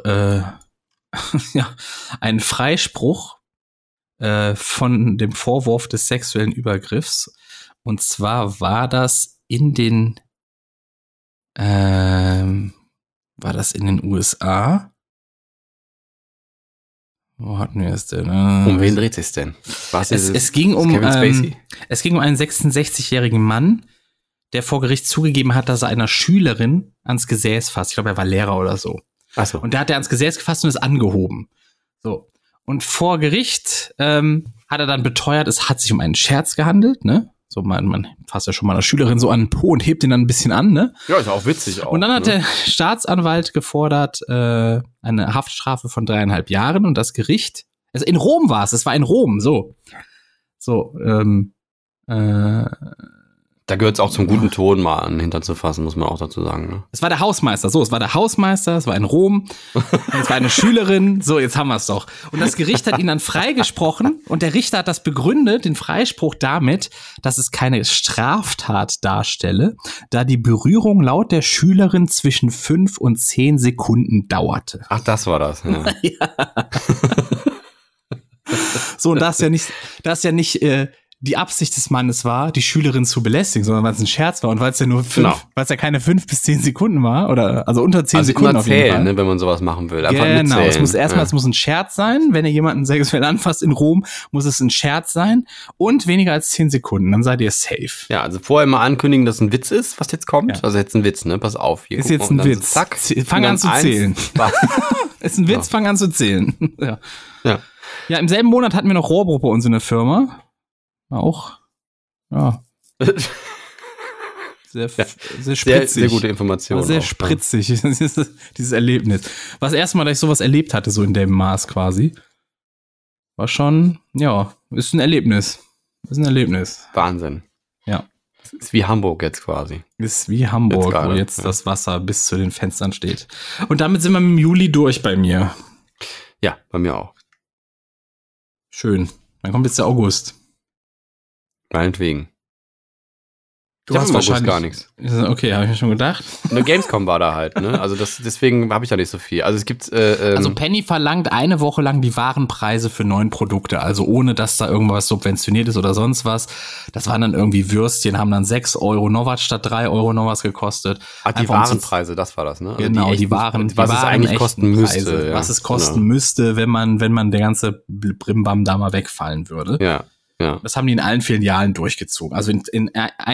einen Freispruch von dem Vorwurf des sexuellen Übergriffs. Und zwar war das in den USA? Wo hatten wir es denn? Um wen dreht es denn? Es ging um einen 66-jährigen Mann, der vor Gericht zugegeben hat, dass er einer Schülerin ans Gesäß fasst. Ich glaube, er war Lehrer oder so. Ach so. Und der hat er ans Gesäß gefasst und ist angehoben. So. Und vor Gericht hat er dann beteuert, es hat sich um einen Scherz gehandelt, ne? So, man fasst ja schon mal einer Schülerin so an den Po und hebt ihn dann ein bisschen an, ne? Ja, ist auch witzig auch. Und dann hat der Staatsanwalt gefordert, eine Haftstrafe von 3,5 Jahren, und das Gericht, also in Rom war es war in Rom, so. Da gehört es auch zum guten Ton, mal an den Hintern zu fassen, muss man auch dazu sagen. Ne? Es war der Hausmeister, es war in Rom, es war eine Schülerin, so, jetzt haben wir es doch. Und das Gericht hat ihn dann freigesprochen, und der Richter hat das begründet, den Freispruch, damit, dass es keine Straftat darstelle, da die Berührung laut der Schülerin zwischen 5 und 10 Sekunden dauerte. Ach, das war das. Ja. Ja. So, und das ist ja nicht die Absicht des Mannes war, die Schülerin zu belästigen, sondern weil es ein Scherz war, und weil es ja weil es ja keine 5 bis 10 Sekunden war, oder also unter 10 Sekunden auf jeden Fall. Ne, wenn man sowas machen will. Einfach genau, mitzählen. Es muss ein Scherz sein. Wenn ihr jemanden sexuell anfasst in Rom, muss es ein Scherz sein, und weniger als 10 Sekunden, dann seid ihr safe. Ja, also vorher mal ankündigen, dass ein Witz ist, was jetzt kommt. Ja. Also jetzt ein Witz, ne? Pass auf. Hier, ist jetzt ein Witz. So, zack. Fang an zu zählen. Ist ein Witz, fang an zu zählen. Ja. Ja. Ja, im selben Monat hatten wir noch Rohrbruch bei uns in der Firma. Auch, ja. Sehr spritzig. Sehr gute Information. Sehr spritzig, dieses Erlebnis. Was das erste Mal, dass ich sowas erlebt hatte, so in dem Maß quasi. War schon, ja, ist ein Erlebnis. Wahnsinn. Ja. Ist wie Hamburg jetzt quasi. Ist wie Hamburg, wo jetzt das Wasser bis zu den Fenstern steht. Und damit sind wir im Juli durch bei mir. Ja, bei mir auch. Schön. Dann kommt jetzt der August. Meinetwegen. Du hast wahrscheinlich gar nichts. Okay, habe ich mir schon gedacht. Eine Gamescom war da halt, ne? Also deswegen habe ich da nicht so viel. Also es gibt also Penny verlangt eine Woche lang die Warenpreise für 9 Produkte, also ohne dass da irgendwas subventioniert ist oder sonst was. Das waren dann irgendwie Würstchen, haben dann 6 Euro noch was statt 3 Euro noch was gekostet. Ach, die Warenpreise, das war das, ne? Also genau, die Waren, was es eigentlich kosten müsste. Ja. Was es kosten müsste, wenn man der ganze Brimbam da mal wegfallen würde. Ja. Ja. Das haben die in allen Filialen durchgezogen. Also in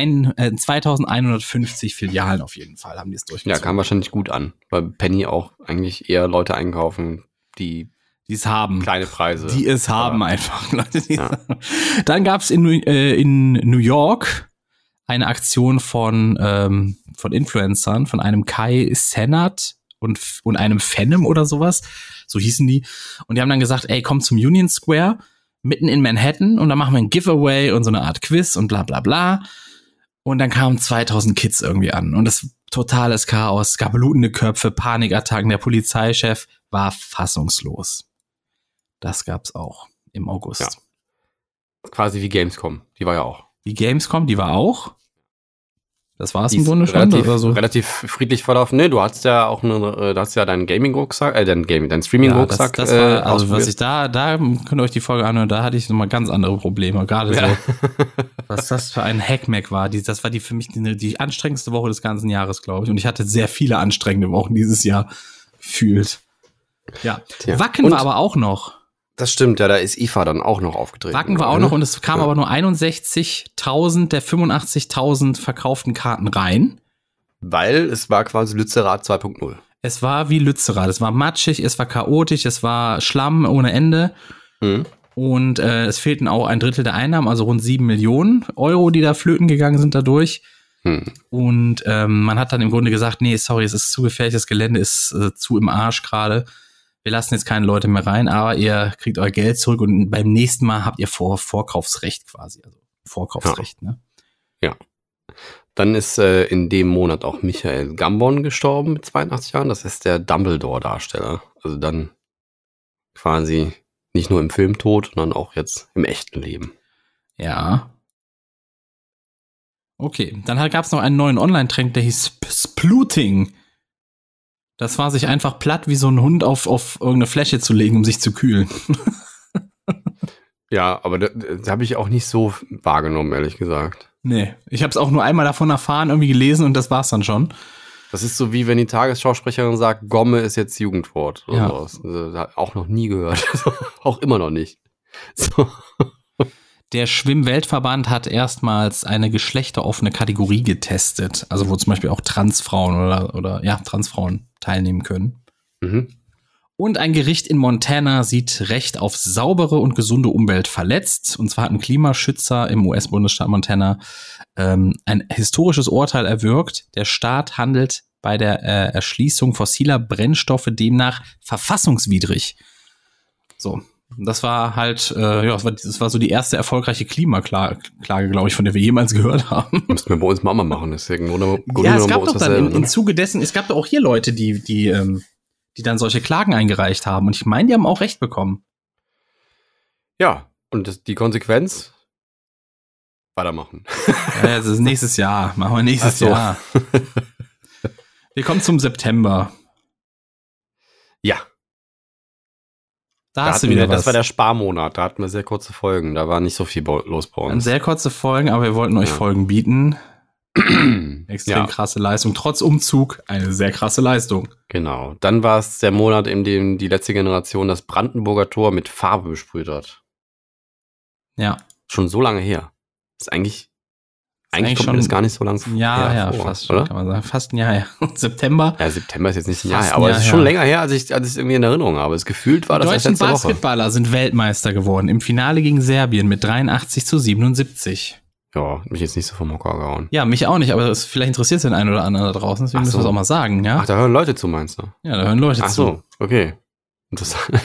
2150 Filialen auf jeden Fall haben die es durchgezogen. Ja, kam wahrscheinlich gut an, weil Penny auch eigentlich eher Leute einkaufen, die es haben. Kleine Preise. Die es haben einfach. Leute, Dann gab es in New York eine Aktion von Influencern, von einem Kai Cenat und einem Phenom oder sowas. So hießen die. Und die haben dann gesagt, ey, komm zum Union Square mitten in Manhattan und dann machen wir ein Giveaway und so eine Art Quiz und bla bla bla. Und dann kamen 2000 Kids irgendwie an und das totales Chaos, es gab blutende Köpfe, Panikattacken, der Polizeichef war fassungslos. Das gab's auch im August. Ja. Quasi wie Gamescom, die war ja auch. Die Gamescom, die war auch? Das war es im Grunde schon? Relativ friedlich verlaufen. Nee, du hattest ja auch deinen Gaming-Rucksack, deinen Streaming-Rucksack. Ja, das war, also was ich da könnt ihr euch die Folge anhören, da hatte ich nochmal ganz andere Probleme. Gerade so, was das für ein Hackmack war. Das war für mich die anstrengendste Woche des ganzen Jahres, glaube ich. Und ich hatte sehr viele anstrengende Wochen dieses Jahr gefühlt. Ja. Wacken war aber auch noch. Das stimmt, ja, da ist IFA dann auch noch aufgetreten. Wacken war auch noch und es kam aber nur 61.000 der 85.000 verkauften Karten rein. Weil es war quasi Lützerath 2.0. Es war wie Lützerath. Es war matschig, es war chaotisch, es war Schlamm ohne Ende. Mhm. Und es fehlten auch 1/3 der Einnahmen, also rund 7 Millionen Euro, die da flöten gegangen sind dadurch. Und man hat dann im Grunde gesagt, nee, sorry, es ist zu gefährlich, das Gelände ist zu im Arsch gerade. Wir lassen jetzt keine Leute mehr rein, aber ihr kriegt euer Geld zurück und beim nächsten Mal habt ihr Vorkaufsrecht quasi. Also Vorkaufsrecht, ne? Ja. Dann ist in dem Monat auch Michael Gambon gestorben mit 82 Jahren. Das ist der Dumbledore-Darsteller. Also dann quasi nicht nur im Film tot, sondern auch jetzt im echten Leben. Ja. Okay, dann gab es noch einen neuen Online-Trend, der hieß Splooting. Das war sich einfach platt wie so ein Hund auf irgendeine Fläche zu legen, um sich zu kühlen. Ja, aber das habe ich auch nicht so wahrgenommen, ehrlich gesagt. Nee, ich habe es auch nur einmal davon erfahren, irgendwie gelesen und das war's dann schon. Das ist so wie wenn die Tagesschausprecherin sagt, Gomme ist jetzt Jugendwort. Oder ja. Sowas. Also, auch noch nie gehört. Auch immer noch nicht. So. Der Schwimmweltverband hat erstmals eine geschlechteroffene Kategorie getestet. Also wo zum Beispiel auch Transfrauen oder Transfrauen teilnehmen können. Mhm. Und ein Gericht in Montana sieht Recht auf saubere und gesunde Umwelt verletzt. Und zwar hat ein Klimaschützer im US-Bundesstaat Montana ein historisches Urteil erwirkt. Der Staat handelt bei der Erschließung fossiler Brennstoffe demnach verfassungswidrig. So. Das war halt, das war so die erste erfolgreiche Klimaklage, glaube ich, von der wir jemals gehört haben. Müssten wir bei uns mal machen. Das ist ja, es gab doch dann im Zuge dessen, es gab doch auch hier Leute, die dann solche Klagen eingereicht haben. Und ich meine, die haben auch Recht bekommen. Ja, und die Konsequenz? Weitermachen. Ja, das ist nächstes Jahr. Machen wir nächstes Jahr. Wir kommen zum September. Ja. Da hast du wieder was. Das war der Sparmonat, da hatten wir sehr kurze Folgen, da war nicht so viel los bei uns. Sehr kurze Folgen, aber wir wollten euch Folgen bieten. Extrem krasse Leistung, trotz Umzug eine sehr krasse Leistung. Genau, dann war es der Monat, in dem die letzte Generation das Brandenburger Tor mit Farbe besprüht hat. Ja. Schon so lange her. Ist eigentlich Eigentlich kommt mir das gar nicht so lang Ja, vor, fast oder? schon, kann man sagen. Fast ein Jahr her. September. Ja, September ist jetzt nicht ein Jahr Fast her, ein aber Jahr es ist schon her. länger her, als ich es irgendwie in Erinnerung habe. Es gefühlt war Die das erst deutschen letzte Woche. Basketballer sind Weltmeister geworden. Im Finale gegen Serbien mit 83-77. Ja, mich jetzt nicht so vom Hocker gehauen. Ja, mich auch nicht, aber vielleicht interessiert es den einen oder anderen da draußen, deswegen Ach so. müssen wir es auch mal sagen, ja? Ach, da hören Leute zu, meinst du? Ja, da hören Leute Ach zu. so, okay. Interessant.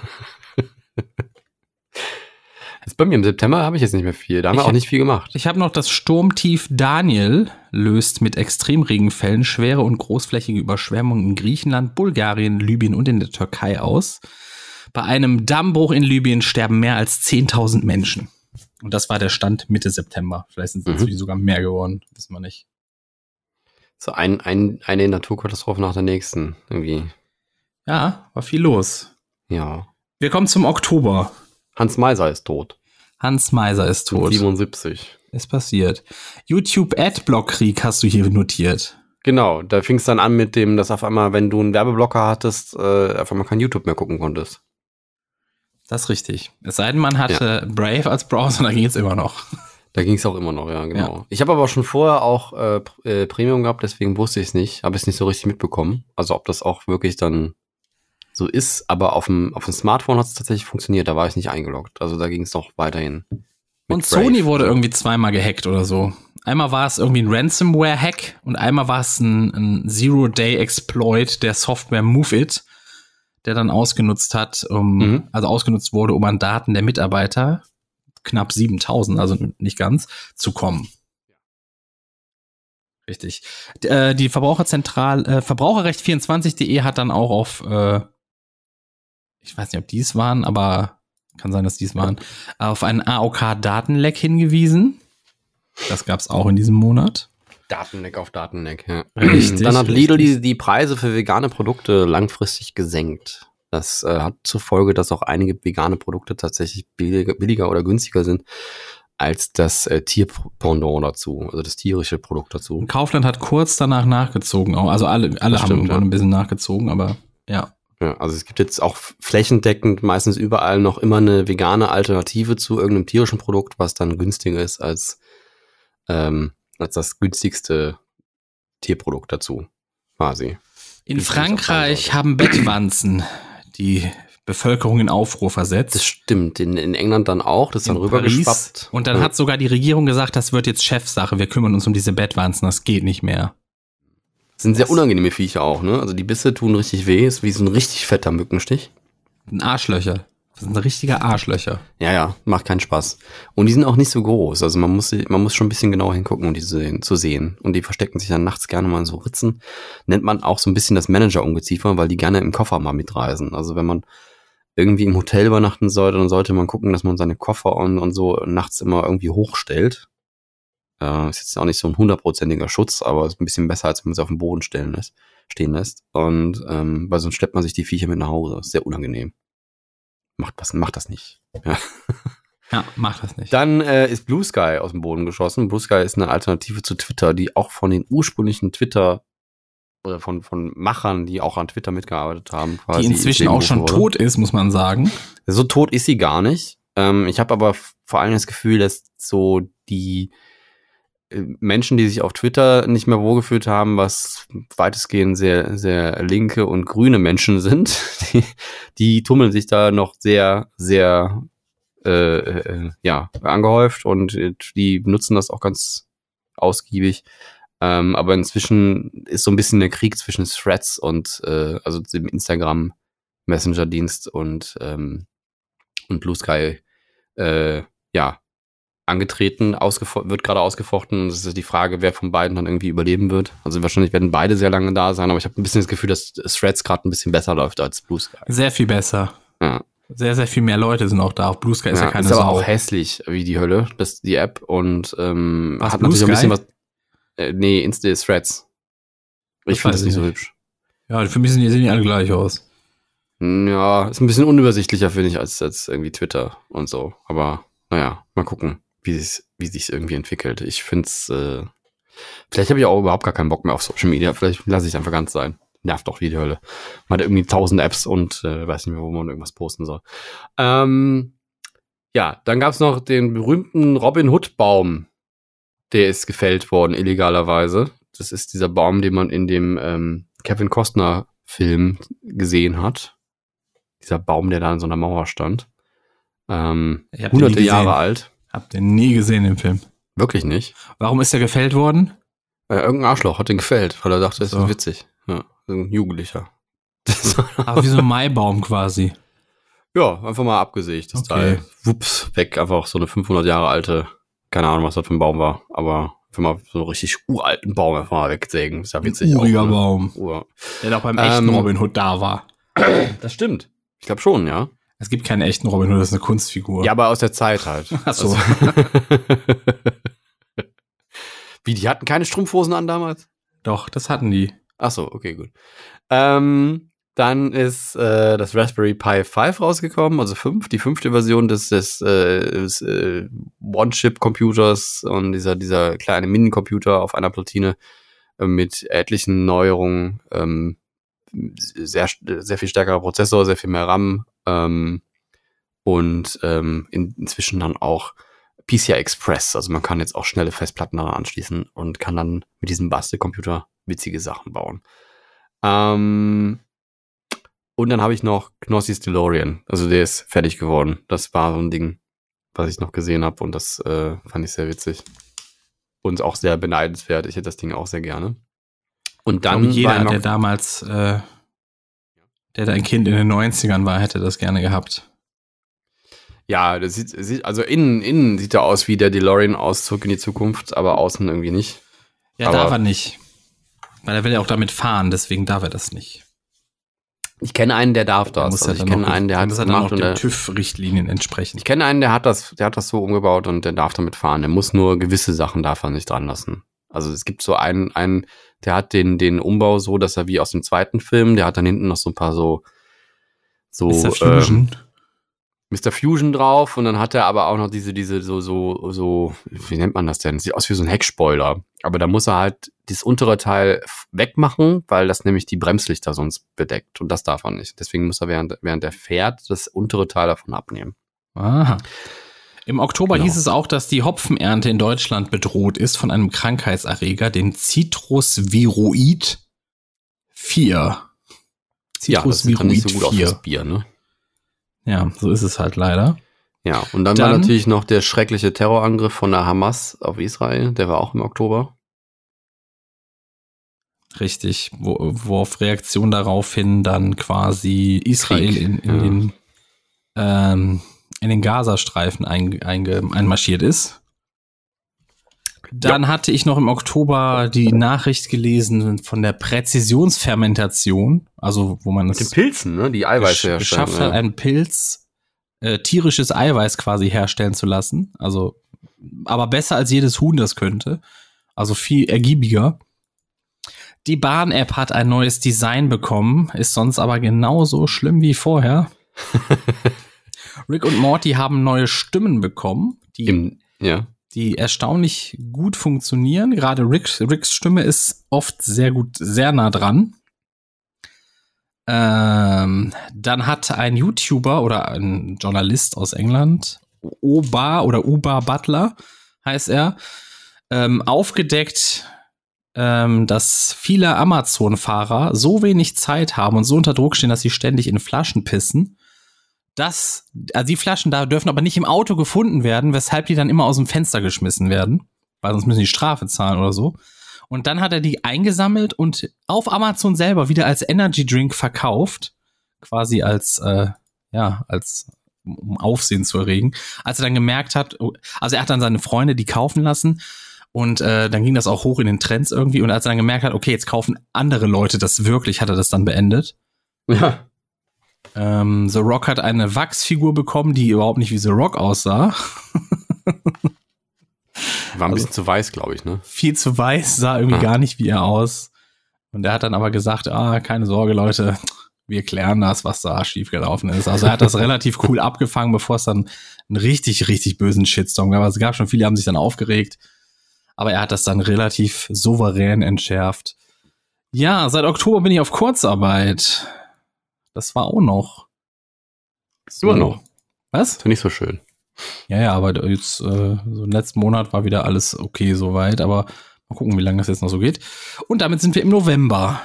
Jetzt bei mir im September habe ich jetzt nicht mehr viel. Da haben wir auch nicht viel gemacht. Ich habe noch das Sturmtief Daniel löst mit Extremregenfällen schwere und großflächige Überschwemmungen in Griechenland, Bulgarien, Libyen und in der Türkei aus. Bei einem Dammbruch in Libyen sterben mehr als 10.000 Menschen. Und das war der Stand Mitte September. Vielleicht sind es inzwischen sogar mehr geworden, wissen wir nicht. So eine Naturkatastrophe nach der nächsten irgendwie. Ja, war viel los. Ja. Wir kommen zum Oktober. Hans Meiser ist tot. Hans Meiser ist tot. 77. Ist passiert. YouTube-Adblock-Krieg hast du hier notiert. Genau, da fing es dann an mit dem, dass auf einmal, wenn du einen Werbeblocker hattest, auf einmal kein YouTube mehr gucken konntest. Das ist richtig. Es sei denn, man hatte Brave als Browser, da ging es immer noch. Da ging es auch immer noch, ja, genau. Ja. Ich habe aber schon vorher auch Premium gehabt, deswegen wusste ich es nicht, habe es nicht so richtig mitbekommen. Also ob das auch wirklich dann so ist, aber auf dem Smartphone hat es tatsächlich funktioniert, da war ich nicht eingeloggt. Also da ging es noch weiterhin. mit Und Brave. Sony wurde irgendwie zweimal gehackt oder so. Einmal war es irgendwie ein Ransomware-Hack und einmal war es ein Zero-Day-Exploit der Software MoveIt, der dann ausgenutzt hat, also ausgenutzt wurde, um an Daten der Mitarbeiter, knapp 7.000, also nicht ganz, zu kommen. Richtig. Die Verbraucherrecht24.de hat dann auch auf, ich weiß nicht, ob dies waren, aber kann sein, dass dies waren, auf einen AOK-Datenleck hingewiesen. Das gab es auch in diesem Monat. Datenleck auf Datenleck, ja. Richtig, Dann hat richtig. Lidl die Preise für vegane Produkte langfristig gesenkt. Das hat zur Folge, dass auch einige vegane Produkte tatsächlich billiger oder günstiger sind als das Tierpendant dazu, also das tierische Produkt dazu. Und Kaufland hat kurz danach nachgezogen. Auch. Also alle haben stimmt, ja. ein bisschen nachgezogen, aber ja. Ja, also es gibt jetzt auch flächendeckend meistens überall noch immer eine vegane Alternative zu irgendeinem tierischen Produkt, was dann günstiger ist als das günstigste Tierprodukt dazu, quasi. In Wie es auch sein Frankreich sollte. haben Bettwanzen die Bevölkerung in Aufruhr versetzt. Das stimmt, in England dann auch, das ist dann In rübergeschwappt. Und dann hat sogar die Regierung gesagt, das wird jetzt Chefsache, wir kümmern uns um diese Bettwanzen, das geht nicht mehr. Das sind sehr unangenehme Viecher auch, ne? Also die Bisse tun richtig weh, ist wie so ein richtig fetter Mückenstich. Ein Arschlöcher. Das sind richtige Arschlöcher. Ja, macht keinen Spaß. Und die sind auch nicht so groß, also man muss schon ein bisschen genauer hingucken, um die zu sehen. Und die verstecken sich dann nachts gerne mal in so Ritzen. Nennt man auch so ein bisschen das Manager-Ungeziefer, weil die gerne im Koffer mal mitreisen. Also wenn man irgendwie im Hotel übernachten sollte, dann sollte man gucken, dass man seine Koffer und so nachts immer irgendwie hochstellt. Ist jetzt auch nicht so ein 100%iger Schutz, aber ist ein bisschen besser, als wenn man sie auf dem Boden stehen lässt. Und weil sonst schleppt man sich die Viecher mit nach Hause. Ist sehr unangenehm. Macht das nicht. Ja. Ja, mach das nicht. Dann ist Blue Sky aus dem Boden geschossen. Blue Sky ist eine Alternative zu Twitter, die auch von den ursprünglichen Twitter oder von Machern, die auch an Twitter mitgearbeitet haben, quasi die inzwischen auch schon tot ist, muss man sagen. So tot ist sie gar nicht. Ich habe aber vor allem das Gefühl, dass so die Menschen, die sich auf Twitter nicht mehr wohlgefühlt haben, was weitestgehend sehr, sehr linke und grüne Menschen sind, die tummeln sich da noch sehr, sehr angehäuft und die benutzen das auch ganz ausgiebig. Aber inzwischen ist so ein bisschen der Krieg zwischen Threads und also dem Instagram Messenger-Dienst und Blue Sky angetreten, wird gerade ausgefochten. Das ist die Frage, wer von beiden dann irgendwie überleben wird. Also wahrscheinlich werden beide sehr lange da sein, aber ich habe ein bisschen das Gefühl, dass Threads gerade ein bisschen besser läuft als Blue Sky. Sehr viel besser. Ja. Sehr, sehr viel mehr Leute sind auch da. Auf Blue Sky ist ja keine ist aber Sau. auch hässlich wie die Hölle, die App und Was, hat Blue natürlich auch ein bisschen was. Sky? Nee, Insta ist Threads. Ich finde weiß das nicht ich so nicht. hübsch. Ja, für mich sehen die alle gleich aus. Ja, ist ein bisschen unübersichtlicher, finde ich, als irgendwie Twitter und so. Aber naja, mal gucken, wie sich's irgendwie entwickelt. Ich finde es, vielleicht habe ich auch überhaupt gar keinen Bock mehr auf Social Media. Vielleicht lasse ich es einfach ganz sein. Nervt doch wie die Hölle. Man hat irgendwie 1000 Apps und weiß nicht mehr, wo man irgendwas posten soll. Dann gab es noch den berühmten Robin Hood Baum. Der ist gefällt worden, illegalerweise. Das ist dieser Baum, den man in dem Kevin Costner-Film gesehen hat. Dieser Baum, der da an so einer Mauer stand. Hunderte Jahre alt. Habt ihr nie gesehen, den Film? Wirklich nicht. Warum ist er gefällt worden? Irgendein Arschloch hat den gefällt, weil er dachte, das So. ist witzig. Ja, ein Jugendlicher. Aber wie so ein Maibaum quasi. Ja, einfach mal abgesägt, das Okay. Teil. Wups, weg. Einfach so eine 500 Jahre alte, keine Ahnung, was das für ein Baum war, aber einfach mal so einen richtig uralten Baum einfach mal wegsägen. Ist ja witzig. Uriger auch, ne? Baum. Der doch beim echten Robin Hood da war. Das stimmt. Ich glaube schon, ja. Es gibt keinen echten Robin Hood, das ist eine Kunstfigur. Ja, aber aus der Zeit halt. Ach so. Wie, die hatten keine Strumpfhosen an damals? Doch, das hatten die. Ach so, okay, gut. Dann ist das Raspberry Pi 5 rausgekommen, also 5, die 5. Version des One-Chip-Computers und dieser kleine Mini-Computer auf einer Platine mit etlichen Neuerungen, sehr viel stärkerer Prozessor, sehr viel mehr RAM und inzwischen dann auch PCI Express, also man kann jetzt auch schnelle Festplatten daran anschließen und kann dann mit diesem Bastelcomputer witzige Sachen bauen. Und dann habe ich noch Knossis DeLorean. Also der ist fertig geworden. Das war so ein Ding, was ich noch gesehen habe. Und das fand ich sehr witzig. Und auch sehr beneidenswert. Ich hätte das Ding auch sehr gerne. Und dann jeder, der damals, der da ein Kind in den 90ern war, hätte das gerne gehabt. Ja, das sieht also innen sieht er aus wie der DeLorean aus Zurück in die Zukunft, aber außen irgendwie nicht. Ja, aber darf er nicht. Weil er will ja auch damit fahren, deswegen darf er das nicht. Ich kenne einen, der darf das. Muss Also ich kenne einen, der hat das gemacht und und den TÜV-Richtlinien entsprechend. ich kenne einen, der hat das so umgebaut und der darf damit fahren. Der muss nur gewisse Sachen darf er nicht dran lassen. Also es gibt so einen, der hat den Umbau so, dass er wie aus dem zweiten Film, der hat dann hinten noch so ein paar so Mr. Fusion. Mr. Fusion drauf und dann hat er aber auch noch diese so, wie nennt man das denn? Sieht aus wie so ein Heckspoiler. Aber da muss er halt das untere Teil wegmachen, weil das nämlich die Bremslichter sonst bedeckt und das darf er nicht. Deswegen muss er während er fährt das untere Teil davon abnehmen. Aha. Im Oktober Genau. hieß es auch, dass die Hopfenernte in Deutschland bedroht ist von einem Krankheitserreger, den Citrus-Viroid 4. Ja, das ist dann nicht so gut aus das Bier, ne? Ja, so ist es halt leider. Ja, und dann war natürlich noch der schreckliche Terrorangriff von der Hamas auf Israel, der war auch im Oktober. Richtig, wo auf Reaktion daraufhin dann quasi Israel in den Gazastreifen einmarschiert ist. Dann hatte ich noch im Oktober die Nachricht gelesen von der Präzisionsfermentation, also wo man Mit den Pilzen, ne? Die Eiweiße geschafft hat, einen Pilz, tierisches Eiweiß quasi herstellen zu lassen. Also, aber besser als jedes Huhn das könnte. Also viel ergiebiger. Die Bahn-App hat ein neues Design bekommen, ist sonst aber genauso schlimm wie vorher. Rick und Morty haben neue Stimmen bekommen, die erstaunlich gut funktionieren. Gerade Ricks Stimme ist oft sehr gut, sehr nah dran. Dann hat ein YouTuber oder ein Journalist aus England, Uba Butler heißt er, aufgedeckt, dass viele Amazon-Fahrer so wenig Zeit haben und so unter Druck stehen, dass sie ständig in Flaschen pissen. Die Flaschen da dürfen aber nicht im Auto gefunden werden, weshalb die dann immer aus dem Fenster geschmissen werden, weil sonst müssen die Strafe zahlen oder so. Und dann hat er die eingesammelt und auf Amazon selber wieder als Energy Drink verkauft, quasi als um Aufsehen zu erregen. Als er dann gemerkt hat, also er hat dann seine Freunde die kaufen lassen und dann ging das auch hoch in den Trends irgendwie und als er dann gemerkt hat, okay, jetzt kaufen andere Leute das wirklich, hat er das dann beendet. Ja. The Rock hat eine Wachsfigur bekommen, die überhaupt nicht wie The Rock aussah. War ein bisschen zu weiß, glaube ich, ne? Viel zu weiß, sah irgendwie gar nicht wie er aus. Und er hat dann aber gesagt, keine Sorge, Leute, wir klären das, was da schiefgelaufen ist. Also er hat das relativ cool abgefangen, bevor es dann einen richtig, richtig bösen Shitstorm gab. Also es gab schon viele, die haben sich dann aufgeregt. Aber er hat das dann relativ souverän entschärft. Ja, seit Oktober bin ich auf Kurzarbeit. Das war auch noch. Immer noch. Was? Ist ja nicht so schön. Ja, aber jetzt so im letzten Monat war wieder alles okay soweit, aber mal gucken, wie lange das jetzt noch so geht. Und damit sind wir im November.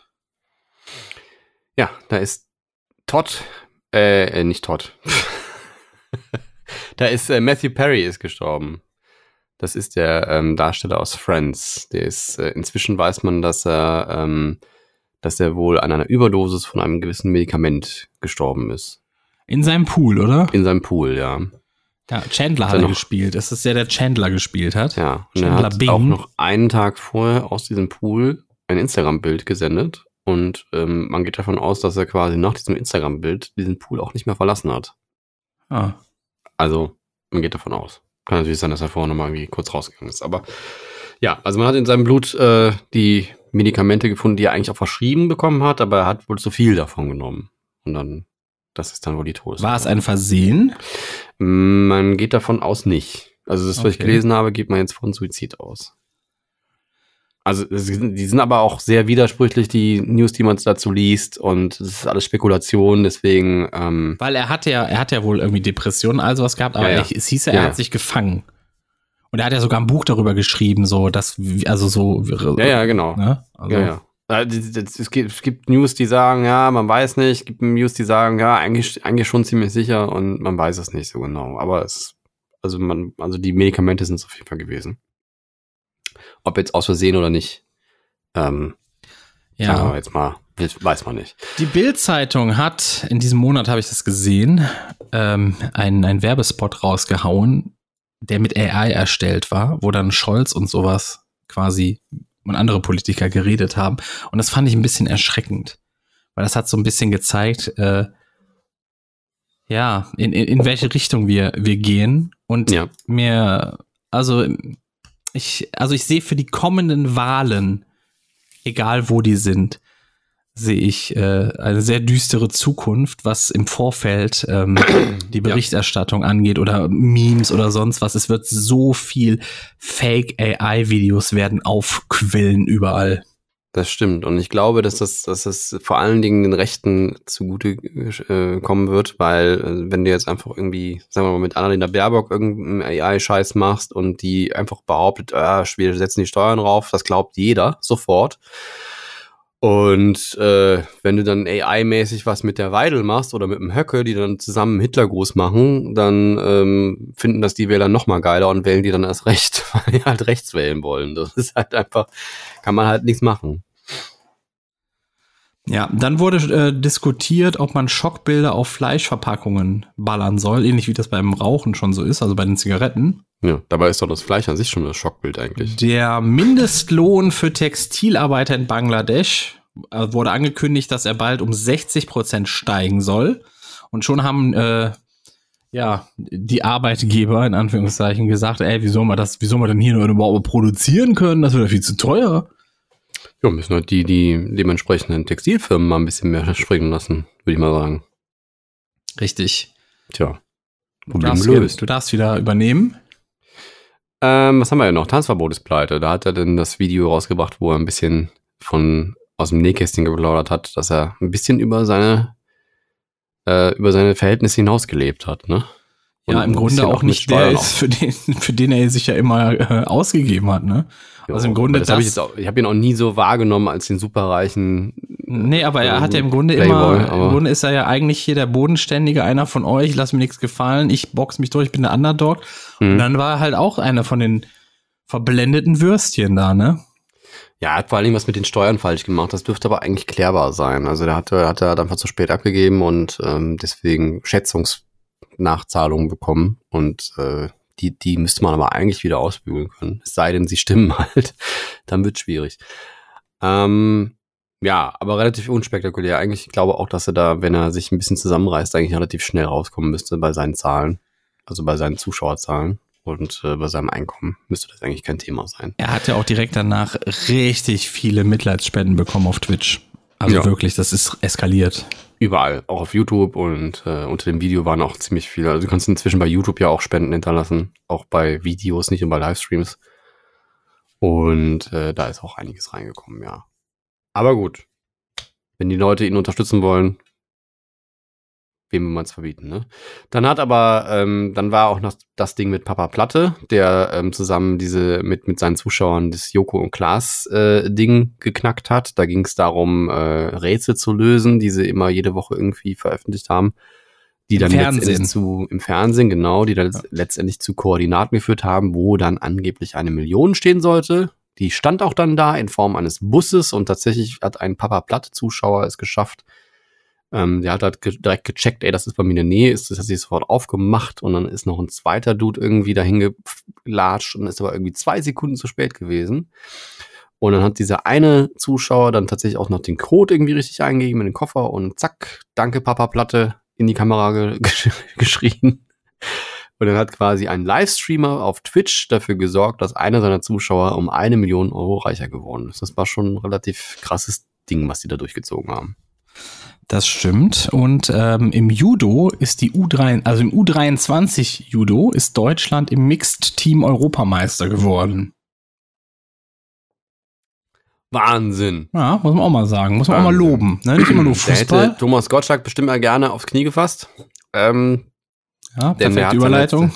Ja, da ist Todd, nicht Todd. Da ist Matthew Perry ist gestorben. Das ist der Darsteller aus Friends. Der ist, inzwischen weiß man, dass er wohl an einer Überdosis von einem gewissen Medikament gestorben ist. In seinem Pool, oder? In seinem Pool, ja. Ja, Chandler hat er gespielt. Das ist der Chandler gespielt hat. Ja, und Chandler er hat auch noch einen Tag vorher aus diesem Pool ein Instagram-Bild gesendet. Und man geht davon aus, dass er quasi nach diesem Instagram-Bild diesen Pool auch nicht mehr verlassen hat. Ah. Also, man geht davon aus. Kann natürlich sein, dass er vorher nochmal irgendwie kurz rausgegangen ist. Aber ja, also man hat in seinem Blut die Medikamente gefunden, die er eigentlich auch verschrieben bekommen hat, aber er hat wohl zu viel davon genommen. Und dann, das ist dann wohl die Todesursache. War es ein Versehen? Man geht davon aus nicht. Also das, was ich gelesen habe, geht man jetzt von Suizid aus. Also die sind aber auch sehr widersprüchlich, die News, die man dazu liest, und das ist alles Spekulation, deswegen weil er hat ja wohl irgendwie Depressionen, also was gehabt, aber es hieß ja, er hat sich gefangen. Und er hat ja sogar ein Buch darüber geschrieben, so, dass, also so. Ja, genau. Ne? Also, ja. Es gibt News, die sagen, ja, man weiß nicht. Es gibt News, die sagen, ja, eigentlich schon ziemlich sicher, und man weiß es nicht so genau. Aber also die Medikamente sind es auf jeden Fall gewesen. Ob jetzt aus Versehen oder nicht, sagen wir jetzt mal, weiß man nicht. Die Bild-Zeitung hat, in diesem Monat habe ich das gesehen, einen Werbespot rausgehauen, der mit AI erstellt war, wo dann Scholz und sowas quasi und andere Politiker geredet haben. Und das fand ich ein bisschen erschreckend, weil das hat so ein bisschen gezeigt, in welche Richtung wir gehen. Und ich sehe für die kommenden Wahlen, egal wo die sind, sehe ich eine sehr düstere Zukunft, was im Vorfeld die Berichterstattung angeht oder Memes oder sonst was. Es wird so viel Fake-AI-Videos werden aufquillen überall. Das stimmt. Und ich glaube, dass das vor allen Dingen den Rechten zugute kommen wird, weil wenn du jetzt einfach irgendwie, sagen wir mal, mit Annalena Baerbock irgendeinen AI-Scheiß machst und die einfach behauptet, wir setzen die Steuern rauf, das glaubt jeder sofort. Und wenn du dann AI-mäßig was mit der Weidel machst oder mit dem Höcke, die dann zusammen Hitlergruß machen, dann finden das die Wähler noch mal geiler und wählen die dann erst recht, weil die halt rechts wählen wollen. Das ist halt einfach, kann man halt nichts machen. Ja, dann wurde diskutiert, ob man Schockbilder auf Fleischverpackungen ballern soll, ähnlich wie das beim Rauchen schon so ist, also bei den Zigaretten. Ja, dabei ist doch das Fleisch an sich schon das Schockbild eigentlich. Der Mindestlohn für Textilarbeiter in Bangladesch wurde angekündigt, dass er bald um 60% steigen soll. Und schon haben die Arbeitgeber in Anführungszeichen gesagt, wie soll man denn hier überhaupt produzieren können? Das wird ja viel zu teuer. Ja, müssen halt die dementsprechenden Textilfirmen mal ein bisschen mehr springen lassen, würde ich mal sagen. Richtig. Tja, Problem gelöst. Du darfst wieder übernehmen. Was haben wir denn noch? Tanzverbot ist pleite. Da hat er dann das Video rausgebracht, wo er ein bisschen aus dem Nähkästchen geplaudert hat, dass er ein bisschen über seine Verhältnisse hinaus gelebt hat, ne? Und ja, im Grunde auch nicht der ist, für den er sich ja immer ausgegeben hat, ne? Ja, also im Grunde ich habe ihn auch nie so wahrgenommen als den superreichen. Nee, aber er hat ja im Grunde Playboy, im Grunde ist er ja eigentlich hier der Bodenständige, einer von euch, ich lasse mir nichts gefallen, ich box mich durch, ich bin der Underdog. Und dann war er halt auch einer von den verblendeten Würstchen da, ne? Ja, er hat vor allen Dingen was mit den Steuern falsch gemacht. Das dürfte aber eigentlich klärbar sein. Also der hat einfach zu spät abgegeben und deswegen Schätzungsnachzahlungen bekommen. Und die müsste man aber eigentlich wieder ausbügeln können. Es sei denn, sie stimmen halt. Dann wird es schwierig. Ja, aber relativ unspektakulär. Eigentlich, ich glaube auch, dass er da, wenn er sich ein bisschen zusammenreißt, eigentlich relativ schnell rauskommen müsste bei seinen Zahlen. Also bei seinen Zuschauerzahlen. Und bei seinem Einkommen müsste das eigentlich kein Thema sein. Er hat ja auch direkt danach richtig viele Mitleidsspenden bekommen auf Twitch. Also wirklich, das ist eskaliert. Überall, auch auf YouTube und unter dem Video waren auch ziemlich viele. Also du kannst inzwischen bei YouTube ja auch Spenden hinterlassen. Auch bei Videos, nicht nur bei Livestreams. Und da ist auch einiges reingekommen, ja. Aber gut, wenn die Leute ihn unterstützen wollen, wem will man es verbieten, ne? Dann war auch noch das Ding mit Papa Platte, der zusammen mit seinen Zuschauern das Joko und Klaas Ding geknackt hat. Da ging es darum, Rätsel zu lösen, die sie immer jede Woche irgendwie veröffentlicht haben. Die dann letztendlich im Fernsehen, genau, die dann letztendlich zu Koordinaten geführt haben, wo dann angeblich 1 Million stehen sollte. Die stand auch dann da in Form eines Busses und tatsächlich hat ein Papa Platte-Zuschauer es geschafft. Der hat halt direkt gecheckt, das ist bei mir in der Nähe, das hat sich sofort aufgemacht und dann ist noch ein zweiter Dude irgendwie dahin gelatscht und ist aber irgendwie 2 Sekunden zu spät gewesen. Und dann hat dieser eine Zuschauer dann tatsächlich auch noch den Code irgendwie richtig eingegeben in den Koffer und zack, danke Papa Platte, in die Kamera geschrien. Und dann hat quasi ein Livestreamer auf Twitch dafür gesorgt, dass einer seiner Zuschauer um 1 Million Euro reicher geworden ist. Das war schon ein relativ krasses Ding, was die da durchgezogen haben. Das stimmt. Und im Judo ist im U23 Judo ist Deutschland im Mixed Team Europameister geworden. Wahnsinn. Ja, muss man auch mal sagen. Muss man auch mal loben. Ne? Nicht immer nur Fußball. Der hätte Thomas Gottschalk bestimmt mal gerne aufs Knie gefasst. Ja, perfekte Überleitung.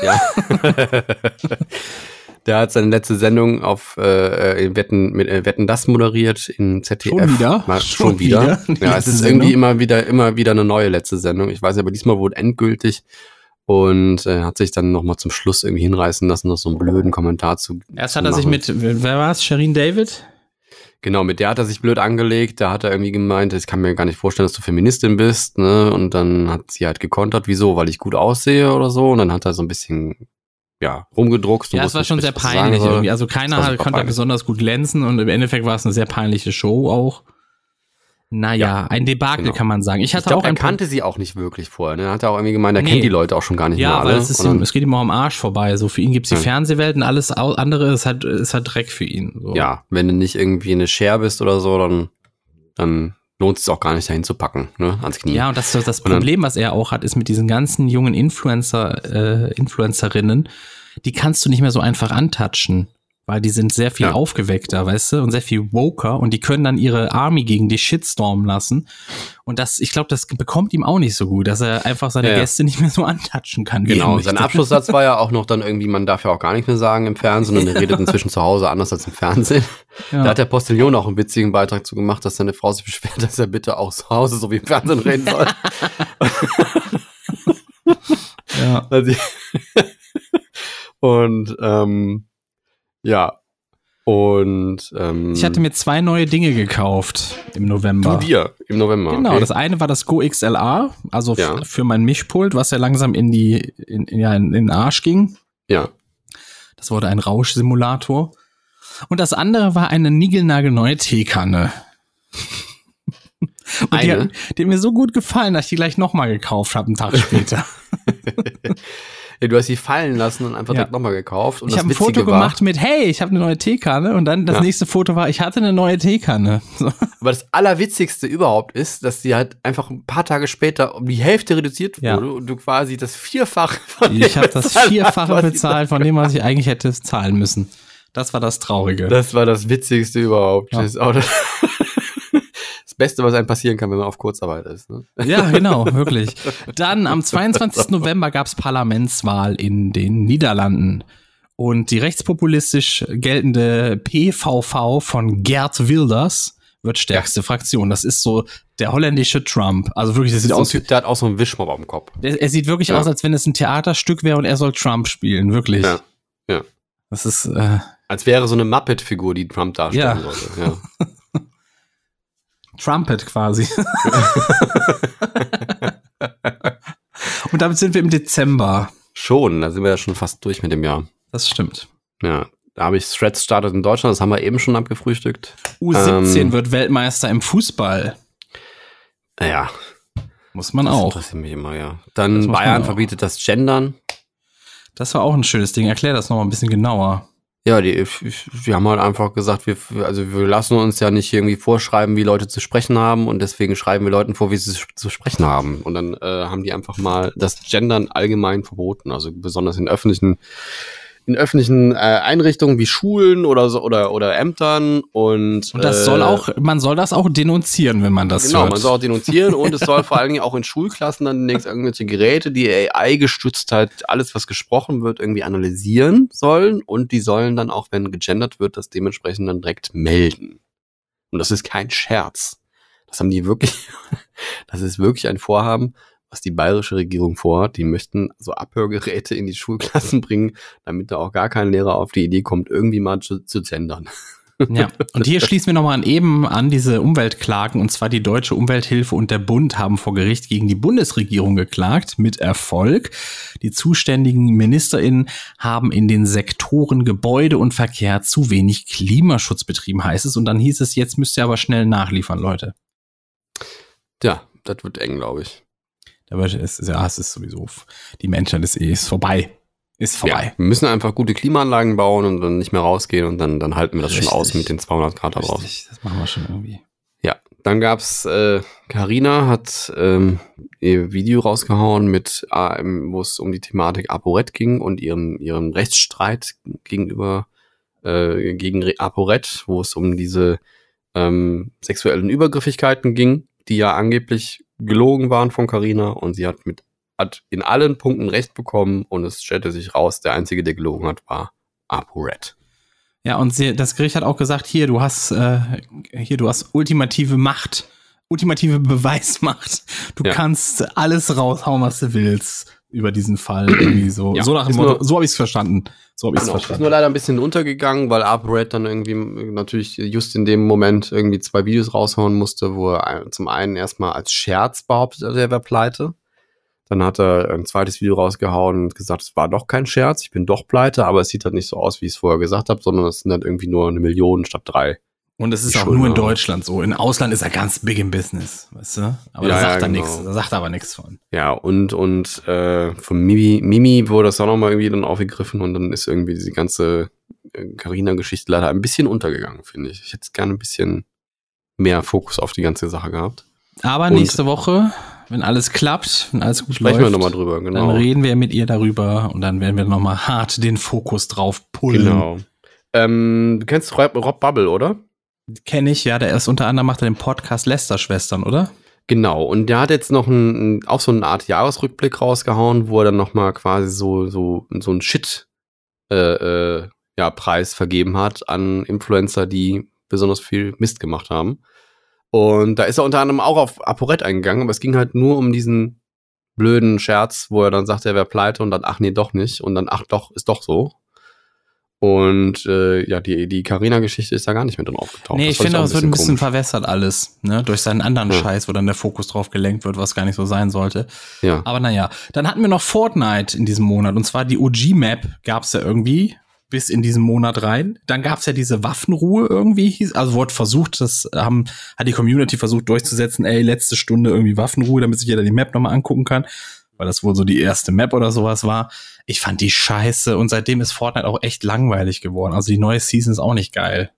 Der hat seine letzte Sendung auf Wetten das moderiert in ZDF. Schon wieder? Ja, es ist irgendwie immer wieder eine neue letzte Sendung. Ich weiß aber diesmal wurde endgültig und hat sich dann nochmal zum Schluss irgendwie hinreißen lassen, noch so einen blöden Kommentar zu Erst hat er sich wer war es? Shirin David? Genau, mit der hat er sich blöd angelegt. Da hat er irgendwie gemeint, ich kann mir gar nicht vorstellen, dass du Feministin bist, ne? Und dann hat sie halt gekontert, wieso? Weil ich gut aussehe oder so. Und dann hat er so ein bisschen, rumgedruckst. Ja, es war schon sehr peinlich irgendwie. Also keiner konnte besonders gut glänzen und im Endeffekt war es eine sehr peinliche Show auch. Naja, ein Debakel, genau. Kann man sagen. Ich glaube, er kannte sie auch nicht wirklich vorher. Er hat auch irgendwie gemeint, er kennt die Leute auch schon gar nicht mehr alle. Ja, weil es geht ihm auch am Arsch vorbei. So, für ihn gibt's die Fernsehwelt und alles andere ist halt Dreck für ihn. So. Ja, wenn du nicht irgendwie eine Share bist oder so, dann lohnt es auch gar nicht dahin zu packen, ne, ans Knie. Ja, und das Problem, was er auch hat, ist mit diesen ganzen jungen Influencerinnen, die kannst du nicht mehr so einfach antatschen. Weil die sind sehr viel aufgeweckter, weißt du, und sehr viel woker und die können dann ihre Army gegen die shitstormen lassen. Und ich glaube, das bekommt ihm auch nicht so gut, dass er einfach seine Gäste nicht mehr so antatschen kann. Genau, sein Abschlusssatz war ja auch noch dann irgendwie, man darf ja auch gar nicht mehr sagen im Fernsehen und er redet inzwischen zu Hause anders als im Fernsehen. Ja. Da hat der Postillon auch einen witzigen Beitrag zu gemacht, dass seine Frau sich beschwert, dass er bitte auch zu Hause so wie im Fernsehen reden soll. Ja. Ich hatte mir 2 neue Dinge gekauft im November. Im November. Genau, okay. Das eine war das Go XLR, also für mein Mischpult, was ja langsam in den Arsch ging. Ja. Das wurde ein Rauschsimulator. Und das andere war eine niegelnagelneue Teekanne. Und die hat mir so gut gefallen, dass ich die gleich nochmal gekauft habe, einen Tag später. Ja, du hast sie fallen lassen und einfach direkt nochmal gekauft. Und ich habe ein Foto gemacht mit, hey, ich habe eine neue Teekanne. Und dann das nächste Foto war, ich hatte eine neue Teekanne. So. Aber das Allerwitzigste überhaupt ist, dass die halt einfach ein paar Tage später um die Hälfte reduziert wurde und du quasi das Vierfache von dem Ich habe das Vierfache bezahlt von dem, was ich eigentlich hätte zahlen müssen. Das war das Traurige. Das war das Witzigste überhaupt. Ja. Das ist auch das Beste, was einem passieren kann, wenn man auf Kurzarbeit ist. Ne? Ja, genau, wirklich. Dann am 22. November gab es Parlamentswahl in den Niederlanden. Und die rechtspopulistisch geltende PVV von Geert Wilders wird stärkste Fraktion. Das ist so der holländische Trump. Also wirklich, das sieht aus. Der hat auch so einen Wischmopp am Kopf. Er sieht wirklich aus, als wenn es ein Theaterstück wäre und er soll Trump spielen. Wirklich. Ja. Das ist. Als wäre so eine Muppet-Figur, die Trump darstellen sollte. Ja. Trumpet quasi. Und damit sind wir im Dezember. Schon, da sind wir ja schon fast durch mit dem Jahr. Das stimmt. Ja, da habe ich Threads startet in Deutschland, das haben wir eben schon abgefrühstückt. U17 wird Weltmeister im Fußball. Ja. Muss man auch. Das interessiert mich immer, ja. Dann Bayern verbietet das Gendern. Das war auch ein schönes Ding. Erklär das noch mal ein bisschen genauer. Ja, die haben halt einfach gesagt, wir lassen uns ja nicht irgendwie vorschreiben, wie Leute zu sprechen haben und deswegen schreiben wir Leuten vor, wie sie zu sprechen haben. Und dann haben die einfach mal das Gendern allgemein verboten, also besonders in öffentlichen Einrichtungen wie Schulen oder so oder Ämtern und das man soll das auch denunzieren, wenn man das hört. Genau, man soll auch denunzieren und es soll vor allen Dingen auch in Schulklassen dann demnächst irgendwelche Geräte, die AI gestützt halt alles, was gesprochen wird, irgendwie analysieren sollen und die sollen dann auch, wenn gegendert wird, das dementsprechend dann direkt melden. Und das ist kein Scherz. Das haben die wirklich, das ist wirklich ein Vorhaben, was die bayerische Regierung vorhat. Die möchten so Abhörgeräte in die Schulklassen bringen, damit da auch gar kein Lehrer auf die Idee kommt, irgendwie mal zu gendern. Ja, und hier schließen wir nochmal an diese Umweltklagen, und zwar die Deutsche Umwelthilfe und der Bund haben vor Gericht gegen die Bundesregierung geklagt, mit Erfolg. Die zuständigen MinisterInnen haben in den Sektoren Gebäude und Verkehr zu wenig Klimaschutz betrieben, heißt es. Und dann hieß es, jetzt müsst ihr aber schnell nachliefern, Leute. Ja, das wird eng, glaube ich. Es ist sowieso, die Menschheit ist vorbei. Ist vorbei. Ja, wir müssen einfach gute Klimaanlagen bauen und dann nicht mehr rausgehen und dann halten wir das schon aus mit den 200 Grad da drauf. Das machen wir schon irgendwie. Ja, dann gab's, Carina hat ihr Video rausgehauen wo es um die Thematik ApoRed ging und ihrem Rechtsstreit gegen ApoRed, wo es um diese sexuellen Übergriffigkeiten ging, die ja angeblich gelogen waren von Carina und sie hat in allen Punkten Recht bekommen und es stellte sich raus, der Einzige, der gelogen hat, war ApoRed. Ja, und das Gericht hat auch gesagt, du hast ultimative Macht, ultimative Beweismacht. Du kannst alles raushauen, was du willst über diesen Fall. Irgendwie so. Ja, so nach dem Motto, so habe ich es verstanden. Ist nur leider ein bisschen untergegangen, weil ApoRed dann irgendwie natürlich just in dem Moment irgendwie 2 Videos raushauen musste, wo er zum einen erstmal als Scherz behauptet, er wäre pleite. Dann hat er ein zweites Video rausgehauen und gesagt, es war doch kein Scherz, ich bin doch pleite, aber es sieht halt nicht so aus, wie ich es vorher gesagt habe, sondern es sind halt irgendwie nur 1 Million statt 3. Und es ist auch nur in Deutschland so. In Ausland ist er ganz big im Business, weißt du? Aber da sagt er nichts. Da sagt er aber nichts von. Ja, und von Mimi wurde das auch nochmal irgendwie dann aufgegriffen und dann ist irgendwie diese ganze Carina-Geschichte leider ein bisschen untergegangen, finde ich. Ich hätte gerne ein bisschen mehr Fokus auf die ganze Sache gehabt. Aber nächste Woche, wenn alles klappt, wenn alles gut läuft, sprechen wir nochmal drüber, genau. Dann reden wir mit ihr darüber und dann werden wir nochmal hart den Fokus drauf pullen. Genau. Du kennst Rob Bubble, oder? Kenne ich, ja. Der ist unter anderem, macht er den Podcast Lester-Schwestern, oder? Genau. Und der hat jetzt noch auch so eine Art Jahresrückblick rausgehauen, wo er dann nochmal quasi so einen Preis vergeben hat an Influencer, die besonders viel Mist gemacht haben. Und da ist er unter anderem auch auf ApoRed eingegangen, aber es ging halt nur um diesen blöden Scherz, wo er dann sagt, er wäre pleite und dann, ach nee, doch nicht. Und dann, ach doch, ist doch so. Und die Carina-Geschichte ist da gar nicht mehr drin aufgetaucht. Nee, ich finde, es wird ein bisschen verwässert alles, ne? Durch seinen anderen Scheiß, wo dann der Fokus drauf gelenkt wird, was gar nicht so sein sollte. Ja. Aber naja, dann hatten wir noch Fortnite in diesem Monat. Und zwar die OG-Map gab's ja irgendwie bis in diesen Monat rein. Dann gab's ja diese Waffenruhe irgendwie, also wurde versucht, hat die Community versucht durchzusetzen, letzte Stunde irgendwie Waffenruhe, damit sich jeder die Map nochmal angucken kann. Weil das wohl so die erste Map oder sowas war. Ich fand die scheiße und seitdem ist Fortnite auch echt langweilig geworden. Also die neue Season ist auch nicht geil.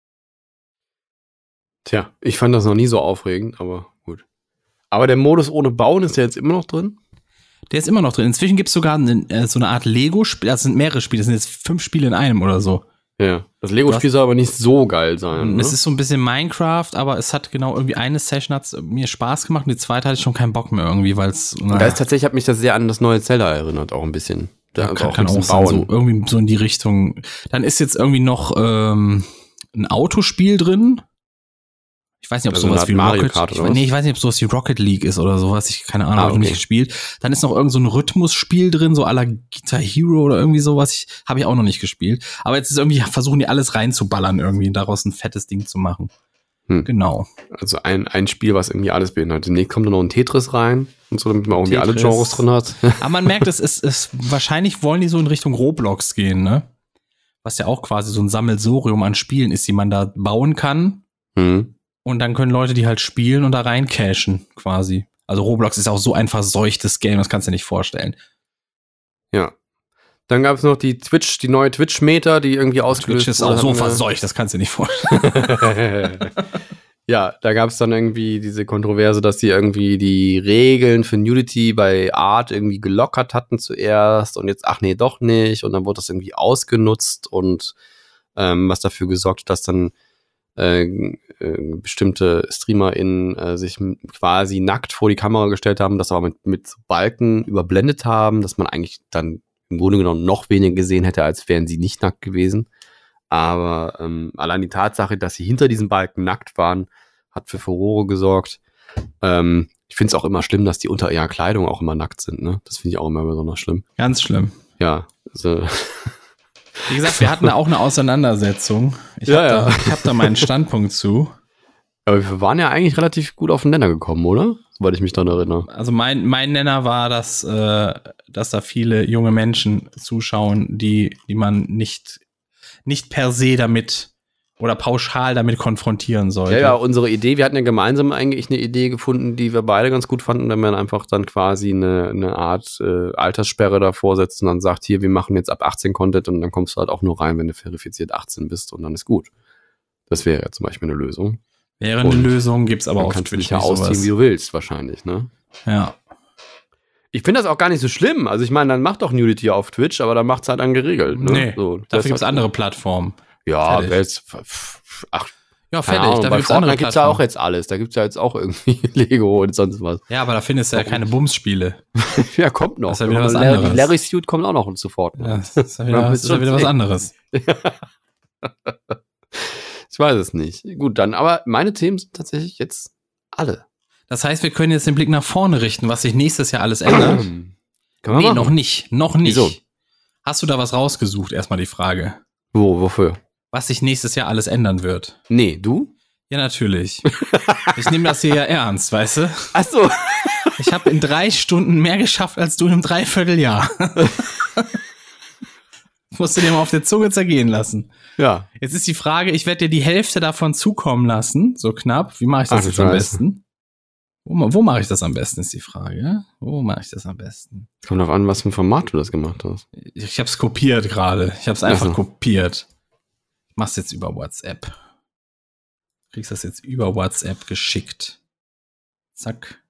Tja, ich fand das noch nie so aufregend, aber gut. Aber der Modus ohne Bauen ist ja jetzt immer noch drin? Der ist immer noch drin. Inzwischen gibt es sogar so eine Art Lego-Spiel. Das sind mehrere Spiele, das sind jetzt 5 Spiele in einem oder so. Ja, das Lego-Spiel soll aber nicht so geil sein. Ne? Es ist so ein bisschen Minecraft, aber es hat genau irgendwie eine Session hat's mir Spaß gemacht und die zweite hatte ich schon keinen Bock mehr irgendwie, weil es... Tatsächlich hat mich das sehr an das neue Zelda erinnert, auch ein bisschen. Da kann auch sein, so irgendwie so in die Richtung. Dann ist jetzt irgendwie noch ein Autospiel drin. Ich weiß nicht, ob sowas wie Mario Kart oder was? Ich weiß nicht, ob sowas wie Rocket League ist oder sowas. Keine Ahnung, habe ich nicht gespielt. Dann ist noch irgend so ein Rhythmusspiel drin, so à la Guitar Hero oder irgendwie sowas. Habe ich auch noch nicht gespielt. Aber jetzt ist irgendwie, versuchen die alles reinzuballern irgendwie und daraus ein fettes Ding zu machen. Genau. Also ein Spiel, was irgendwie alles beinhaltet. Demnächst kommt da noch ein Tetris rein und so, damit man auch irgendwie alle Genres drin hat. Aber man merkt, wahrscheinlich wollen die so in Richtung Roblox gehen, ne? Was ja auch quasi so ein Sammelsurium an Spielen ist, die man da bauen kann. Und dann können Leute die halt spielen und da rein cashen, quasi. Also Roblox ist auch so ein verseuchtes Game, das kannst du dir nicht vorstellen. Ja. Dann gab es noch die neue Twitch-Meta, die irgendwie ausgelöst wurde. Twitch ist auch so verseucht, das kannst du dir nicht vorstellen. Ja, da gab es dann irgendwie diese Kontroverse, dass die irgendwie die Regeln für Nudity bei Art irgendwie gelockert hatten zuerst und jetzt, ach nee, doch nicht. Und dann wurde das irgendwie ausgenutzt und was dafür gesorgt hat, dass dann bestimmte StreamerInnen sich quasi nackt vor die Kamera gestellt haben, das aber mit Balken überblendet haben, dass man eigentlich dann im Grunde genommen noch weniger gesehen hätte, als wären sie nicht nackt gewesen. Aber allein die Tatsache, dass sie hinter diesen Balken nackt waren, hat für Furore gesorgt. Ich finde es auch immer schlimm, dass die unter ihrer Kleidung auch immer nackt sind. Ne? Das finde ich auch immer besonders schlimm. Ganz schlimm. Ja. Also Wie gesagt, wir hatten da auch eine Auseinandersetzung. Ich hab da meinen Standpunkt zu. Aber wir waren ja eigentlich relativ gut auf den Nenner gekommen, oder? Soweit ich mich daran erinnere. Also mein Nenner war, dass da viele junge Menschen zuschauen, die man nicht per se damit oder pauschal damit konfrontieren sollte. Ja, unsere Idee, wir hatten ja gemeinsam eigentlich eine Idee gefunden, die wir beide ganz gut fanden, wenn man einfach dann quasi eine Art Alterssperre davor setzt und dann sagt, hier, wir machen jetzt ab 18 Content und dann kommst du halt auch nur rein, wenn du verifiziert 18 bist und dann ist gut. Das wäre ja zum Beispiel eine Lösung. Wäre eine Lösung, gibt's aber auf auf Twitch Twitch ja nicht ausziehen, sowas. wie du willst, wahrscheinlich, ne? Ja. Ich finde das auch gar nicht so schlimm. Also ich meine, dann macht doch Nudity auf Twitch, aber dann macht's halt dann geregelt. Ne? Nee, so, dafür gibt's andere Plattformen. Ja, fertig. Ach, Ja, keine fertig. Ahnung, Dafür bei gibt's andere Fortnite gibt's ja Plattformen. auch jetzt alles. Da gibt's ja jetzt auch irgendwie Lego und sonst was. Ja, aber da findest du ja keine Bumsspiele. Ja, kommt noch. Das ist ja wieder was anderes. Larry Suit kommt auch noch sofort. Ja, das ist ja wieder was anderes. Ich weiß es nicht. Gut, dann, aber meine Themen sind tatsächlich jetzt alle. Das heißt, wir können jetzt den Blick nach vorne richten, was sich nächstes Jahr alles ändert. Können wir Nee, machen. noch nicht. Noch nicht. Wieso? Hast du da was rausgesucht? Erstmal die Frage. Wofür? Was sich nächstes Jahr alles ändern wird. Nee, du? Ja, natürlich. Ich nehme das hier ja ernst, weißt du? Ach so. Ich habe in 3 Stunden mehr geschafft als du in einem Dreivierteljahr. Musst du dir mal auf der Zunge zergehen lassen. Ja. Jetzt ist die Frage, ich werde dir die Hälfte davon zukommen lassen, so knapp. Wie mache ich das Ach, jetzt am Scheiße. besten? Wo mache ich das am besten, ist die Frage. Wo mache ich das am besten? Kommt drauf an, was für ein Format du das gemacht hast. Ich habe es kopiert gerade. Ich habe es einfach Ach so. kopiert. Ich mach's jetzt über WhatsApp. Du kriegst das jetzt über WhatsApp geschickt. Zack.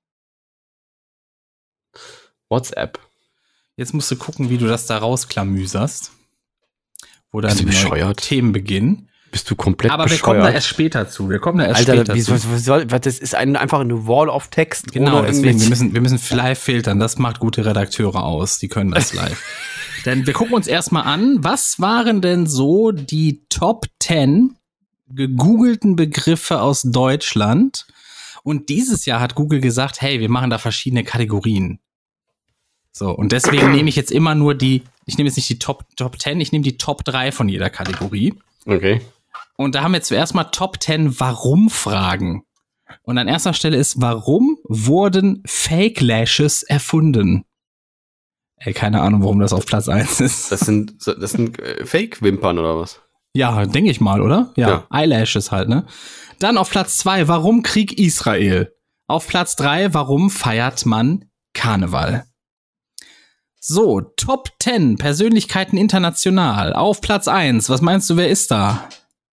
WhatsApp. Jetzt musst du gucken, wie du das da rausklamüserst. Wo dann Bist du die neuen bescheuert? Themen beginnen. Bist du komplett Aber wir bescheuert? kommen da erst später zu. Alter, das ist einfach eine Wall of Text. Genau, ohne deswegen, irgendwie- wir müssen live filtern. Das macht gute Redakteure aus. Die können das live. Denn wir gucken uns erstmal an, was waren denn so die Top 10 gegoogelten Begriffe aus Deutschland? Und dieses Jahr hat Google gesagt, hey, wir machen da verschiedene Kategorien. So, und deswegen nehme ich jetzt immer nur ich nehme jetzt nicht die Top 10, ich nehme die Top 3 von jeder Kategorie. Okay. Und da haben wir zuerst mal Top 10 Warum-Fragen. Und an erster Stelle ist, warum wurden Fake Lashes erfunden? Ey, keine Ahnung, warum das auf Platz 1 ist. Das sind Fake-Wimpern oder was? Ja, denke ich mal, oder? Ja, Ja. Eyelashes halt, ne? Dann auf Platz 2, warum Krieg Israel? Auf Platz 3, warum feiert man Karneval? So, Top 10 Persönlichkeiten international. Auf Platz 1, was meinst du, wer ist da?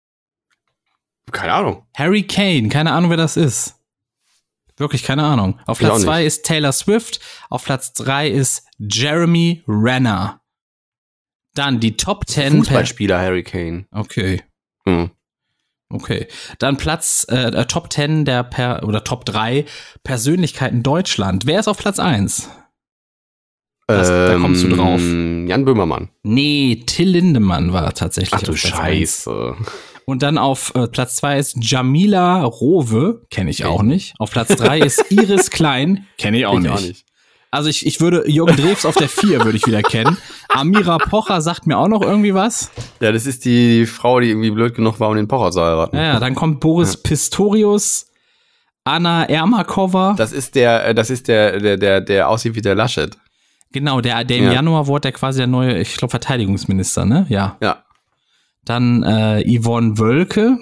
Keine Ahnung. Harry Kane, keine Ahnung, wer das ist. Wirklich keine Ahnung. Auf Ich auch Platz nicht. 2 ist Taylor Swift. Auf Platz 3 ist Jeremy Renner. Dann die Top 10. Fußballspieler Harry Kane. Okay, Hm. okay. Dann Top 10 oder Top 3 Persönlichkeiten Deutschland. Wer ist auf Platz 1? Da kommst du drauf. Jan Böhmermann. Nee, Till Lindemann war tatsächlich Ach du auf Platz 1. Scheiße. Und dann auf Platz 2 ist Jamila Rowe, kenne ich auch nicht. Auf Platz 3 ist Iris Klein, kenne ich auch nicht. Also ich würde Jürgen Drews auf der 4 würde ich wieder kennen. Amira Pocher sagt mir auch noch irgendwie was. Ja, das ist die Frau, die irgendwie blöd genug war, um den Pocher zu heiraten. Ja, dann kommt Boris Pistorius, Anna Ermakova. Das ist der aussieht wie der Laschet. Genau, der im Ja. Januar wurde der quasi der neue, ich glaube, Verteidigungsminister, ne? Ja. Ja. Dann Yvonne Wölke,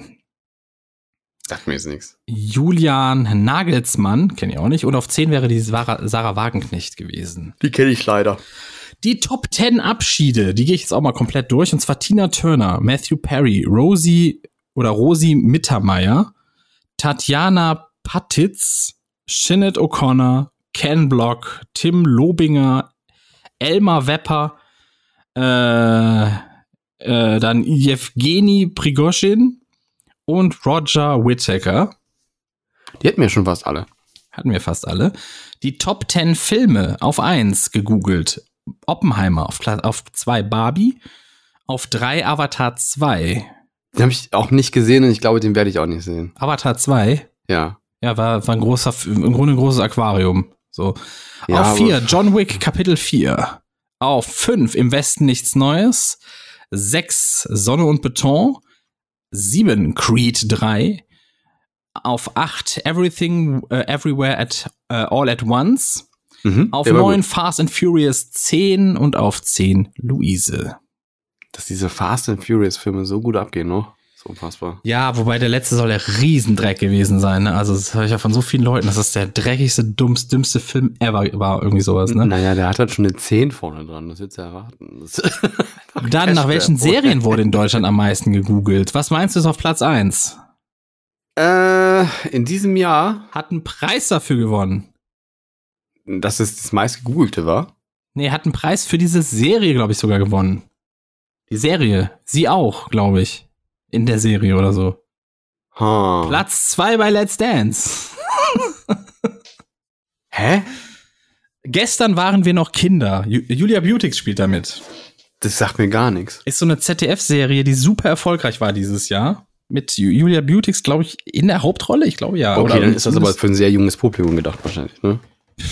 Sagt mir jetzt nichts. Julian Nagelsmann, kenne ich auch nicht. Und auf 10 wäre die Sarah Wagenknecht gewesen. Die kenne ich leider. Die Top 10 Abschiede, die gehe ich jetzt auch mal komplett durch. Und zwar Tina Turner, Matthew Perry, Rosie Mittermeier, Tatjana Patitz, Sinead O'Connor, Ken Block, Tim Lobinger, Elmar Wepper, dann Jewgeni Prigozhin und Roger Whittaker. Die hatten wir schon fast alle. Hatten wir fast alle. Die Top 10 Filme auf 1 gegoogelt. Oppenheimer auf 2 Barbie, auf 3 Avatar 2. Den habe ich auch nicht gesehen und ich glaube, den werde ich auch nicht sehen. Avatar 2? Ja. Ja, war im Grunde ein großes Aquarium. So. Ja, Auf 4 John Wick Kapitel 4. Auf 5 Im Westen nichts Neues. 6 Sonne und Beton. 7 Creed 3. Auf 8 Everything Everywhere All at Once. Auf 9 Fast and Furious 10 und auf 10 Luise. Dass diese Fast and Furious Filme so gut abgehen, ne? So unfassbar. Ja, wobei der letzte soll der Riesendreck gewesen sein, ne? Also das höre ich ja von so vielen Leuten, dass das der dreckigste, dümmste Film ever war, irgendwie sowas, ne? Naja, der hat halt schon eine 10 vorne dran, das willst du erwarten. Dann, nach welchen Serien wurde in Deutschland am meisten gegoogelt? Was meinst du, ist auf Platz 1? In diesem Jahr Hat einen Preis dafür gewonnen. dass es das meist gegoogelte war. Nee, hat einen Preis für diese Serie, glaube ich, sogar gewonnen. Die Serie. Sie auch, glaube ich. In der Serie oder so. Platz 2 bei Let's Dance. Hä? Gestern waren wir noch Kinder. Julia Beautix spielt damit. Das sagt mir gar nichts. Ist so eine ZDF-Serie, die super erfolgreich war dieses Jahr. Mit Julia Beautix, glaube ich, in der Hauptrolle. Ich glaube, ja. Okay, oder dann ist das aber für ein sehr junges Publikum gedacht wahrscheinlich, ne?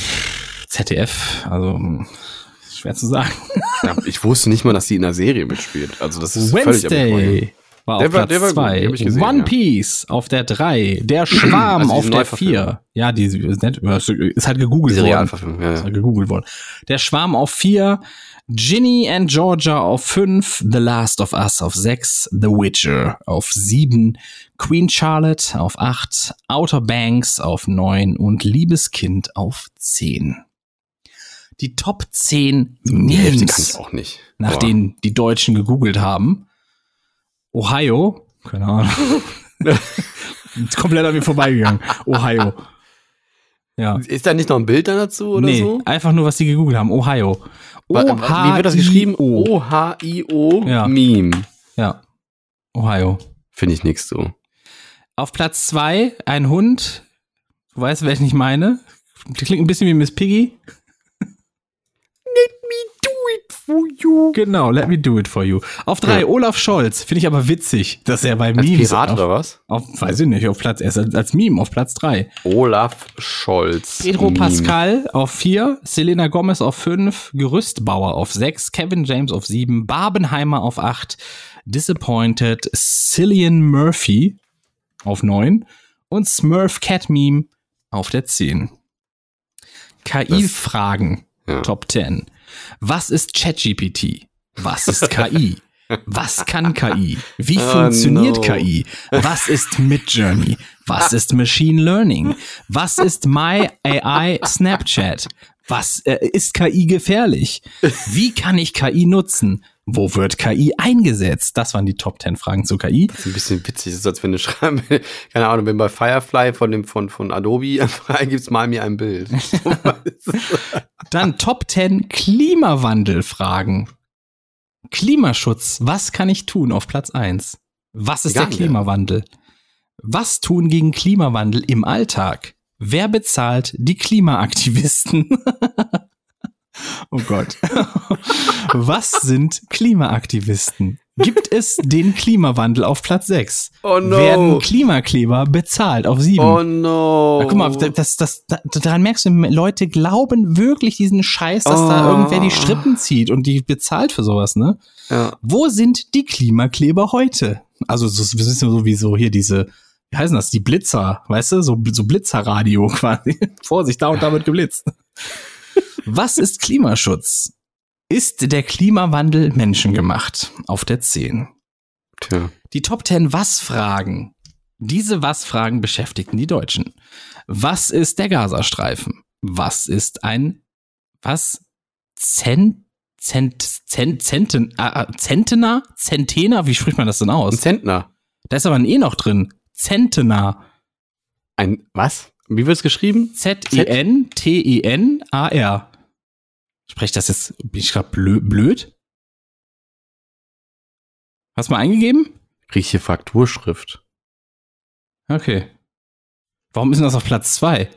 ZDF, also schwer zu sagen. Ja, ich wusste nicht mal, dass sie in einer Serie mitspielt. Also das ist völlig Wednesday war auf Platz 2. One Piece auf der 3. Der Schwarm auf der 4. Ja, die ist halt gegoogelt worden. Ja. Ist halt gegoogelt worden. Der Schwarm auf 4. Ginny and Georgia auf 5. The Last of Us auf 6. The Witcher auf 7. Queen Charlotte auf 8. Outer Banks auf 9. Und Liebeskind auf 10. Die Top 10 Die Hälfte kann Memes, ich auch nicht. nach denen die Deutschen gegoogelt haben. Ohio, keine Ahnung. Komplett an mir vorbeigegangen. Ohio. Ja. Ist da nicht noch ein Bild dann dazu oder Nee, so? einfach nur, was die gegoogelt haben. Ohio. Wie wird das geschrieben? O-H-I-O Ja. Meme. Ja. Ohio. Finde ich nix so. Auf Platz 2 ein Hund. Du weißt, welchen ich meine. Die klingt ein bisschen wie Miss Piggy. Let me do it for you. Genau, let me do it for you. Auf 3 Olaf Scholz. Finde ich aber witzig, dass er bei Als Memes Pirat oder was? weiß ich nicht, er ist als Meme auf Platz 3. Olaf Scholz. Pedro Meme. Pascal auf 4, Selena Gomez auf 5, Gerüstbauer auf 6, Kevin James auf 7, Barbenheimer auf 8, Disappointed, Cillian Murphy auf 9 und Smurf Cat Meme auf der 10. KI-Fragen, Top 10. Was ist ChatGPT? Was ist KI? Was kann KI? Wie funktioniert KI? Was ist Midjourney? Was ist Machine Learning? Was ist My AI Snapchat? Was ist KI gefährlich? Wie kann ich KI nutzen? Wo wird KI eingesetzt? Das waren die Top 10 Fragen zu KI. Das ist ein bisschen witzig. Das ist, als wenn du schreiben, keine Ahnung, wenn bei Firefly von Adobe eingibst, mal mir ein Bild. Dann Top 10 Klimawandelfragen. Klimaschutz. Was kann ich tun auf Platz 1? Was ist der Klimawandel? Was tun gegen Klimawandel im Alltag? Wer bezahlt die Klimaaktivisten? Oh Gott. Was sind Klimaaktivisten? Gibt es den Klimawandel auf Platz 6? Oh no. Werden Klimakleber bezahlt auf 7? Oh no. Na, guck mal, daran merkst du, Leute glauben wirklich diesen Scheiß, dass da irgendwer die Strippen zieht und die bezahlt für sowas, ne? Ja. Wo sind die Klimakleber heute? Also, das ist so wie so hier diese, wie heißen das, die Blitzer, weißt du? So Blitzerradio quasi. Vorsicht, da und da wird geblitzt. Was ist Klimaschutz? Ist der Klimawandel menschengemacht? Auf der 10. Tja. Die Top 10 Was-Fragen. Diese Was-Fragen beschäftigten die Deutschen. Was ist der Gazastreifen? Was ist ein Zentner? Wie spricht man das denn aus? Ein Zentner. Da ist aber ein E noch drin. Zentner. Ein was? Wie wird es geschrieben? Z-E-N-T-E-N-A-R. Spreche das jetzt, bin ich gerade blöd? Hast du mal eingegeben? Griechische Frakturschrift. Okay. Warum ist denn das auf Platz 2?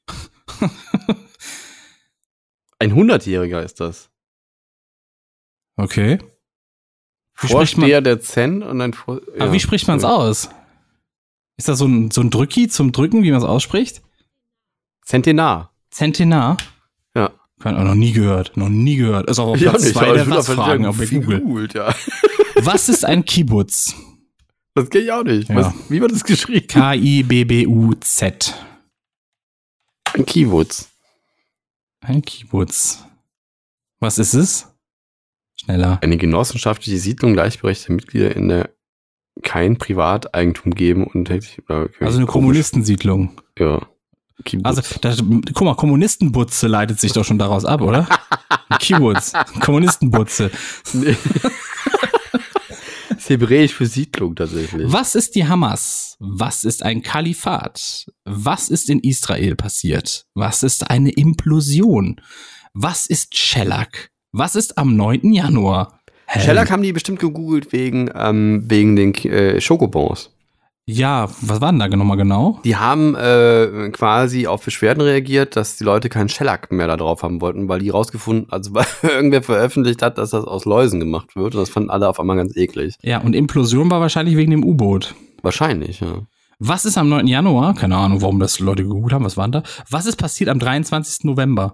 Ein 100-Jähriger ist das. Okay. Vorsteher der Zen und ein Aber wie spricht man es aus? Ist das so ein Drücki zum Drücken, wie man es ausspricht? Centenar. Centenar? Ja. Noch nie gehört. Ist auch auf Platz 2 der Was-Fragen auf Google. Gegoogelt, ja. Was ist ein Kibbutz? Das kenne ich auch nicht. Ja. Wie wird das geschrieben? K-I-B-B-U-Z. Ein Kibbutz. Ein Kibbutz. Was ist es? Schneller. Eine genossenschaftliche Siedlung gleichberechtigter Mitglieder, in der kein Privateigentum geben und also eine Kommunistensiedlung. Ja. Kibbutz. Also, guck mal, Kommunistenbutze leitet sich doch schon daraus ab, oder? Kibbutz. Kommunistenbutze. Nee. Das ist hebräisch für Siedlung tatsächlich. Was ist die Hamas? Was ist ein Kalifat? Was ist in Israel passiert? Was ist eine Implosion? Was ist Shellac? Was ist am 9. Januar? Shellac haben die bestimmt gegoogelt wegen den Schokobons. Ja, was war denn da nochmal genau? Die haben quasi auf Beschwerden reagiert, dass die Leute keinen Shellac mehr da drauf haben wollten, weil die rausgefunden, also weil irgendwer veröffentlicht hat, dass das aus Läusen gemacht wird. Und das fanden alle auf einmal ganz eklig. Ja, und Implosion war wahrscheinlich wegen dem U-Boot. Wahrscheinlich, ja. Was ist am 9. Januar? Keine Ahnung, warum das Leute gegoogelt haben. Was war denn da? Was ist passiert am 23. November?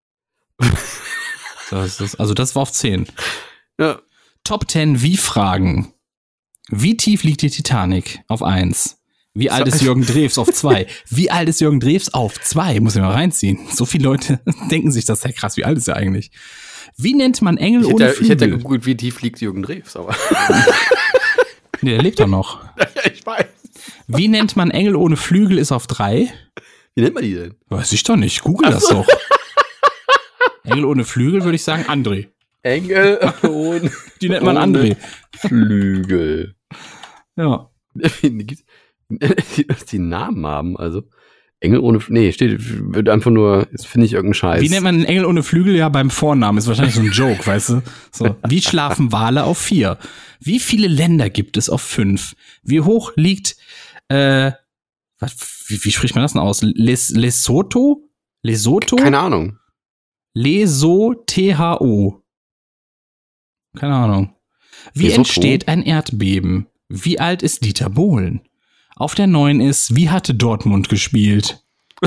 Also das war auf 10. Ja. Top 10 Wie-Fragen. Wie tief liegt die Titanic? Auf 1. Wie alt ist Jürgen Drews? Auf 2. Wie alt ist Jürgen Drews? Auf 2. Muss ich mal reinziehen. So viele Leute denken sich das, ja krass, wie alt ist er eigentlich? Wie nennt man Engel ohne Flügel? Ich hätte gegoogelt, wie tief liegt Jürgen Drews, aber... Nee, der lebt doch noch. Ja, ich weiß. Wie nennt man Engel ohne Flügel? Ist auf 3. Wie nennt man die denn? Weiß ich doch nicht. Google das doch. Engel ohne Flügel würde ich sagen André. Engel ohne... Die nennt man André. Flügel. Ja. Dass die Namen haben, also Engel ohne wird einfach nur, das finde ich irgendein Scheiß. Wie nennt man einen Engel ohne Flügel? Ja, beim Vornamen. Ist wahrscheinlich so ein Joke, weißt du? So. Wie schlafen Wale auf 4? Wie viele Länder gibt es auf 5? Wie hoch liegt, wie spricht man das denn aus? Lesotho? Lesotho? Keine Ahnung. Lesotho. Keine Ahnung. Wie Lesotho? entsteht ein Erdbeben? Wie alt ist Dieter Bohlen? Auf der 9 ist, wie hatte Dortmund gespielt?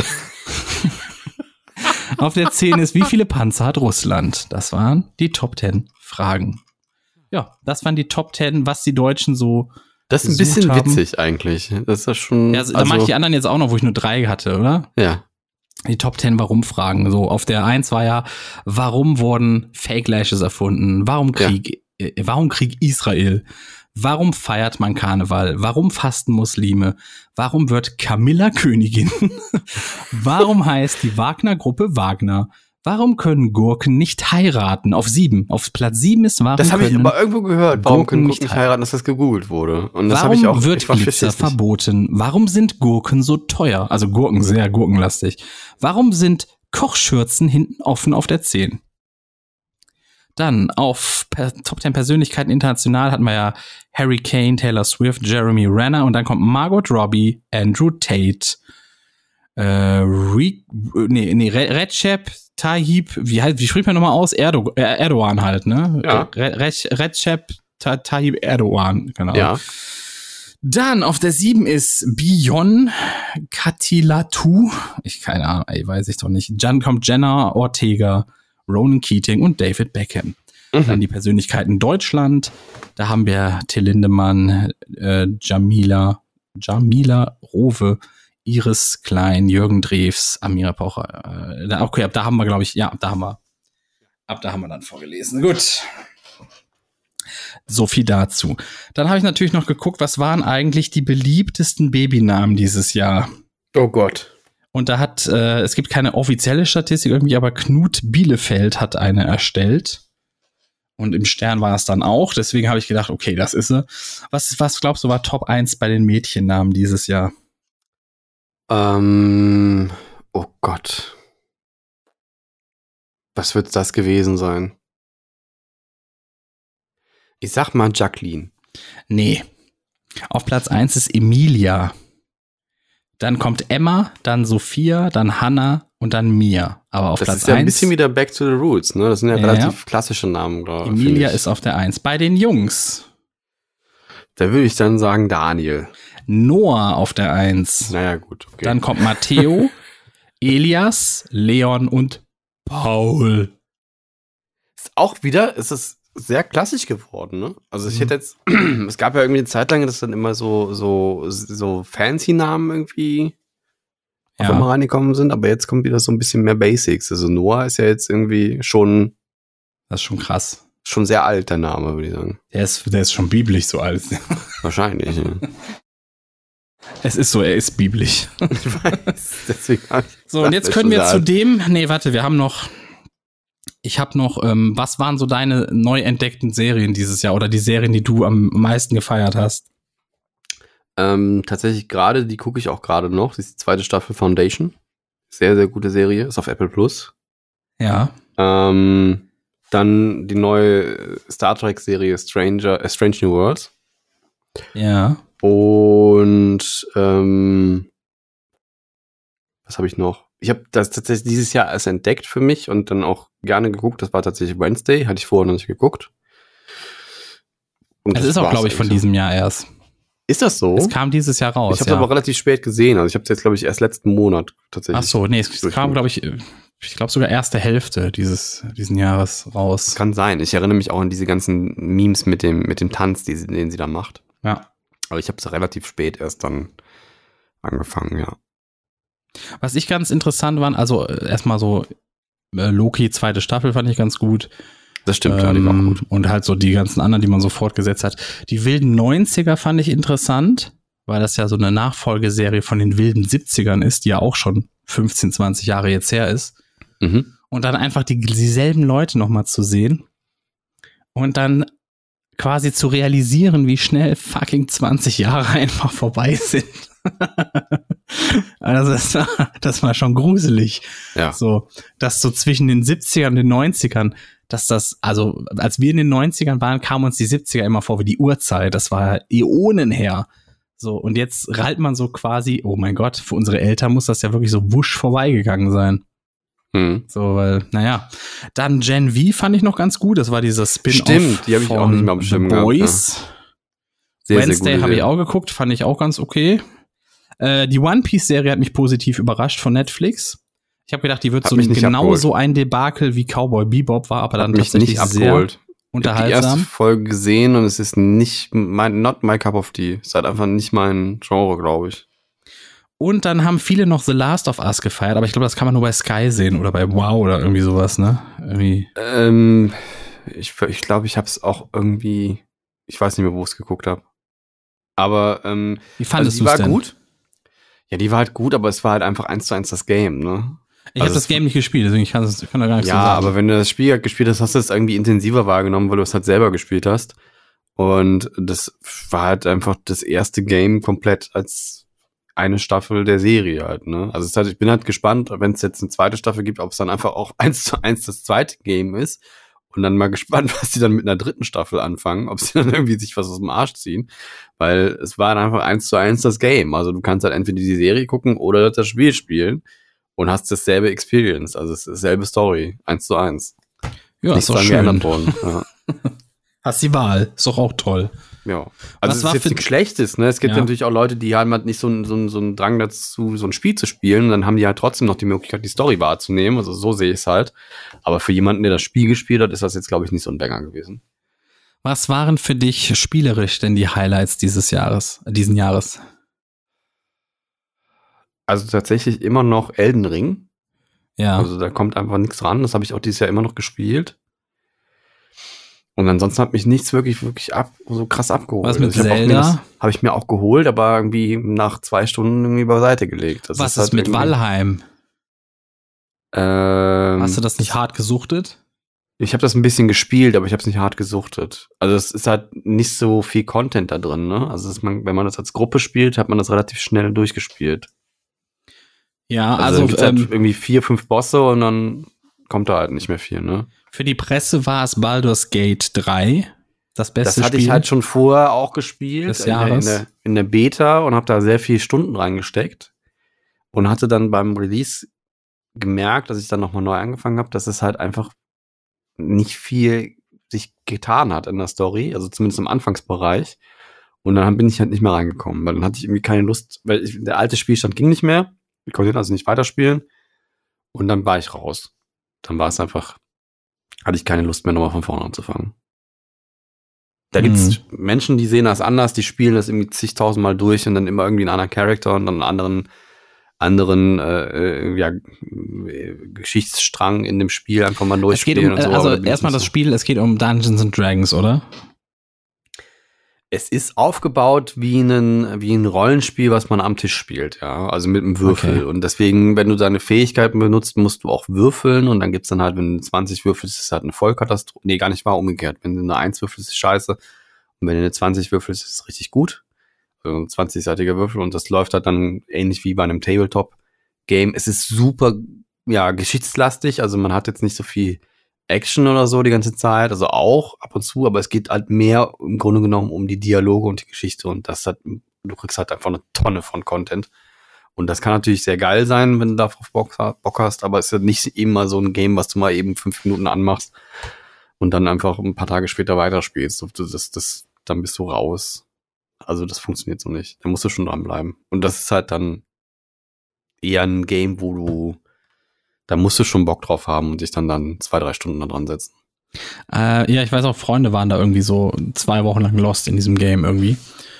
Auf der 10 ist, wie viele Panzer hat Russland? Das waren die Top 10 Fragen. Ja, das waren die Top 10, was die Deutschen so Das ist ein bisschen witzig eigentlich. Das ist ja schon... Ja, da mache ich die anderen jetzt auch noch, wo ich nur 3 hatte, oder? Ja. Die Top 10 Warum-Fragen. So, auf der 1 war ja, warum wurden Fake-Lashes erfunden? Warum Krieg Israel? Warum feiert man Karneval? Warum fasten Muslime? Warum wird Camilla Königin? Warum heißt die Wagner-Gruppe Wagner? Warum können Gurken nicht heiraten? Auf 7. Auf Platz 7 ist warum Das habe ich aber irgendwo gehört. Warum können Gurken nicht heiraten, dass das gegoogelt wurde? Und das habe ich auch. Warum wird Glitzer verboten? Warum sind Gurken so teuer? Also Gurken, sehr gurkenlastig. Warum sind Kochschürzen hinten offen auf der 10? Dann auf Top 10 Persönlichkeiten international hatten wir ja Harry Kane, Taylor Swift, Jeremy Renner und dann kommt Margot Robbie, Andrew Tate, Recep Tayyip, wie spricht man nochmal aus? Erdogan halt, ne? Ja. Recep Tayyip Erdogan, genau. Ja. Dann auf der 7 ist Bion Katilatu. Keine Ahnung, weiß ich doch nicht. Dann kommt Jenna Ortega, Ronan Keating und David Beckham. Dann die Persönlichkeiten Deutschland. Da haben wir Till Lindemann, Jamila Rowe, Iris Klein, Jürgen Drews, Amira Pocher. Okay, ab da haben wir, glaube ich, ab da haben wir dann vorgelesen. Gut. So viel dazu. Dann habe ich natürlich noch geguckt, was waren eigentlich die beliebtesten Babynamen dieses Jahr? Oh Gott. Und da es gibt keine offizielle Statistik irgendwie, aber Knut Bielefeld hat eine erstellt. Und im Stern war es dann auch. Deswegen habe ich gedacht, okay, das ist sie. Was glaubst du, war Top 1 bei den Mädchennamen dieses Jahr? Oh Gott. Was wird das gewesen sein? Ich sag mal Jacqueline. Nee. Auf Platz 1 ist Emilia. Dann kommt Emma, dann Sophia, dann Hannah und dann Mia. Aber auf Das Platz ist ja 1. ein bisschen wieder Back to the Roots, ne? Das sind ja relativ klassische Namen, glaube ich. Emilia ist auf der 1. Bei den Jungs. Da würde ich dann sagen Daniel. Noah auf der 1. Naja, gut. Okay. Dann kommt Matteo, Elias, Leon und Paul. Ist auch wieder, ist es sehr klassisch geworden, ne? Also ich hätte jetzt, es gab ja irgendwie eine Zeit lang, dass dann immer so fancy Namen irgendwie auf einmal reingekommen sind, aber jetzt kommt wieder so ein bisschen mehr Basics. Also Noah ist ja jetzt irgendwie schon. Das ist schon krass. Schon sehr alt, der Name, würde ich sagen. Der ist schon biblisch so alt. Wahrscheinlich, ja. Es ist so, er ist biblisch. Ich weiß, deswegen so, und jetzt können wir zu dem, ich habe noch, was waren so deine neu entdeckten Serien dieses Jahr oder die Serien, die du am meisten gefeiert hast? Tatsächlich gerade, die gucke ich auch gerade noch, das ist die 2. Staffel Foundation. Sehr, sehr gute Serie, ist auf Apple Plus. Ja. Dann die neue Star Trek-Serie Strange New Worlds. Ja. Und was habe ich noch? Ich habe das tatsächlich dieses Jahr erst entdeckt für mich und dann auch gerne geguckt. Das war tatsächlich Wednesday, hatte ich vorher noch nicht geguckt. Und es ist auch, glaube ich, von diesem Jahr erst. Ist das so? Es kam dieses Jahr raus. Ich habe es aber relativ spät gesehen. Also ich habe es jetzt, glaube ich, erst letzten Monat tatsächlich. Ach so, nee, es kam, glaube ich sogar erste Hälfte diesen Jahres raus. Das kann sein. Ich erinnere mich auch an diese ganzen Memes mit dem Tanz, den sie da macht. Ja. Aber ich habe es relativ spät erst dann angefangen, ja. Was ich ganz interessant fand, also erstmal so Loki, 2. Staffel fand ich ganz gut. Das stimmt, ja, die war auch gut. Und halt so die ganzen anderen, die man so fortgesetzt hat. Die wilden 90er fand ich interessant, weil das ja so eine Nachfolgeserie von den wilden 70ern ist, die ja auch schon 15, 20 Jahre jetzt her ist. Mhm. Und dann einfach dieselben Leute nochmal zu sehen und dann quasi zu realisieren, wie schnell fucking 20 Jahre einfach vorbei sind. Also das war schon gruselig. Ja. So, dass so zwischen den 70ern und den 90ern, dass das, also als wir in den 90ern waren, kamen uns die 70er immer vor wie die Urzeit. Das war Äonen her. So, und jetzt rallt man so quasi, oh mein Gott, für unsere Eltern muss das ja wirklich so wusch vorbeigegangen sein. Mhm. So, weil, naja. Dann Gen V fand ich noch ganz gut. Das war dieser Spin-off. Stimmt, die habe ich auch nicht mehr am Schirm gehabt. Boys. Ja. Wednesday habe ich auch geguckt, fand ich auch ganz okay. Die One Piece Serie hat mich positiv überrascht von Netflix. Ich habe gedacht, die wird so ein Debakel wie Cowboy Bebop war, aber dann tatsächlich sehr unterhaltsam. Ich habe die erste Folge gesehen und es ist nicht not my cup of tea. Es ist halt einfach nicht mein Genre, glaube ich. Und dann haben viele noch The Last of Us gefeiert, aber ich glaube, das kann man nur bei Sky sehen oder bei Wow oder irgendwie sowas, ne? Irgendwie. Ich glaube, ich habe es auch irgendwie, ich weiß nicht mehr, wo ich es geguckt habe. Aber wie fandest du es denn? Die war gut? Ja, die war halt gut, aber es war halt einfach 1:1 das Game, ne? Ich habe das Game nicht gespielt, deswegen kann da gar nichts zu sagen. Ja, aber wenn du das Spiel halt gespielt hast, hast du es irgendwie intensiver wahrgenommen, weil du es halt selber gespielt hast. Und das war halt einfach das erste Game komplett als eine Staffel der Serie halt, ne? Also es ist halt, ich bin halt gespannt, wenn es jetzt eine 2. Staffel gibt, ob es dann einfach auch 1:1 das zweite Game ist. Und dann mal gespannt, was sie dann mit einer 3. Staffel anfangen, ob sie dann irgendwie sich was aus dem Arsch ziehen. Weil es war dann einfach 1:1 das Game. Also du kannst halt entweder die Serie gucken oder das Spiel spielen und hast dasselbe Experience. Also es ist dasselbe Story. 1:1. Ja, ist doch schön. Ja. Hast die Wahl. Ist doch auch toll. Ja. Also es ist jetzt nichts Schlechtes, ne? Es gibt natürlich auch Leute, die haben halt nicht so einen Drang dazu, so ein Spiel zu spielen. Und dann haben die halt trotzdem noch die Möglichkeit, die Story wahrzunehmen. Also so sehe ich es halt. Aber für jemanden, der das Spiel gespielt hat, ist das jetzt, glaube ich, nicht so ein Banger gewesen. Was waren für dich spielerisch denn die Highlights diesen Jahres? Also tatsächlich immer noch Elden Ring. Ja. Also da kommt einfach nichts ran. Das habe ich auch dieses Jahr immer noch gespielt. Und ansonsten hat mich nichts wirklich so krass abgeholt. Was mit Zelda? Habe ich mir auch geholt, aber irgendwie nach 2 Stunden irgendwie beiseite gelegt. Was ist mit Valheim? Hast du das nicht hart gesuchtet? Ich habe das ein bisschen gespielt, aber ich habe es nicht hart gesuchtet. Also es ist halt nicht so viel Content da drin, ne? Also wenn man das als Gruppe spielt, hat man das relativ schnell durchgespielt. Ja, Also also halt irgendwie 4, 5 Bosse und dann kommt da halt nicht mehr viel, ne? für die Presse war es Baldur's Gate 3, das beste Spiel. Das hatte ich halt schon vorher auch gespielt des Jahres. in der Beta und habe da sehr viele Stunden reingesteckt und hatte dann beim Release gemerkt, dass ich dann nochmal neu angefangen habe, dass es halt einfach nicht viel sich getan hat in der Story, also zumindest im Anfangsbereich. Und dann bin ich halt nicht mehr reingekommen, weil dann hatte ich irgendwie keine Lust, weil der alte Spielstand ging nicht mehr. Ich konnte also nicht weiterspielen. Und dann war ich raus. Dann war es einfach, hatte ich keine Lust mehr, nochmal von vorne anzufangen. Da gibt's Menschen, die sehen das anders, die spielen das irgendwie zigtausendmal durch und dann immer irgendwie einen anderen Charakter und dann einen anderen Geschichtsstrang in dem Spiel einfach mal durchspielen. Es geht also erstmal das Spiel, es geht um Dungeons and Dragons, oder? Es ist aufgebaut wie ein Rollenspiel, was man am Tisch spielt, ja, also mit einem Würfel. Okay. Und deswegen, wenn du deine Fähigkeiten benutzt, musst du auch würfeln und dann gibt's dann halt, wenn du 20 würfelst, ist es halt eine Vollkatastrophe. Nee, gar nicht wahr, umgekehrt. Wenn du eine 1 würfelst, ist scheiße. Und wenn du eine 20 würfelst, ist es richtig gut. Also ein 20-seitiger Würfel und das läuft halt dann ähnlich wie bei einem Tabletop-Game. Es ist super, ja, geschichtslastig, also man hat jetzt nicht so viel Action oder so die ganze Zeit, also auch ab und zu, aber es geht halt mehr im Grunde genommen um die Dialoge und die Geschichte und das hat, du kriegst halt einfach eine Tonne von Content und das kann natürlich sehr geil sein, wenn du darauf Bock hast, aber es ist ja nicht immer so ein Game, was du mal eben 5 Minuten anmachst und dann einfach ein paar Tage später weiterspielst. Dann bist du raus. Also das funktioniert so nicht. Da musst du schon dranbleiben. Und das ist halt dann eher ein Game, da musst du schon Bock drauf haben und dich dann 2-3 Stunden da dran setzen. Ja, ich weiß auch, Freunde waren da irgendwie so 2 Wochen lang lost in diesem Game irgendwie.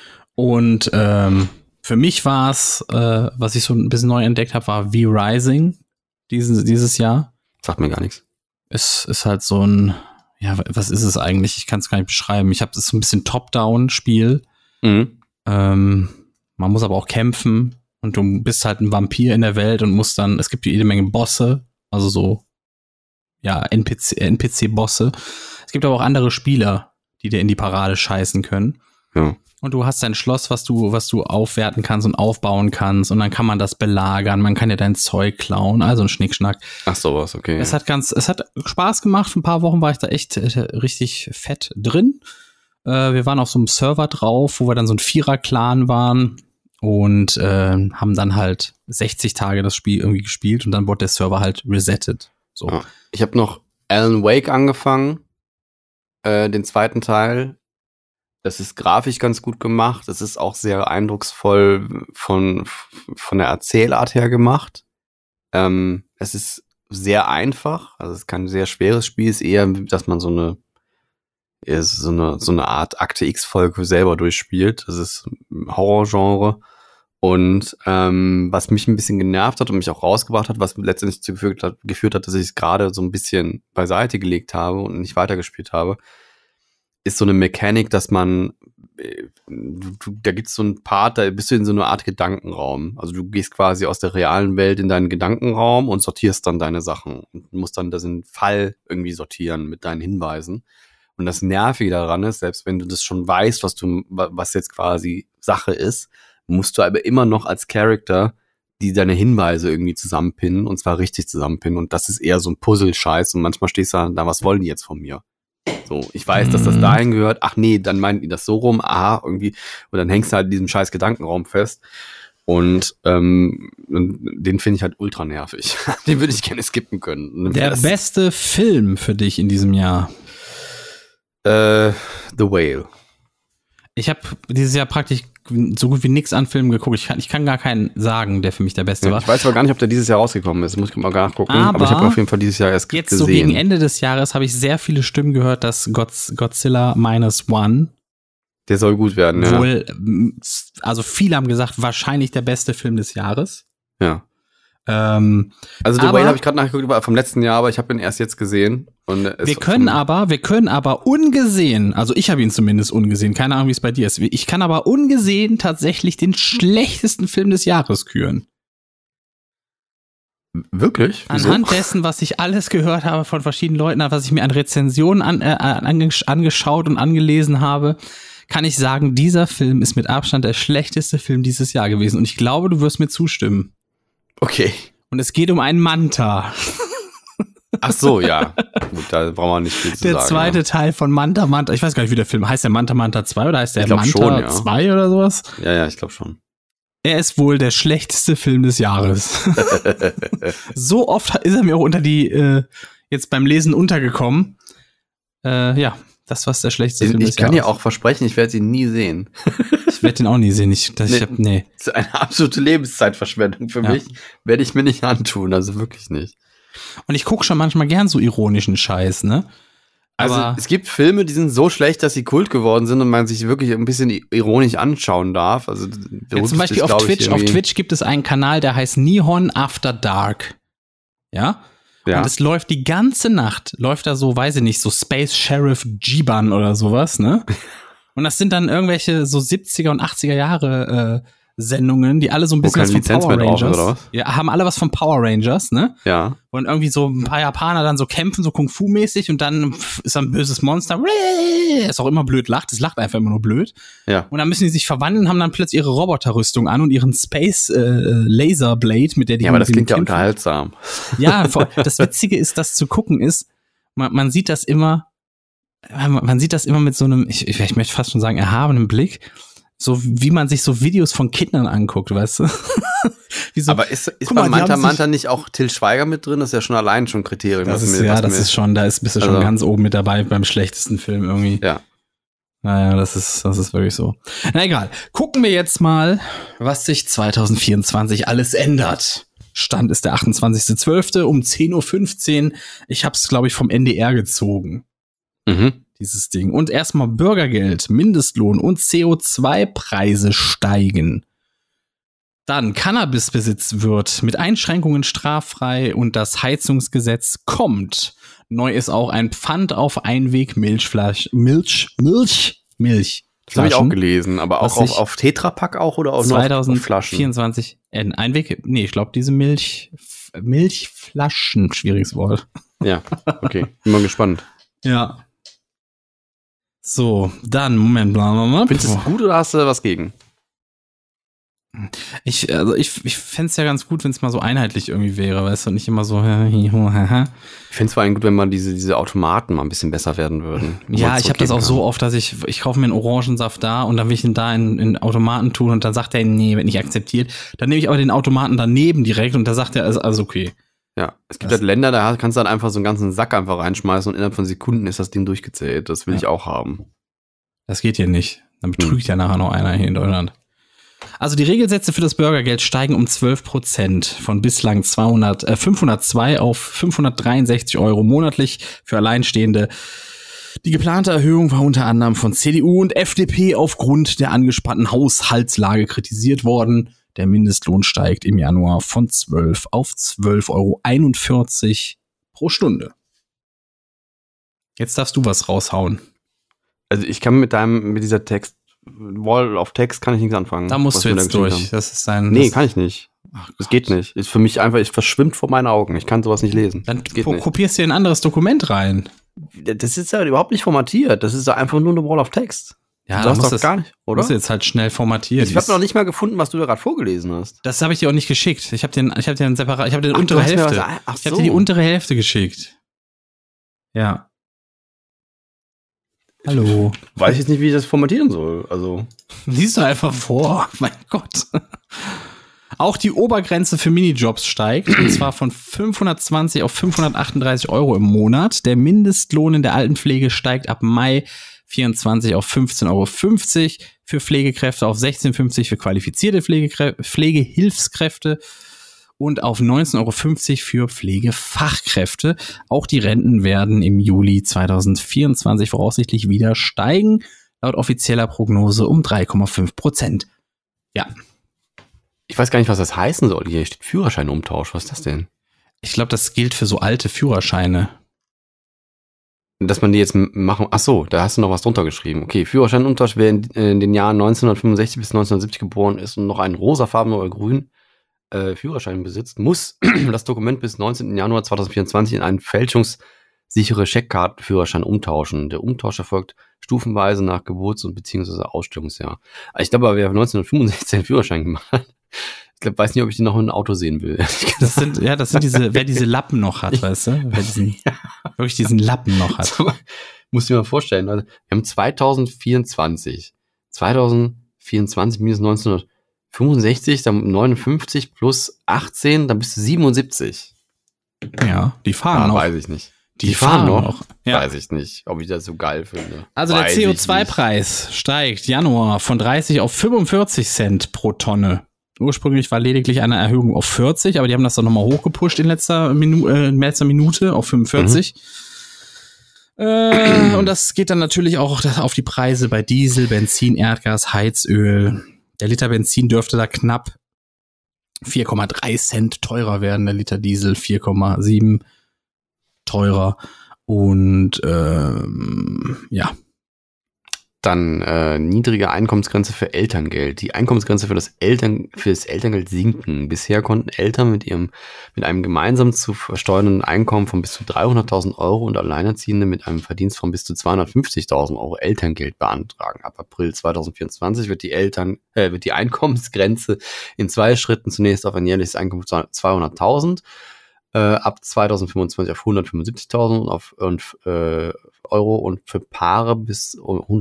Und für mich war es, was ich so ein bisschen neu entdeckt habe, war V-Rising dieses Jahr. Sagt mir gar nichts. Es ist halt so ein, ja, was ist es eigentlich? Ich kann es gar nicht beschreiben. Es ist so ein bisschen Top-Down-Spiel. Mhm. Man muss aber auch kämpfen. Und du bist halt ein Vampir in der Welt und musst dann, es gibt jede Menge Bosse, also so, ja, NPC-Bosse. Es gibt aber auch andere Spieler, die dir in die Parade scheißen können. Ja. Und du hast dein Schloss, was du aufwerten kannst und aufbauen kannst. Und dann kann man das belagern, man kann dir dein Zeug klauen, also ein Schnickschnack. Ach sowas, okay. Es hat Spaß gemacht. Für ein paar Wochen war ich da echt richtig fett drin. Wir waren auf so einem Server drauf, wo wir dann so ein 4er-Clan waren. Und haben dann halt 60 Tage das Spiel irgendwie gespielt und dann wurde der Server halt resettet. So. Ja. Ich habe noch Alan Wake angefangen, den zweiten Teil. Das ist grafisch ganz gut gemacht. Das ist auch sehr eindrucksvoll von der Erzählart her gemacht. Es ist sehr einfach, also es ist kein sehr schweres Spiel, es ist eher, dass man so eine Art Akte X-Folge selber durchspielt. Das ist Horrorgenre. Und was mich ein bisschen genervt hat und mich auch rausgebracht hat, was letztendlich geführt hat, dass ich es gerade so ein bisschen beiseite gelegt habe und nicht weitergespielt habe, ist so eine Mechanik, dass man da gibt's so einen Part, da bist du in so einer Art Gedankenraum. Also du gehst quasi aus der realen Welt in deinen Gedankenraum und sortierst dann deine Sachen und musst dann diesen Fall irgendwie sortieren mit deinen Hinweisen. Und das Nervige daran ist, selbst wenn du das schon weißt, was jetzt quasi Sache ist, musst du aber immer noch als Charakter deine Hinweise irgendwie zusammenpinnen und zwar richtig zusammenpinnen. Und das ist eher so ein Puzzle-Scheiß und manchmal stehst du da, was wollen die jetzt von mir? So, ich weiß, dass das dahin gehört. Ach nee, dann meinen die das so rum. Aha, irgendwie. Und dann hängst du halt in diesem scheiß Gedankenraum fest. Und den finde ich halt ultra nervig. Den würde ich gerne skippen können. Der beste Film für dich in diesem Jahr? The Whale. Ich habe dieses Jahr praktisch so gut wie nichts an Filmen geguckt. Ich kann gar keinen sagen, der für mich der beste war. Ich weiß aber gar nicht, ob der dieses Jahr rausgekommen ist. Muss ich mal nachgucken. Aber ich habe auf jeden Fall dieses Jahr erst gesehen. Jetzt so gegen Ende des Jahres habe ich sehr viele Stimmen gehört, dass Godzilla -1, der soll gut werden, ja. Wohl, also viele haben gesagt, wahrscheinlich der beste Film des Jahres. Ja. Also The Whale habe ich gerade nachgeguckt, vom letzten Jahr, aber ich habe ihn erst jetzt gesehen. Und wir können aber ungesehen, also ich habe ihn zumindest ungesehen, keine Ahnung, wie es bei dir ist. Ich kann aber ungesehen tatsächlich den schlechtesten Film des Jahres küren. Wirklich? Wieso? Anhand dessen, was ich alles gehört habe von verschiedenen Leuten, was ich mir an Rezensionen angeschaut und angelesen habe, kann ich sagen, dieser Film ist mit Abstand der schlechteste Film dieses Jahr gewesen. Und ich glaube, du wirst mir zustimmen. Okay. Und es geht um einen Manta. Ach so, ja. Gut, da brauchen wir nicht viel zu sagen. Der zweite Teil von Manta Manta. Ich weiß gar nicht, wie der Film heißt. Der Manta 2 oder heißt der Manta schon, 2 oder sowas? Ja, ich glaube schon. Er ist wohl der schlechteste Film des Jahres. So oft ist er mir auch unter die, jetzt beim Lesen untergekommen. Ja, das war der schlechteste Film des Jahres. Ich kann dir auch versprechen, ich werde ihn nie sehen. Ich werde den auch nie sehen. Das ist eine absolute Lebenszeitverschwendung für mich. Werde ich mir nicht antun, also wirklich nicht. Und ich gucke schon manchmal gern so ironischen Scheiß, ne? Also es gibt Filme, die sind so schlecht, dass sie Kult geworden sind und man sich wirklich ein bisschen ironisch anschauen darf. Also zum Beispiel auf Twitch gibt es einen Kanal, der heißt Nihon After Dark. Ja? Und es läuft die ganze Nacht, läuft da so, weiß ich nicht, so Space Sheriff Jiban oder sowas, ne? Und das sind dann irgendwelche so 70er und 80er Jahre Sendungen, die alle so ein bisschen was von Power Rangers. Oder was? Ja, haben alle was von Power Rangers, ne? Ja. Und irgendwie so ein paar Japaner dann so kämpfen, so Kung-Fu-mäßig und dann ist da ein böses Monster. Es auch immer blöd lacht. Es lacht einfach immer nur blöd. Ja. Und dann müssen die sich verwandeln, haben dann plötzlich ihre Roboterrüstung an und ihren Space Laser Blade, mit der die. Ja, aber das klingt kämpfen. Ja unterhaltsam. Ja, das Witzige ist, das zu gucken ist, man sieht das immer mit so einem, ich möchte fast schon sagen, erhabenen Blick. So wie man sich so Videos von Kindern anguckt, weißt du? So, aber ist bei Manta nicht auch Til Schweiger mit drin? Das ist ja schon allein schon ein Kriterium. Da bist du schon ganz oben mit dabei beim schlechtesten Film irgendwie. Ja. Naja, das ist wirklich so. Na egal. Gucken wir jetzt mal, was sich 2024 alles ändert. Stand ist der 28.12. um 10:15 Uhr. Ich hab's, glaube ich, vom NDR gezogen. Dieses Ding. Und erstmal Bürgergeld, Mindestlohn und CO2-Preise steigen. Dann Cannabisbesitz wird mit Einschränkungen straffrei und das Heizungsgesetz kommt. Neu ist auch ein Pfand auf Einweg-Milch. Das habe ich auch gelesen, aber auch auf Tetrapack auch oder auch nur auf Flaschen? 2024 Einweg, ich glaube diese Milchflaschen, schwieriges Wort. Ja, okay, bin mal gespannt. Ja. So, dann, Moment, blablabla. Findest du es gut oder hast du was gegen? Ich fände es ja ganz gut, wenn es mal so einheitlich irgendwie wäre, weißt du, und nicht immer so. Ich fände es vor allem gut, wenn mal diese Automaten mal ein bisschen besser werden würden. Ja, ich habe das auch so oft, dass ich kaufe mir einen Orangensaft da und dann will ich ihn da in Automaten tun und dann sagt er, nee, wird nicht akzeptiert. Dann nehme ich aber den Automaten daneben direkt und da sagt er, ist alles okay. Ja, es gibt halt Länder, da kannst du dann einfach so einen ganzen Sack einfach reinschmeißen und innerhalb von Sekunden ist das Ding durchgezählt. Das will ich auch haben. Das geht hier nicht. Dann betrügt ja nachher noch einer hier in Deutschland. Also die Regelsätze für das Bürgergeld steigen um 12% von bislang 502 auf 563 Euro monatlich für Alleinstehende. Die geplante Erhöhung war unter anderem von CDU und FDP aufgrund der angespannten Haushaltslage kritisiert worden. Der Mindestlohn steigt im Januar von 12 auf 12,41 Euro pro Stunde. Jetzt darfst du was raushauen. Also ich kann mit dieser Wall of Text kann ich nichts anfangen. Da musst du jetzt durch. Das ist kann ich nicht. Das geht nicht. Ist für mich einfach, es verschwimmt vor meinen Augen. Ich kann sowas nicht lesen. Dann kopierst du dir ein anderes Dokument rein. Das ist ja überhaupt nicht formatiert. Das ist ja einfach nur eine Wall of Text. Ja, das doch gar nicht, oder? Musst du jetzt halt schnell formatieren. Ich habe noch nicht mal gefunden, was du da gerade vorgelesen hast. Das habe ich dir auch nicht geschickt. Ich habe dir die untere Hälfte. Ich habe dir die untere Hälfte geschickt. Ja. Hallo. Weiß jetzt nicht, wie ich das formatieren soll. Also. Lies doch einfach vor. Mein Gott. Auch die Obergrenze für Minijobs steigt, und zwar von 520 auf 538 Euro im Monat. Der Mindestlohn in der Altenpflege steigt ab Mai 24 auf 15,50 Euro für Pflegekräfte, auf 16,50 für qualifizierte Pflegehilfskräfte und auf 19,50 Euro für Pflegefachkräfte. Auch die Renten werden im Juli 2024 voraussichtlich wieder steigen, laut offizieller Prognose um 3,5%. Ja. Ich weiß gar nicht, was das heißen soll. Hier steht Führerscheinumtausch. Was ist das denn? Ich glaube, das gilt für so alte Führerscheine. Dass man die jetzt machen. Ach so, da hast du noch was drunter geschrieben. Okay, Führerscheinumtausch, wer in den Jahren 1965 bis 1970 geboren ist und noch einen rosafarbenen oder grünen Führerschein besitzt, muss das Dokument bis 19. Januar 2024 in einen fälschungssichere Scheckkartenführerschein umtauschen. Der Umtausch erfolgt stufenweise nach Geburts- und beziehungsweise Ausstellungsjahr. Ich glaube, wer 1965 einen Führerschein gemacht hat, Ich weiß nicht, ob ich die noch in einem Auto sehen will. Das sind diese, wer diese Lappen noch hat, weißt du? Wer wirklich diesen Lappen noch hat. Muss ich mir mal vorstellen. Also, wir haben 2024 minus 1965, dann 59 plus 18, dann bist du 77. Ja, die fahren noch. Weiß ich nicht. Die fahren noch. Ja. Weiß ich nicht, ob ich das so geil finde. Also der CO2-Preis steigt Januar von 30 auf 45 Cent pro Tonne. Ursprünglich war lediglich eine Erhöhung auf 40, aber die haben das dann nochmal hochgepusht in letzter Minute auf 45. Und das geht dann natürlich auch auf die Preise bei Diesel, Benzin, Erdgas, Heizöl. Der Liter Benzin dürfte da knapp 4,3 Cent teurer werden, der Liter Diesel 4,7 teurer. Und ja. Dann niedrige Einkommensgrenze für Elterngeld. Die Einkommensgrenze für das Elterngeld sinken. Bisher konnten Eltern mit einem gemeinsam zu versteuernden Einkommen von bis zu 300.000 Euro und Alleinerziehende mit einem Verdienst von bis zu 250.000 Euro Elterngeld beantragen. Ab April 2024 wird die Einkommensgrenze in 2 Schritten zunächst auf ein jährliches Einkommen von 200.000, ab 2025 auf 175.000 Euro und für Paare bis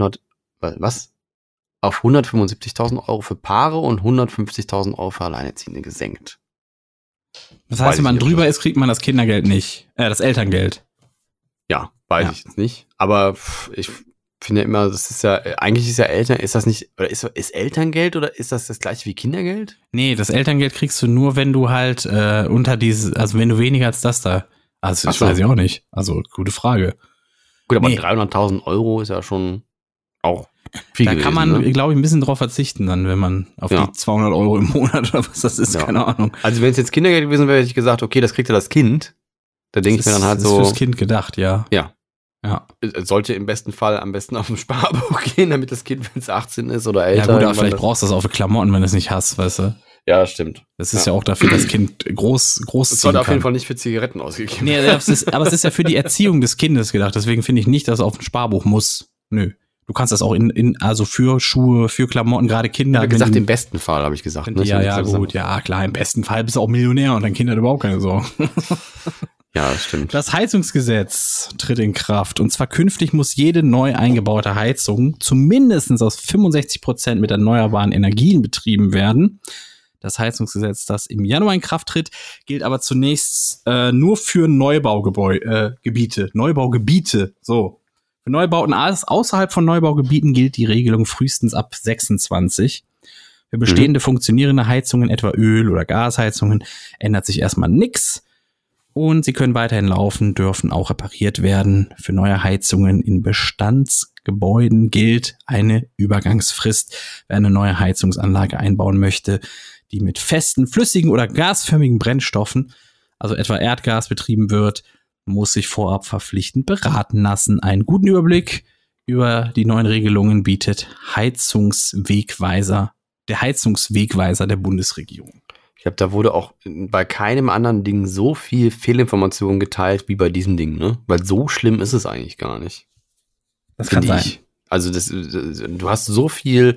175.000 Euro für Paare und 150.000 Euro für Alleinerziehende gesenkt. Das heißt, wenn man drüber ist, kriegt man das Kindergeld nicht. Das Elterngeld. Ja, weiß ich jetzt nicht. Aber ich finde immer, das ist ja, eigentlich ist ja ist das nicht, oder ist Elterngeld oder ist das gleiche wie Kindergeld? Nee, das Elterngeld kriegst du nur, wenn du halt also wenn du weniger als das da. Also das weiß ich auch nicht. Also, gute Frage. Gut, aber 300.000 Euro ist ja schon auch viel gewesen. Da kann man, glaube ich, ein bisschen drauf verzichten dann, wenn man auf die 200 Euro im Monat oder was das ist, keine Ahnung. Also wenn es jetzt Kindergeld gewesen wäre, hätte ich gesagt, okay, das kriegt ja das Kind. Da denke ich mir dann halt so. Das ist fürs Kind gedacht, ja. Ja. Es sollte im besten Fall am besten auf dem Sparbuch gehen, damit das Kind, wenn es 18 ist oder älter. Ja gut, aber vielleicht brauchst du das auch für Klamotten, wenn du es nicht hast, weißt du. Ja, stimmt. Das ist ja auch dafür, dass das Kind groß das sollte auf jeden Fall nicht für Zigaretten ausgegeben werden. Nee, aber es ist ja für die Erziehung des Kindes gedacht. Deswegen finde ich nicht, dass es auf ein Sparbuch muss. Nö. Du kannst das auch also für Schuhe, für Klamotten, gerade Kinder. Ich habe gesagt, im besten Fall, habe ich gesagt. Ne? Ja, gut. Ja, klar, im besten Fall bist du auch Millionär und dein Kind hat überhaupt keine Sorgen. Ja, das stimmt. Das Heizungsgesetz tritt in Kraft. Und zwar künftig muss jede neu eingebaute Heizung zumindest aus 65% mit erneuerbaren Energien betrieben werden. Das Heizungsgesetz, das im Januar in Kraft tritt, gilt aber zunächst nur für Neubaugebiete. So. Für Neubauten außerhalb von Neubaugebieten gilt die Regelung frühestens ab 26. Für bestehende funktionierende Heizungen, etwa Öl- oder Gasheizungen, ändert sich erstmal nichts. Und sie können weiterhin laufen, dürfen auch repariert werden. Für neue Heizungen in Bestandsgebäuden gilt eine Übergangsfrist. Wer eine neue Heizungsanlage einbauen möchte, die mit festen, flüssigen oder gasförmigen Brennstoffen, also etwa Erdgas, betrieben wird, muss sich vorab verpflichtend beraten lassen. Einen guten Überblick über die neuen Regelungen bietet der Heizungswegweiser der Bundesregierung. Ich glaube, da wurde auch bei keinem anderen Ding so viel Fehlinformation geteilt wie bei diesem Ding, ne? Weil so schlimm ist es eigentlich gar nicht. Das kann sein. Also du hast so viel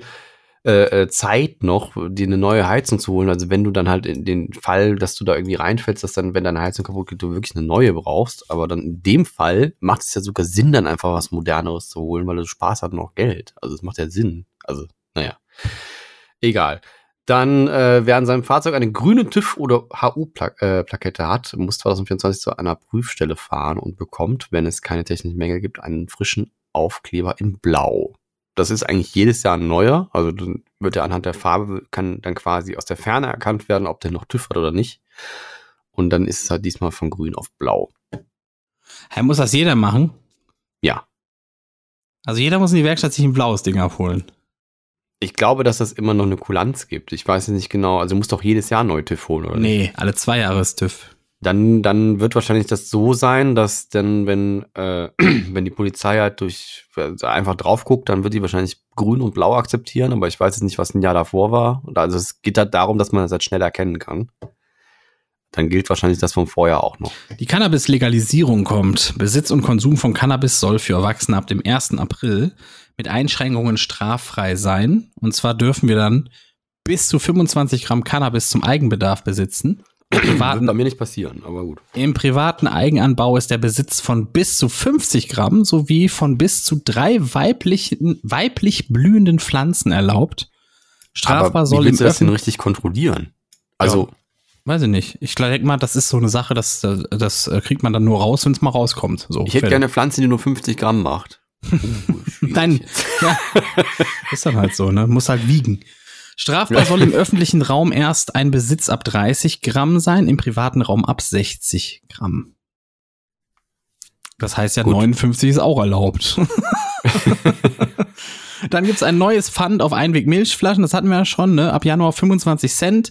Zeit noch, dir eine neue Heizung zu holen. Also wenn du dann halt in den Fall, dass du da irgendwie reinfällst, dass dann, wenn deine Heizung kaputt geht, du wirklich eine neue brauchst. Aber dann in dem Fall macht es ja sogar Sinn, dann einfach was Moderneres zu holen, weil du Spaß hast und auch Geld. Also es macht ja Sinn. Also, naja. Egal. Dann, wer an seinem Fahrzeug eine grüne TÜV- oder HU-Plakette hat, muss 2024 zu einer Prüfstelle fahren und bekommt, wenn es keine technischen Mängel gibt, einen frischen Aufkleber in Blau. Das ist eigentlich jedes Jahr ein neuer. Also dann wird er anhand der Farbe, kann dann quasi aus der Ferne erkannt werden, ob der noch TÜV hat oder nicht. Und dann ist es halt diesmal von grün auf blau. Muss das jeder machen? Ja. Also jeder muss in die Werkstatt sich ein blaues Ding abholen. Ich glaube, dass das immer noch eine Kulanz gibt. Ich weiß nicht genau. Also du musst doch jedes Jahr neu TÜV holen, oder nicht? Nee, alle 2 Jahre ist TÜV. Dann wird wahrscheinlich das so sein, dass dann, wenn die Polizei halt einfach drauf guckt, dann wird die wahrscheinlich grün und blau akzeptieren, aber ich weiß jetzt nicht, was ein Jahr davor war. Und also es geht halt darum, dass man das halt schnell erkennen kann. Dann gilt wahrscheinlich das vom Vorjahr auch noch. Die Cannabis-Legalisierung kommt. Besitz und Konsum von Cannabis soll für Erwachsene ab dem 1. April mit Einschränkungen straffrei sein. Und zwar dürfen wir dann bis zu 25 Gramm Cannabis zum Eigenbedarf besitzen. Wird bei mir nicht passieren, aber gut. Im privaten Eigenanbau ist der Besitz von bis zu 50 Gramm sowie von bis zu 3 weiblich blühenden Pflanzen erlaubt. Strafbar aber soll wie willst du im das denn richtig kontrollieren? Also, weiß ich nicht. Ich denke mal, das ist so eine Sache, das kriegt man dann nur raus, wenn es mal rauskommt. So, ich hätte gerne eine Pflanze, die nur 50 Gramm macht. Nein, ja, ist dann halt so, ne? Muss halt wiegen. Strafbar soll im öffentlichen Raum erst ein Besitz ab 30 Gramm sein, im privaten Raum ab 60 Gramm. Das heißt ja, gut. 59 ist auch erlaubt. Dann gibt's ein neues Pfand auf Einweg-Milchflaschen, das hatten wir ja schon, ne? Ab Januar 25 Cent.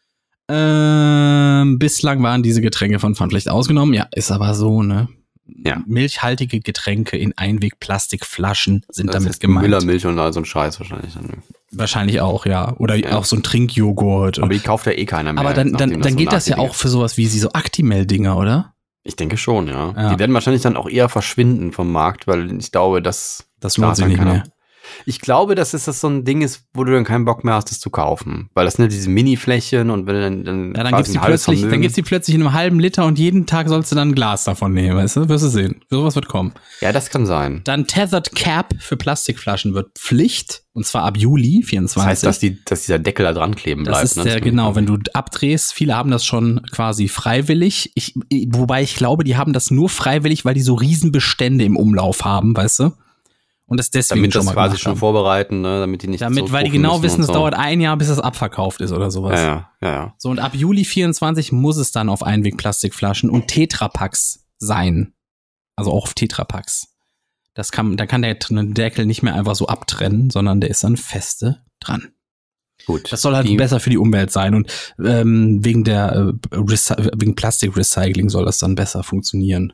Bislang waren diese Getränke von Pfandpflicht ausgenommen. Ja, ist aber so, ne? Ja. Milchhaltige Getränke in Einweg-Plastikflaschen sind das damit gemeint. Müllermilch und all so ein Scheiß wahrscheinlich. Wahrscheinlich auch, ja. Oder auch so ein Trinkjoghurt. Aber die kauft ja eh keiner mehr. Aber dann geht das ja auch für sowas wie so Actimel-Dinger, oder? Ich denke schon, ja. Die werden wahrscheinlich dann auch eher verschwinden vom Markt, weil ich glaube, das lohnt sich nicht mehr. Ich glaube, dass das so ein Ding ist, wo du dann keinen Bock mehr hast, das zu kaufen. Weil das sind ja diese Mini-Flächen und wenn dann gibt's die plötzlich in einem halben Liter und jeden Tag sollst du dann ein Glas davon nehmen, weißt du? Wirst du sehen. Sowas wird kommen. Ja, das kann sein. Dann Tethered Cap für Plastikflaschen wird Pflicht, und zwar ab Juli 24. Das heißt, dass dieser Deckel da dran kleben bleibt. Das ist genau, wenn du abdrehst, viele haben das schon quasi freiwillig. Wobei ich glaube, die haben das nur freiwillig, weil die so Riesenbestände im Umlauf haben, weißt du? Und das deswegen damit schon das mal quasi schon vorbereiten, ne? Damit die nicht weil die genau wissen, es dauert ein Jahr, bis es abverkauft ist oder sowas. Ja. So, und ab Juli 24 muss es dann auf Einweg-Plastikflaschen und Tetrapacks sein. Also auch auf Tetrapacks. Da kann der Deckel nicht mehr einfach so abtrennen, sondern der ist dann feste dran. Gut. Das soll halt besser für die Umwelt sein und wegen Plastikrecycling soll das dann besser funktionieren.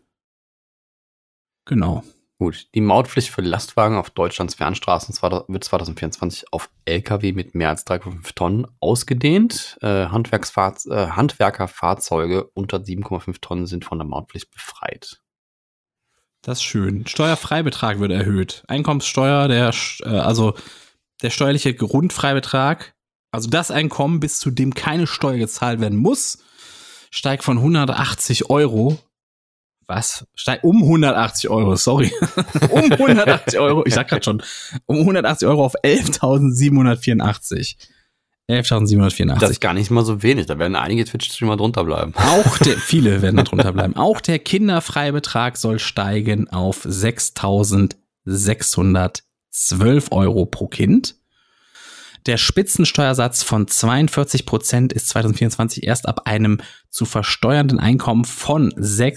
Genau. Gut, die Mautpflicht für Lastwagen auf Deutschlands Fernstraßen wird 2024 auf Lkw mit mehr als 3,5 Tonnen ausgedehnt. Handwerkerfahrzeuge unter 7,5 Tonnen sind von der Mautpflicht befreit. Das ist schön. Steuerfreibetrag wird erhöht. Einkommenssteuer, der steuerliche Grundfreibetrag, also das Einkommen, bis zu dem keine Steuer gezahlt werden muss, steigt von 180 Euro. Was? Steigt um 180 Euro, sorry. Um 180 Euro, ich sag gerade schon, um 180 Euro auf 11.784. 11.784. Das ist gar nicht mal so wenig, da werden einige Twitch-Streamer drunter bleiben. Viele werden da drunter bleiben. Auch der Kinderfreibetrag soll steigen auf 6.612 Euro pro Kind. Der Spitzensteuersatz von 42% ist 2024 erst ab einem zu versteuernden Einkommen von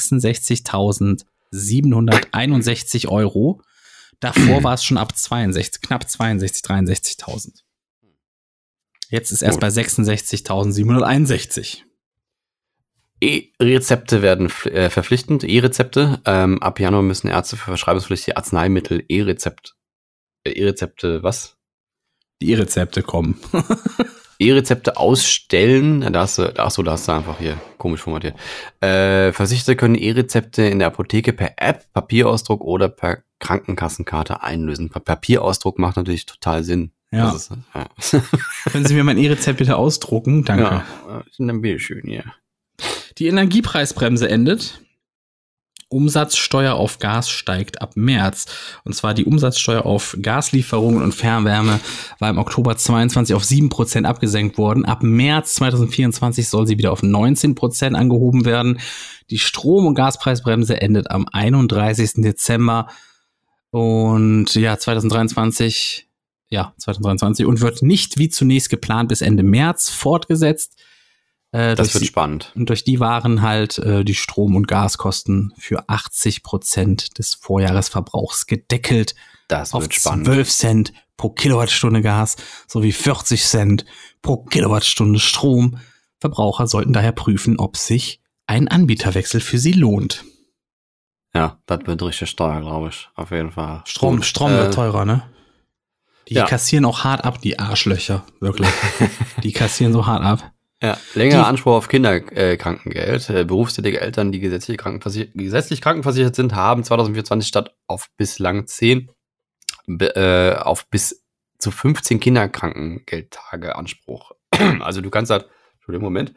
66.761 Euro. Davor war es schon ab knapp 63.000. Jetzt ist erst bei 66.761. E-Rezepte werden verpflichtend. E-Rezepte. Ab Januar müssen Ärzte für verschreibungspflichtige Arzneimittel E-Rezepte, was? Die E-Rezepte kommen. E-Rezepte ausstellen. Da hast du einfach hier komisch formatiert. Versicherte können E-Rezepte in der Apotheke per App, Papierausdruck oder per Krankenkassenkarte einlösen. Papierausdruck macht natürlich total Sinn. Ja. Können Sie mir mein E-Rezept bitte ausdrucken? Danke. Ja, dann bitte schön, ja. Die Energiepreisbremse endet. Umsatzsteuer auf Gas steigt ab März. Und zwar die Umsatzsteuer auf Gaslieferungen und Fernwärme war im Oktober 22 auf 7% abgesenkt worden. Ab März 2024 soll sie wieder auf 19% angehoben werden. Die Strom- und Gaspreisbremse endet am 31. Dezember. Und 2023 und wird nicht wie zunächst geplant bis Ende März fortgesetzt. Das wird spannend. Und durch die waren halt die Strom- und Gaskosten für 80% des Vorjahresverbrauchs gedeckelt. Das wird spannend. 12 Cent pro Kilowattstunde Gas sowie 40 Cent pro Kilowattstunde Strom. Verbraucher sollten daher prüfen, ob sich ein Anbieterwechsel für sie lohnt. Ja, das wird richtig teuer, glaube ich. Auf jeden Fall. Strom wird teurer, ne? Die kassieren auch hart ab, die Arschlöcher. Wirklich. Die kassieren so hart ab. Ja, längerer Anspruch auf Kinderkrankengeld. Berufstätige Eltern, die gesetzlich krankenversichert sind, haben 2024 statt auf bislang 10 auf bis zu 15 Kinderkrankengeldtage Anspruch. Also du kannst halt, Entschuldigung, Moment.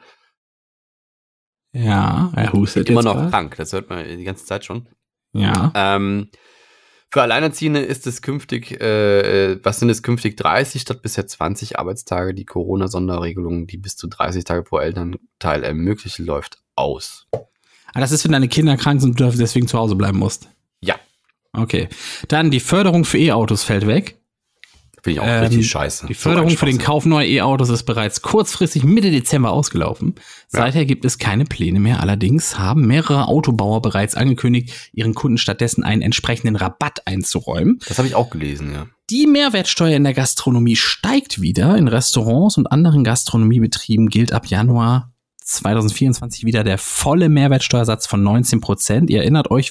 Ja, er hustet immer jetzt noch grad. krank, das hört man die ganze Zeit schon. Ja. Für Alleinerziehende ist es künftig, was sind es künftig 30 statt bisher 20 Arbeitstage? Die Corona-Sonderregelung, die bis zu 30 Tage pro Elternteil ermöglicht, läuft aus. Das ist, wenn deine Kinder krank sind und du deswegen zu Hause bleiben musst. Ja. Okay. Dann die Förderung für E-Autos fällt weg. Finde ich auch richtig scheiße. Die Förderung für den Kauf neuer E-Autos ist bereits kurzfristig Mitte Dezember ausgelaufen. Seither gibt es keine Pläne mehr. Allerdings haben mehrere Autobauer bereits angekündigt, ihren Kunden stattdessen einen entsprechenden Rabatt einzuräumen. Das habe ich auch gelesen, ja. Die Mehrwertsteuer in der Gastronomie steigt wieder. In Restaurants und anderen Gastronomiebetrieben gilt ab Januar 2024 wieder der volle Mehrwertsteuersatz von 19%. Ihr erinnert euch,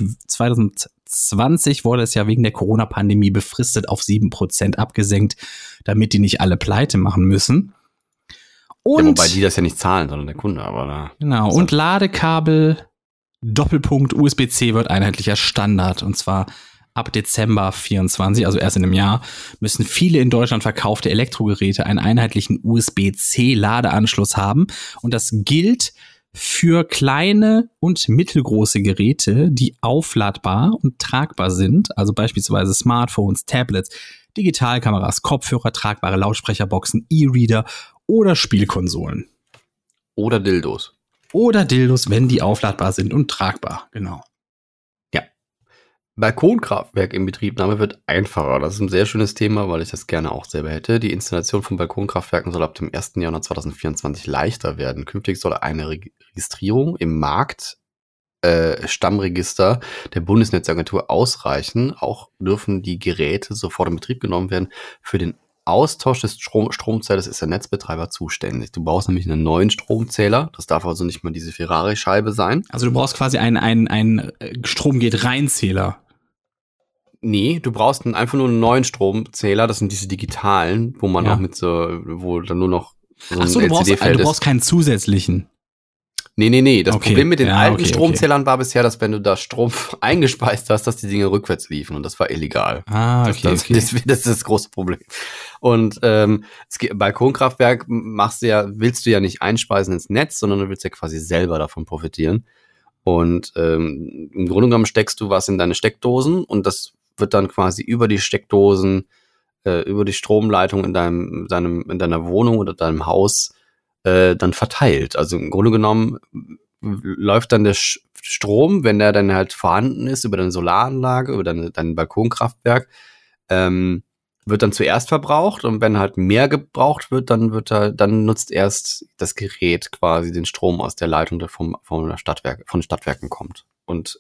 2020 wurde es ja wegen der Corona-Pandemie befristet auf 7% abgesenkt, damit die nicht alle pleite machen müssen. Und, ja, wobei die das ja nicht zahlen, sondern der Kunde. Aber genau, und Ladekabel, Doppelpunkt, USB-C wird einheitlicher Standard. Und zwar ab Dezember 24, also erst in einem Jahr, müssen viele in Deutschland verkaufte Elektrogeräte einen einheitlichen USB-C-Ladeanschluss haben. Und das gilt für kleine und mittelgroße Geräte, die aufladbar und tragbar sind, also beispielsweise Smartphones, Tablets, Digitalkameras, Kopfhörer, tragbare Lautsprecherboxen, E-Reader oder Spielkonsolen. Oder Dildos. Oder Dildos, wenn die aufladbar sind und tragbar, genau. Balkonkraftwerk in Betriebnahme wird einfacher. Das ist ein sehr schönes Thema, weil ich das gerne auch selber hätte. Die Installation von Balkonkraftwerken soll ab dem 1. Januar 2024 leichter werden. Künftig soll eine Registrierung im Markt Stammregister der Bundesnetzagentur ausreichen. Auch dürfen die Geräte sofort in Betrieb genommen werden. Für den Austausch des Stromzählers ist der Netzbetreiber zuständig. Du brauchst nämlich einen neuen Stromzähler. Das darf also nicht mal diese Ferrari-Scheibe sein. Also du brauchst quasi einen Strom-geht-rein-Zähler. Nee, du brauchst einfach nur einen neuen Stromzähler. Das sind diese digitalen, wo man auch mit wo dann nur noch so ein LCD-Feld du brauchst keinen zusätzlichen. Nee. Das Problem mit den alten Stromzählern okay. war bisher, dass wenn du da Strom eingespeist hast, dass die Dinge rückwärts liefen. Und das war illegal. Das ist das große Problem. Und Balkonkraftwerk willst du ja nicht einspeisen ins Netz, sondern du willst ja quasi selber davon profitieren. Und im Grunde genommen steckst du was in deine Steckdosen und das wird dann quasi über die Steckdosen, über die Stromleitung in deiner Wohnung oder deinem Haus dann verteilt. Also im Grunde genommen läuft dann der Strom, wenn der dann halt vorhanden ist, über deine Solaranlage, über dein Balkonkraftwerk, wird dann zuerst verbraucht und wenn halt mehr gebraucht wird, dann nutzt erst das Gerät quasi den Strom aus der Leitung, der von den Stadtwerken kommt. Und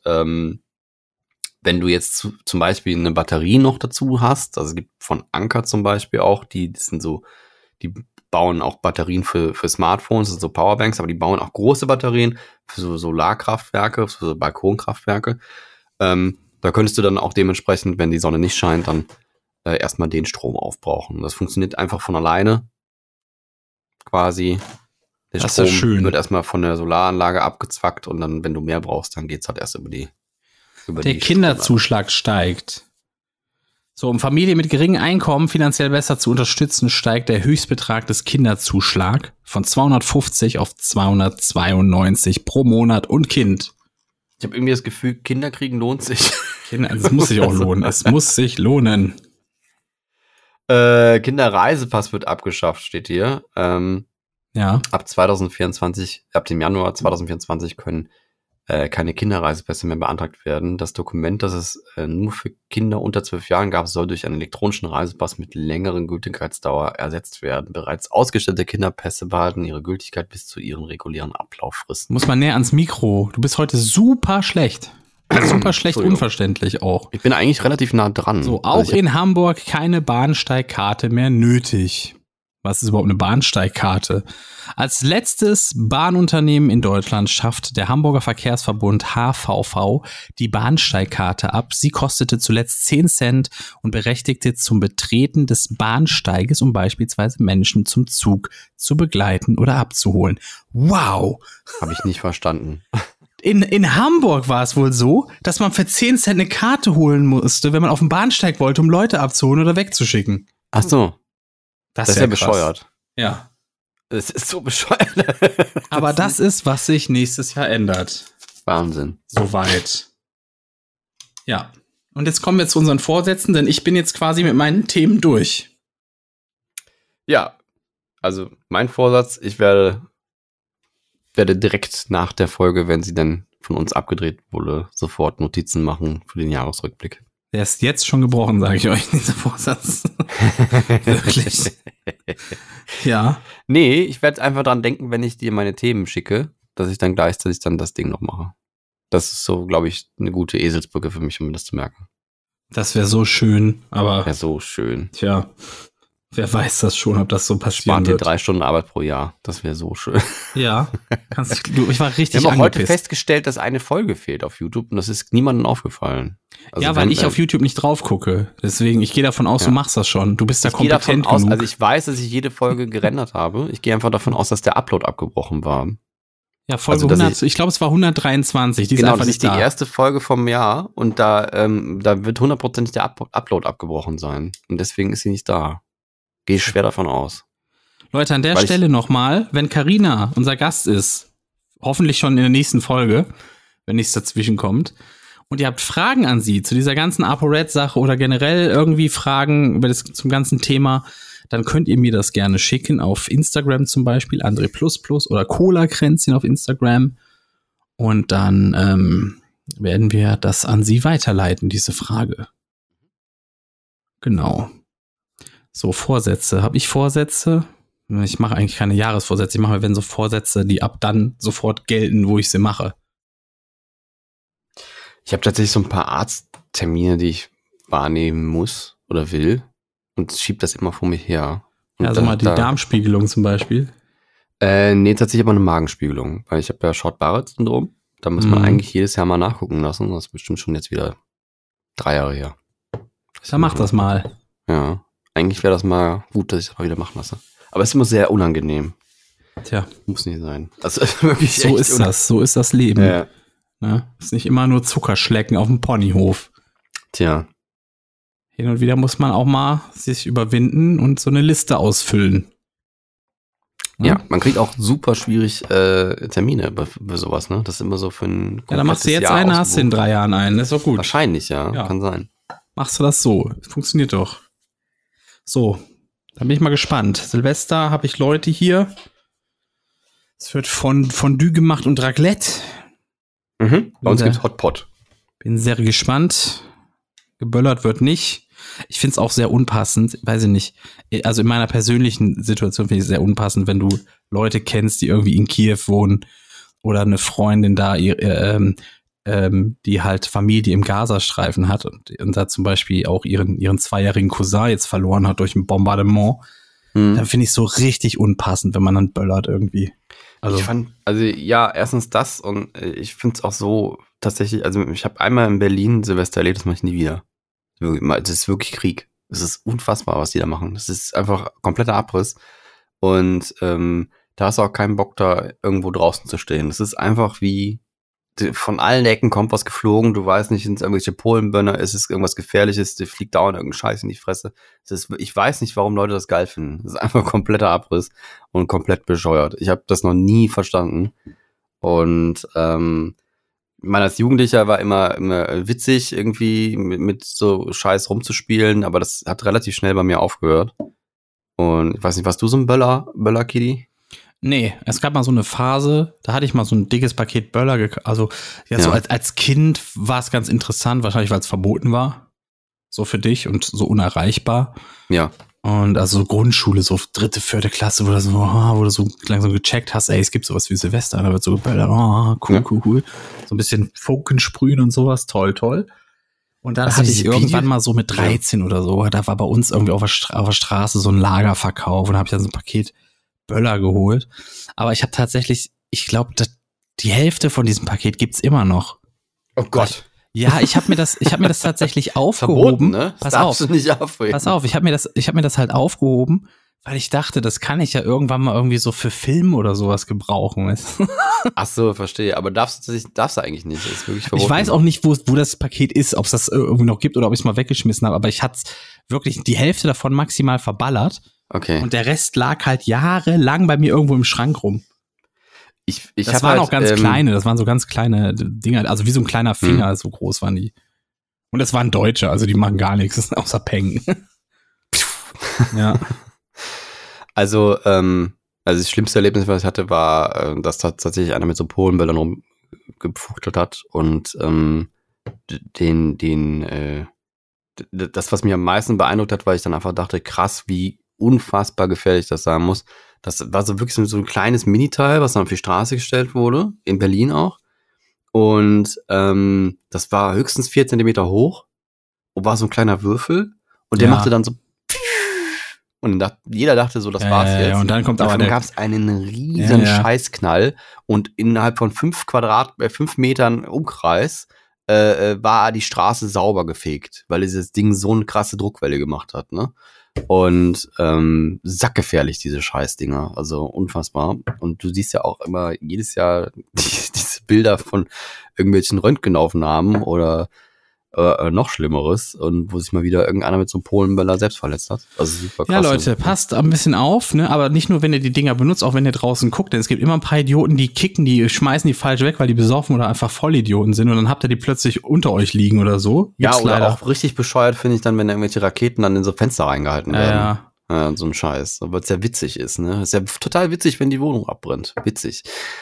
wenn du jetzt zum Beispiel eine Batterie noch dazu hast, also es gibt von Anker zum Beispiel auch, die bauen auch Batterien für Smartphones, also so Powerbanks, aber die bauen auch große Batterien für so Solarkraftwerke, für so Balkonkraftwerke. Da könntest du dann auch dementsprechend, wenn die Sonne nicht scheint, dann erstmal den Strom aufbrauchen. Das funktioniert einfach von alleine. Quasi. Der das Strom ist schön. wird erstmal von der Solaranlage abgezwackt und dann, wenn du mehr brauchst, dann geht's halt erst über die Kinderzuschlag steigt. So, um Familien mit geringem Einkommen finanziell besser zu unterstützen, steigt der Höchstbetrag des Kinderzuschlag von 250 auf 292 pro Monat und Kind. Ich habe irgendwie das Gefühl, Kinder kriegen lohnt sich. Es muss sich auch lohnen. Es muss sich lohnen. Kinderreisepass wird abgeschafft, steht hier. Ja. Ab dem Januar 2024 können keine Kinderreisepässe mehr beantragt werden. Das Dokument, das es nur für Kinder unter 12 Jahren gab, soll durch einen elektronischen Reisepass mit längeren Gültigkeitsdauer ersetzt werden. Bereits ausgestellte Kinderpässe behalten ihre Gültigkeit bis zu ihren regulären Ablauffristen. Muss man näher ans Mikro. Du bist heute super schlecht. Super schlecht unverständlich auch. Ich bin eigentlich relativ nah dran. So, auch in Hamburg keine Bahnsteigkarte mehr nötig. Was ist überhaupt eine Bahnsteigkarte? Als letztes Bahnunternehmen in Deutschland schafft der Hamburger Verkehrsverbund HVV die Bahnsteigkarte ab. Sie kostete zuletzt 10 Cent und berechtigte zum Betreten des Bahnsteiges, um beispielsweise Menschen zum Zug zu begleiten oder abzuholen. Wow! Habe ich nicht verstanden. In Hamburg war es wohl so, dass man für 10 Cent eine Karte holen musste, wenn man auf den Bahnsteig wollte, um Leute abzuholen oder wegzuschicken. Ach so. Das ist ja bescheuert. Ja. Es ist so bescheuert. Aber das ist, was sich nächstes Jahr ändert. Wahnsinn. Soweit. Ja. Und jetzt kommen wir zu unseren Vorsätzen, denn ich bin jetzt quasi mit meinen Themen durch. Ja, also mein Vorsatz, ich werde direkt nach der Folge, wenn sie dann von uns abgedreht wurde, sofort Notizen machen für den Jahresrückblick. Der ist jetzt schon gebrochen, sage ich euch, dieser Vorsatz. Wirklich. Ja. Nee, ich werde einfach dran denken, wenn ich dir meine Themen schicke, dass ich dann gleichzeitig dann das Ding noch mache. Das ist so, glaube ich, eine gute Eselsbrücke für mich, um mir das zu merken. Das wäre so schön, aber... Wäre so schön. Tja, wer weiß das schon, ob das so passieren Spart dir wird. 3 Stunden Arbeit pro Jahr. Das wäre so schön. Ja, ich war richtig Wir haben auch heute angepisst. festgestellt, dass eine Folge fehlt auf YouTube und das ist niemandem aufgefallen. Also ja, weil ich auf YouTube nicht drauf gucke. Deswegen, ich gehe davon aus, du machst das schon. Du bist da kompetent genug. Also ich weiß, dass ich jede Folge gerendert habe. Ich gehe einfach davon aus, dass der Upload abgebrochen war. Ja, Folge Also, 100, ich glaube, es war 123. Die ist Genau, einfach das nicht ist die da. erste Folge vom Jahr und da wird 100% der Upload abgebrochen sein. Und deswegen ist sie nicht da. Gehe ich schwer davon aus. Leute, an der Stelle nochmal, wenn Carina unser Gast ist, hoffentlich schon in der nächsten Folge, wenn nichts dazwischen kommt, und ihr habt Fragen an sie zu dieser ganzen ApoRed-Sache oder generell irgendwie Fragen über zum ganzen Thema, dann könnt ihr mir das gerne schicken auf Instagram zum Beispiel, André++ oder Cola-Kränzchen auf Instagram. Und dann werden wir das an sie weiterleiten, diese Frage. Genau. So, Vorsätze. Habe ich Vorsätze? Ich mache eigentlich keine Jahresvorsätze. Ich mache, wenn so Vorsätze, die ab dann sofort gelten, wo ich sie mache. Ich habe tatsächlich so ein paar Arzttermine, die ich wahrnehmen muss oder will und schiebe das immer vor mir her. Und Ja, also mal die Darmspiegelung zum Beispiel. Nee, tatsächlich aber eine Magenspiegelung, weil ich habe ja Short-Barrett-Syndrom. Da muss man eigentlich jedes Jahr mal nachgucken lassen. Das ist bestimmt schon jetzt wieder 3 Jahre her. Dann mach das mal. Ja, eigentlich wäre das mal gut, dass ich das mal wieder machen lasse. Aber es ist immer sehr unangenehm. Tja. Muss nicht sein. Also wirklich So ist das. So ist das Leben. Ja. Ne? Ist nicht immer nur Zuckerschlecken auf dem Ponyhof. Tja. Hin und wieder muss man auch mal sich überwinden und so eine Liste ausfüllen. Ja, man kriegt auch super schwierig Termine für sowas, ne? Das ist immer so für ein Ja, dann machst du jetzt Jahr einen, hast du in 3 Jahren einen. Das ist doch gut. Wahrscheinlich, ja. Ja. Kann sein. Machst du das so. Funktioniert doch. So, dann bin ich mal gespannt. Silvester habe ich Leute hier. Es wird Fondue gemacht und Raclette. Mhm. Bei uns gibt's Hotpot. Bin sehr gespannt. Geböllert wird nicht. Ich finde es auch sehr unpassend, weiß ich nicht. Also in meiner persönlichen Situation finde ich es sehr unpassend, wenn du Leute kennst, die irgendwie in Kiew wohnen oder eine Freundin da, die halt Familie im Gazastreifen hat und da zum Beispiel auch ihren 2-jährigen Cousin jetzt verloren hat durch ein Bombardement. Dann finde ich es so richtig unpassend, wenn man dann böllert irgendwie. Also ja, erstens das und ich finde es auch so tatsächlich, also ich habe einmal in Berlin Silvester erlebt, das mache ich nie wieder. Das ist wirklich Krieg. Es ist unfassbar, was die da machen. Das ist einfach kompletter Abriss und da hast du auch keinen Bock, da irgendwo draußen zu stehen. Das ist einfach wie, von allen Ecken kommt was geflogen, du weißt nicht, sind es irgendwelche Polenböller, ist es irgendwas Gefährliches, dir fliegt dauernd irgendein Scheiß in die Fresse. Ich weiß nicht, warum Leute das geil finden. Das ist einfach kompletter Abriss und komplett bescheuert. Ich habe das noch nie verstanden. Und ich meine, als Jugendlicher war immer witzig, irgendwie mit so Scheiß rumzuspielen, aber das hat relativ schnell bei mir aufgehört. Und ich weiß nicht, warst du so ein Böller-Kitty? Nee, es gab mal so eine Phase, da hatte ich mal so ein dickes Paket Böller gekauft. Also, ja, so als Kind war es ganz interessant, wahrscheinlich, weil es verboten war. So für dich und so unerreichbar. Ja. Und also so Grundschule, so 3., 4. Klasse, wo du so langsam gecheckt hast, ey, es gibt sowas wie Silvester, da wird so geböllert, cool. So ein bisschen Funken sprühen und sowas, toll. Und dann hatte ich irgendwann mal so mit 13 oder so, da war bei uns irgendwie auf der Straße so ein Lagerverkauf und da habe ich dann so ein Paket Böller geholt. Aber ich habe tatsächlich, ich glaube, die Hälfte von diesem Paket gibt's immer noch. Oh Gott. Ja, ich habe mir das tatsächlich aufgehoben. Verboten, ne? Das Pass auf, du nicht aufheben. Pass auf, ich habe mir das halt aufgehoben, weil ich dachte, das kann ich ja irgendwann mal irgendwie so für Film oder sowas gebrauchen. Weißt? Ach so, verstehe. Aber darfst du eigentlich nicht. Das ist wirklich verboten. Ich weiß auch nicht, wo das Paket ist, ob es das irgendwie noch gibt oder ob ich es mal weggeschmissen habe. Aber ich hatte wirklich die Hälfte davon maximal verballert. Okay. Und der Rest lag halt jahrelang bei mir irgendwo im Schrank rum. Das waren auch ganz kleine, das waren so ganz kleine Dinger, also wie so ein kleiner Finger, so groß waren die. Und das waren Deutsche, also die machen gar nichts, außer Peng. Ja. Also das schlimmste Erlebnis, was ich hatte, war, dass tatsächlich einer mit so Polenböllern rumgefuchtelt hat und das, was mich am meisten beeindruckt hat, weil ich dann einfach dachte, krass, wie unfassbar gefährlich das sein muss. Das war so wirklich so ein kleines Miniteil, was dann auf die Straße gestellt wurde, in Berlin auch. Und das war höchstens 4 Zentimeter hoch und war so ein kleiner Würfel. Und der machte dann so und jeder dachte so, das war's jetzt. Und dann kommt aber gab es einen riesen Scheißknall und innerhalb von 5 Metern Umkreis war die Straße sauber gefegt, weil dieses Ding so eine krasse Druckwelle gemacht hat, ne? Und sackgefährlich, diese Scheißdinger. Also unfassbar. Und du siehst ja auch immer jedes Jahr diese Bilder von irgendwelchen Röntgenaufnahmen oder noch Schlimmeres und wo sich mal wieder irgendeiner mit so einem Polenböller selbst verletzt hat. Also super krass. Ja, Leute, passt ein bisschen auf, ne? Aber nicht nur, wenn ihr die Dinger benutzt, auch wenn ihr draußen guckt, denn es gibt immer ein paar Idioten, die kicken, die schmeißen die falsch weg, weil die besoffen oder einfach Vollidioten sind und dann habt ihr die plötzlich unter euch liegen oder so. Gibt's oder leider. Auch richtig bescheuert finde ich dann, wenn irgendwelche Raketen dann in so Fenster reingehalten werden. Ja, so ein Scheiß, weil es ja witzig ist, ne? Ist ja total witzig, wenn die Wohnung abbrennt. Witzig.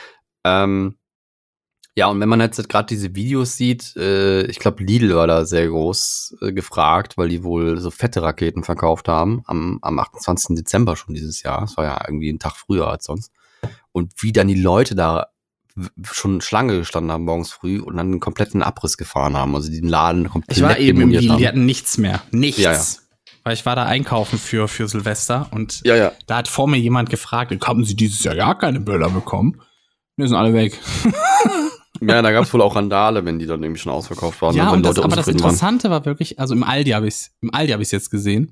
Ja, und wenn man jetzt gerade diese Videos sieht, ich glaube, Lidl war da sehr groß gefragt, weil die wohl so fette Raketen verkauft haben, am 28. Dezember schon dieses Jahr. Das war ja irgendwie ein Tag früher als sonst. Und wie dann die Leute da schon Schlange gestanden haben morgens früh und dann einen kompletten Abriss gefahren haben. Also den Laden komplett Ich war eben im Lidl, haben. Die hatten nichts mehr. Nichts. Ja. Weil ich war da einkaufen für Silvester und Ja. Da hat vor mir jemand gefragt, haben Sie dieses Jahr gar keine Böller bekommen? Die sind alle weg. Ja, da gab es wohl auch Randale, wenn die dann irgendwie schon ausverkauft waren. Ja, und aber das Interessante war wirklich, also im Aldi habe ich es jetzt gesehen,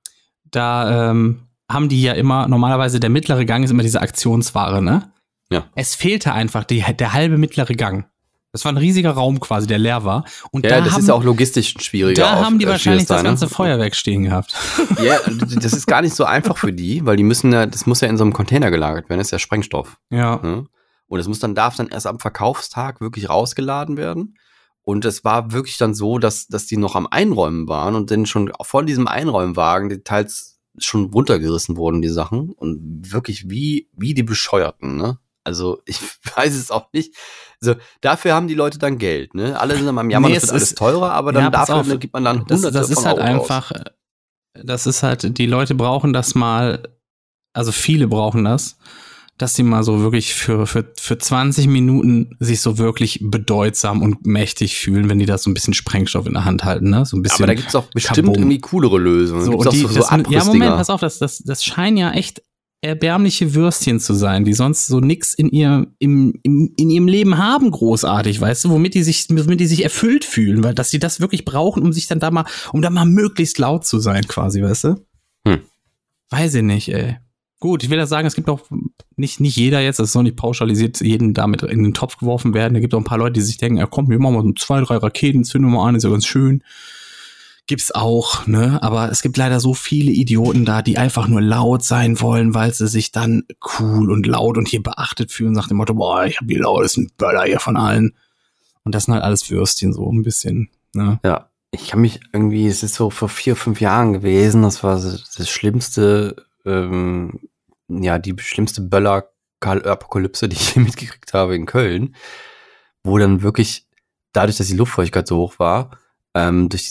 da haben die ja immer, normalerweise der mittlere Gang ist immer diese Aktionsware, ne? Ja. Es fehlte einfach der halbe mittlere Gang. Das war ein riesiger Raum quasi, der leer war. Und ja, das ist ja auch logistisch schwieriger. Da haben die wahrscheinlich das ganze Feuerwerk stehen gehabt. Ja, das ist gar nicht so einfach für die, weil die das muss ja in so einem Container gelagert werden, das ist ja Sprengstoff. Ja. Ne? Und es darf dann erst am Verkaufstag wirklich rausgeladen werden. Und es war wirklich dann so, dass die noch am Einräumen waren und dann schon von diesem Einräumwagen Details schon runtergerissen wurden, die Sachen. Und wirklich wie die Bescheuerten, ne? Also ich weiß es auch nicht. Also dafür haben die Leute dann Geld, ne? Alle sind am Jammern, das wird alles teurer, aber dann dafür gibt man dann Hunderte das ist von halt Euro einfach, aus. Das ist halt, die Leute brauchen das mal, also viele brauchen das, dass sie mal so wirklich für 20 Minuten sich so wirklich bedeutsam und mächtig fühlen, wenn die da so ein bisschen Sprengstoff in der Hand halten, ne? So ein bisschen. Aber da gibt's auch bestimmt irgendwie coolere Lösungen. So, gibt's auch so ja, Moment, pass auf, das scheinen ja echt erbärmliche Würstchen zu sein, die sonst so nix in ihrem Leben haben, großartig, weißt du, womit die sich erfüllt fühlen, weil dass sie das wirklich brauchen, um sich dann da mal möglichst laut zu sein, quasi, weißt du? Weiß ich nicht, ey. Gut, ich will ja sagen, es gibt auch nicht jeder jetzt, das ist noch nicht pauschalisiert, jeden damit in den Topf geworfen werden. Da gibt es auch ein paar Leute, die sich denken, ja komm, wir machen mal so 2, 3 Raketen, zünden wir mal an, ist ja ganz schön. Gibt's auch, ne? Aber es gibt leider so viele Idioten da, die einfach nur laut sein wollen, weil sie sich dann cool und laut und hier beachtet fühlen, nach dem Motto, boah, ich hab die lautesten Böller hier von allen. Und das sind halt alles Würstchen so ein bisschen, ne? Ja. Ich kann mich irgendwie, es ist so vor 4, 5 Jahren gewesen, das war das schlimmste, die schlimmste Böller-Apokalypse, die ich hier mitgekriegt habe in Köln, wo dann wirklich, dadurch, dass die Luftfeuchtigkeit so hoch war, durch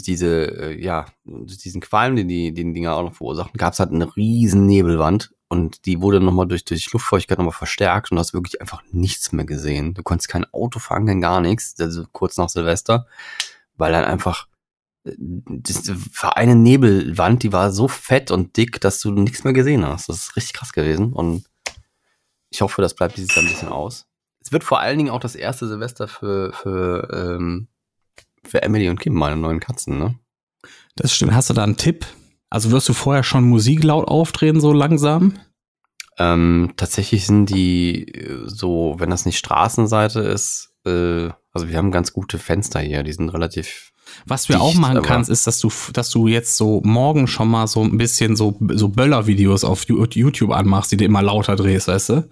diesen Qualm, den die Dinger auch noch verursachten, gab es halt eine riesen Nebelwand und die wurde nochmal durch Luftfeuchtigkeit nochmal verstärkt und du hast wirklich einfach nichts mehr gesehen. Du konntest kein Auto fahren, kein gar nichts, also kurz nach Silvester, weil dann einfach das war eine Nebelwand, die war so fett und dick, dass du nichts mehr gesehen hast. Das ist richtig krass gewesen und ich hoffe, das bleibt dieses Jahr ein bisschen aus. Es wird vor allen Dingen auch das erste Silvester für Emily und Kim, meine neuen Katzen, ne? Das stimmt. Hast du da einen Tipp? Also wirst du vorher schon Musik laut aufdrehen, so langsam? Tatsächlich sind die so, wenn das nicht Straßenseite ist, also wir haben ganz gute Fenster hier, die sind relativ Was du ja auch machen kannst, ist, dass du jetzt so morgen schon mal so ein bisschen so Böller-Videos auf YouTube anmachst, die du immer lauter drehst, weißt du?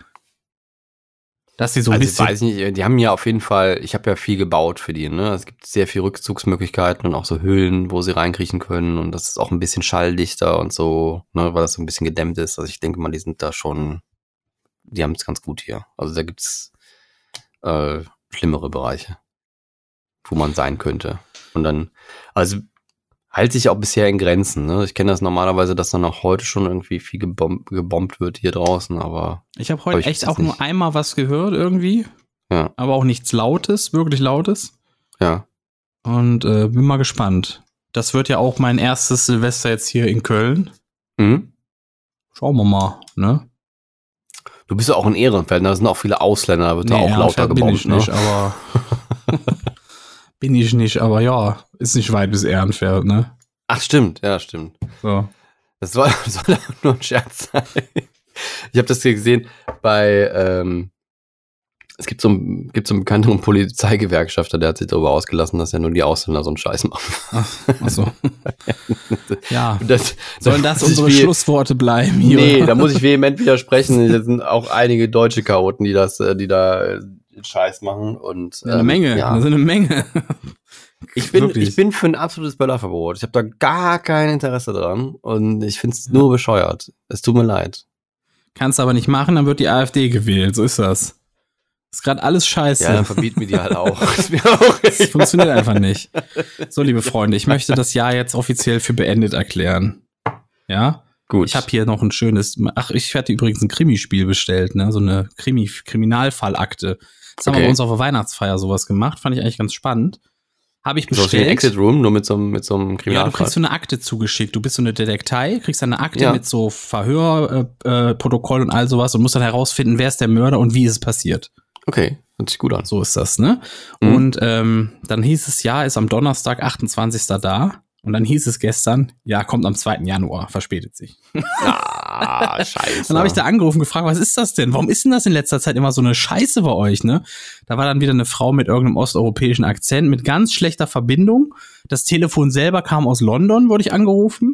Dass die so ein bisschen. Ich weiß nicht, die haben ja auf jeden Fall, ich habe ja viel gebaut für die, ne? Es gibt sehr viel Rückzugsmöglichkeiten und auch so Höhlen, wo sie reinkriechen können und das ist auch ein bisschen schalldichter und so, ne, weil das so ein bisschen gedämmt ist. Also ich denke mal, die sind da schon, die haben es ganz gut hier. Also da gibt's schlimmere Bereiche, wo man sein könnte. Und dann, also hält sich auch bisher in Grenzen, ne? Ich kenne das normalerweise, dass dann auch heute schon irgendwie viel gebombt wird hier draußen, aber ich habe heute echt auch nur einmal was gehört irgendwie. Ja. Aber auch nichts Lautes, wirklich Lautes. Ja. Und bin mal gespannt. Das wird ja auch mein erstes Silvester jetzt hier in Köln. Mhm. Schauen wir mal, ne? Du bist ja auch in Ehrenfeld, da sind auch viele Ausländer, da wird ja auch lauter gebombt, bin ich nicht, aber bin ich nicht, aber ja, ist nicht weit bis Ehrenfeld, ne? Ach, stimmt, ja, stimmt. So. Das soll nur ein Scherz sein. Ich habe das hier gesehen bei, es gibt so einen bekannten Polizeigewerkschafter, der hat sich darüber ausgelassen, dass ja nur die Ausländer so einen Scheiß machen. Ach so. Ja, sollen das unsere Schlussworte bleiben hier? Nee, da muss ich vehement widersprechen. Es sind auch einige deutsche Chaoten, die da den Scheiß machen. Und, eine Menge, ja. Das sind eine Menge. Ich bin für ein absolutes Böllerverbot. Ich habe da gar kein Interesse dran und ich finde es nur bescheuert. Es tut mir leid. Kannst aber nicht machen, dann wird die AfD gewählt. So ist das. Ist gerade alles scheiße. Ja, dann verbieten wir die halt auch. Das funktioniert einfach nicht. So, liebe Freunde, ich möchte das Jahr jetzt offiziell für beendet erklären. Ja? Gut. Ich habe hier noch ein schönes, ich hatte übrigens ein Krimispiel bestellt, ne? So eine Kriminalfallakte. Das haben wir bei uns auf der Weihnachtsfeier sowas gemacht. Fand ich eigentlich ganz spannend. Habe ich bestellt. So wie ein Exit Room, nur mit so einem Kriminalfall. Ja, du kriegst so eine Akte zugeschickt. Du bist so eine Detektei, kriegst eine Akte mit so Verhörprotokoll und all sowas und musst dann herausfinden, wer ist der Mörder und wie ist es passiert. Okay, hört sich gut an. So ist das, ne? Mhm. Und dann hieß es, ja, ist am Donnerstag, 28. da. Und dann hieß es gestern, ja, kommt am 2. Januar, verspätet sich. Ah, scheiße. Dann habe ich da angerufen und gefragt, was ist das denn? Warum ist denn das in letzter Zeit immer so eine Scheiße bei euch, ne? Da war dann wieder eine Frau mit irgendeinem osteuropäischen Akzent, mit ganz schlechter Verbindung. Das Telefon selber kam aus London, wurde ich angerufen.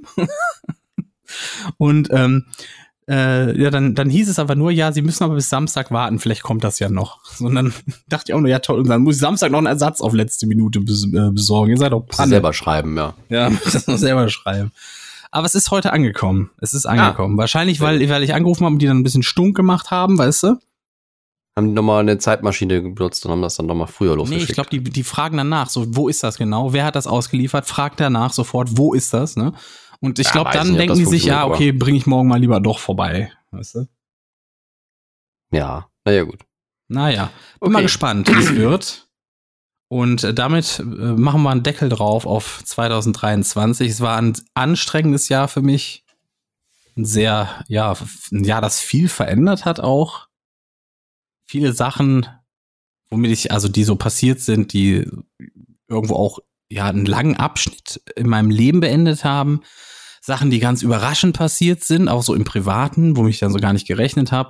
Und ja, dann hieß es aber nur, ja, sie müssen aber bis Samstag warten, vielleicht kommt das ja noch. Und dann dachte ich auch nur, ja toll, und dann muss ich Samstag noch einen Ersatz auf letzte Minute besorgen. Ihr seid doch Panne. Selber schreiben, ja. Ja, das noch selber schreiben. Aber es ist heute angekommen. Es ist angekommen. Wahrscheinlich, weil ich angerufen habe und die dann ein bisschen stunk gemacht haben, weißt du? Haben die nochmal eine Zeitmaschine benutzt und haben das dann nochmal früher losgeschickt? Nee, ich glaube, die fragen danach, so, wo ist das genau? Wer hat das ausgeliefert? Fragt danach sofort, wo ist das, ne? Und ich glaube, dann denken die sich, ja, okay, bringe ich morgen mal lieber doch vorbei. Weißt du? Ja, naja, gut. Naja, bin mal gespannt, wie es wird. Und damit machen wir einen Deckel drauf auf 2023. Es war ein anstrengendes Jahr für mich. Ein sehr, ja, ein Jahr, das viel verändert hat auch. Viele Sachen, die so passiert sind, die irgendwo auch einen langen Abschnitt in meinem Leben beendet haben. Sachen, die ganz überraschend passiert sind, auch so im Privaten, wo ich dann so gar nicht gerechnet habe.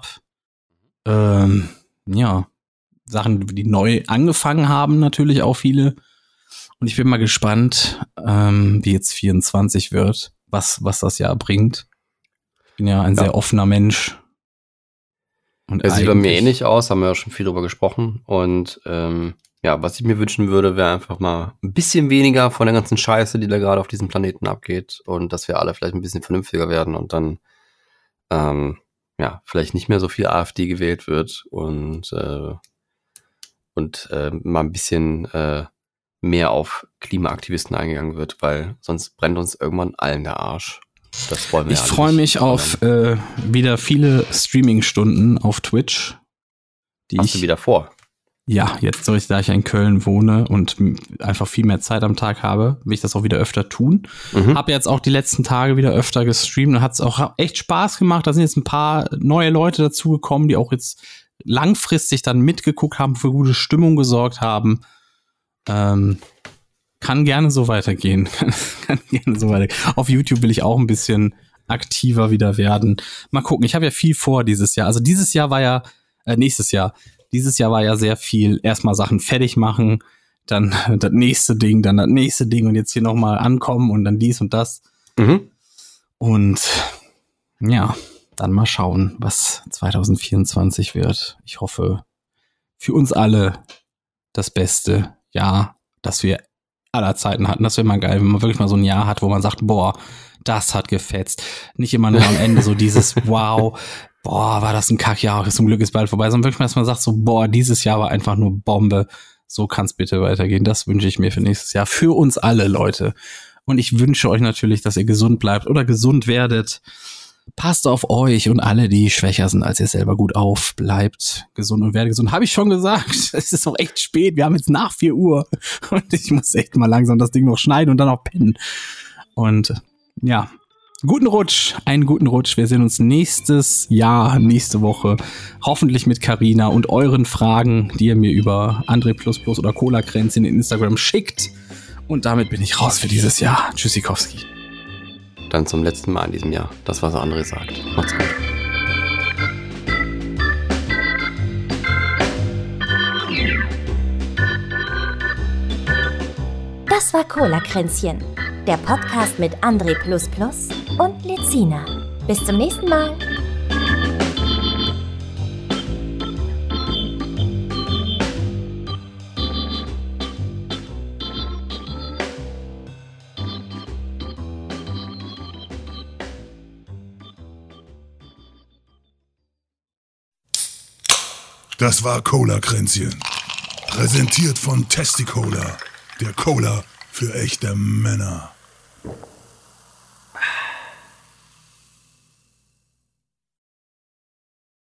Sachen, die neu angefangen haben, natürlich auch viele. Und ich bin mal gespannt, wie jetzt 24 wird, was das Jahr bringt. Ich bin ja ein sehr offener Mensch. Und das sieht bei mir ähnlich aus, haben wir ja schon viel drüber gesprochen. Und was ich mir wünschen würde, wäre einfach mal ein bisschen weniger von der ganzen Scheiße, die da gerade auf diesem Planeten abgeht. Und dass wir alle vielleicht ein bisschen vernünftiger werden und dann vielleicht nicht mehr so viel AfD gewählt wird und mal ein bisschen mehr auf Klimaaktivisten eingegangen wird, weil sonst brennt uns irgendwann allen der Arsch. Das wollen wir Ich freue mich auf wieder viele Streaming-Stunden auf Twitch. Hast du wieder vor? Ja, jetzt, da ich in Köln wohne und einfach viel mehr Zeit am Tag habe, will ich das auch wieder öfter tun. Habe jetzt auch die letzten Tage wieder öfter gestreamt und hat es auch echt Spaß gemacht. Da sind jetzt ein paar neue Leute dazugekommen, die auch jetzt langfristig dann mitgeguckt haben, für gute Stimmung gesorgt haben. Kann gerne so weitergehen. Kann gerne so weitergehen. Auf YouTube will ich auch ein bisschen aktiver wieder werden. Mal gucken, ich habe ja viel vor dieses Jahr. Also dieses Jahr war ja, nächstes Jahr war ja sehr viel erstmal Sachen fertig machen, dann das nächste Ding und jetzt hier nochmal ankommen und dann dies und das. Und ja, dann mal schauen, was 2024 wird. Ich hoffe für uns alle das beste Jahr, das wir aller Zeiten hatten. Das wäre mal geil, wenn man wirklich mal so ein Jahr hat, wo man sagt, boah, das hat gefetzt. Nicht immer nur am Ende so dieses wow, boah, war das ein Kackjahr, zum Glück ist bald vorbei, sondern wirklich mal, dass man sagt so, boah, dieses Jahr war einfach nur Bombe. So kann es bitte weitergehen. Das wünsche ich mir für nächstes Jahr. Für uns alle, Leute. Und ich wünsche euch natürlich, dass ihr gesund bleibt oder gesund werdet. Passt auf euch und alle, die schwächer sind als ihr selber, gut auf. Bleibt gesund und werdet gesund. Habe ich schon gesagt. Es ist auch echt spät. Wir haben jetzt nach 4 Uhr. Und ich muss echt mal langsam das Ding noch schneiden und dann auch pennen. Und ja, einen guten Rutsch. Wir sehen uns nächste Woche. Hoffentlich mit Carina und euren Fragen, die ihr mir über André++ oder Cola-Kränzchen in Instagram schickt. Und damit bin ich raus für dieses Jahr. Tschüssikowski. Dann zum letzten Mal in diesem Jahr. Das, was André sagt. Macht's gut. Das war Cola-Kränzchen, der Podcast mit André++ und Lezina. Bis zum nächsten Mal. Das war Cola-Kränzchen. Präsentiert von Testicola, der Cola für echte Männer.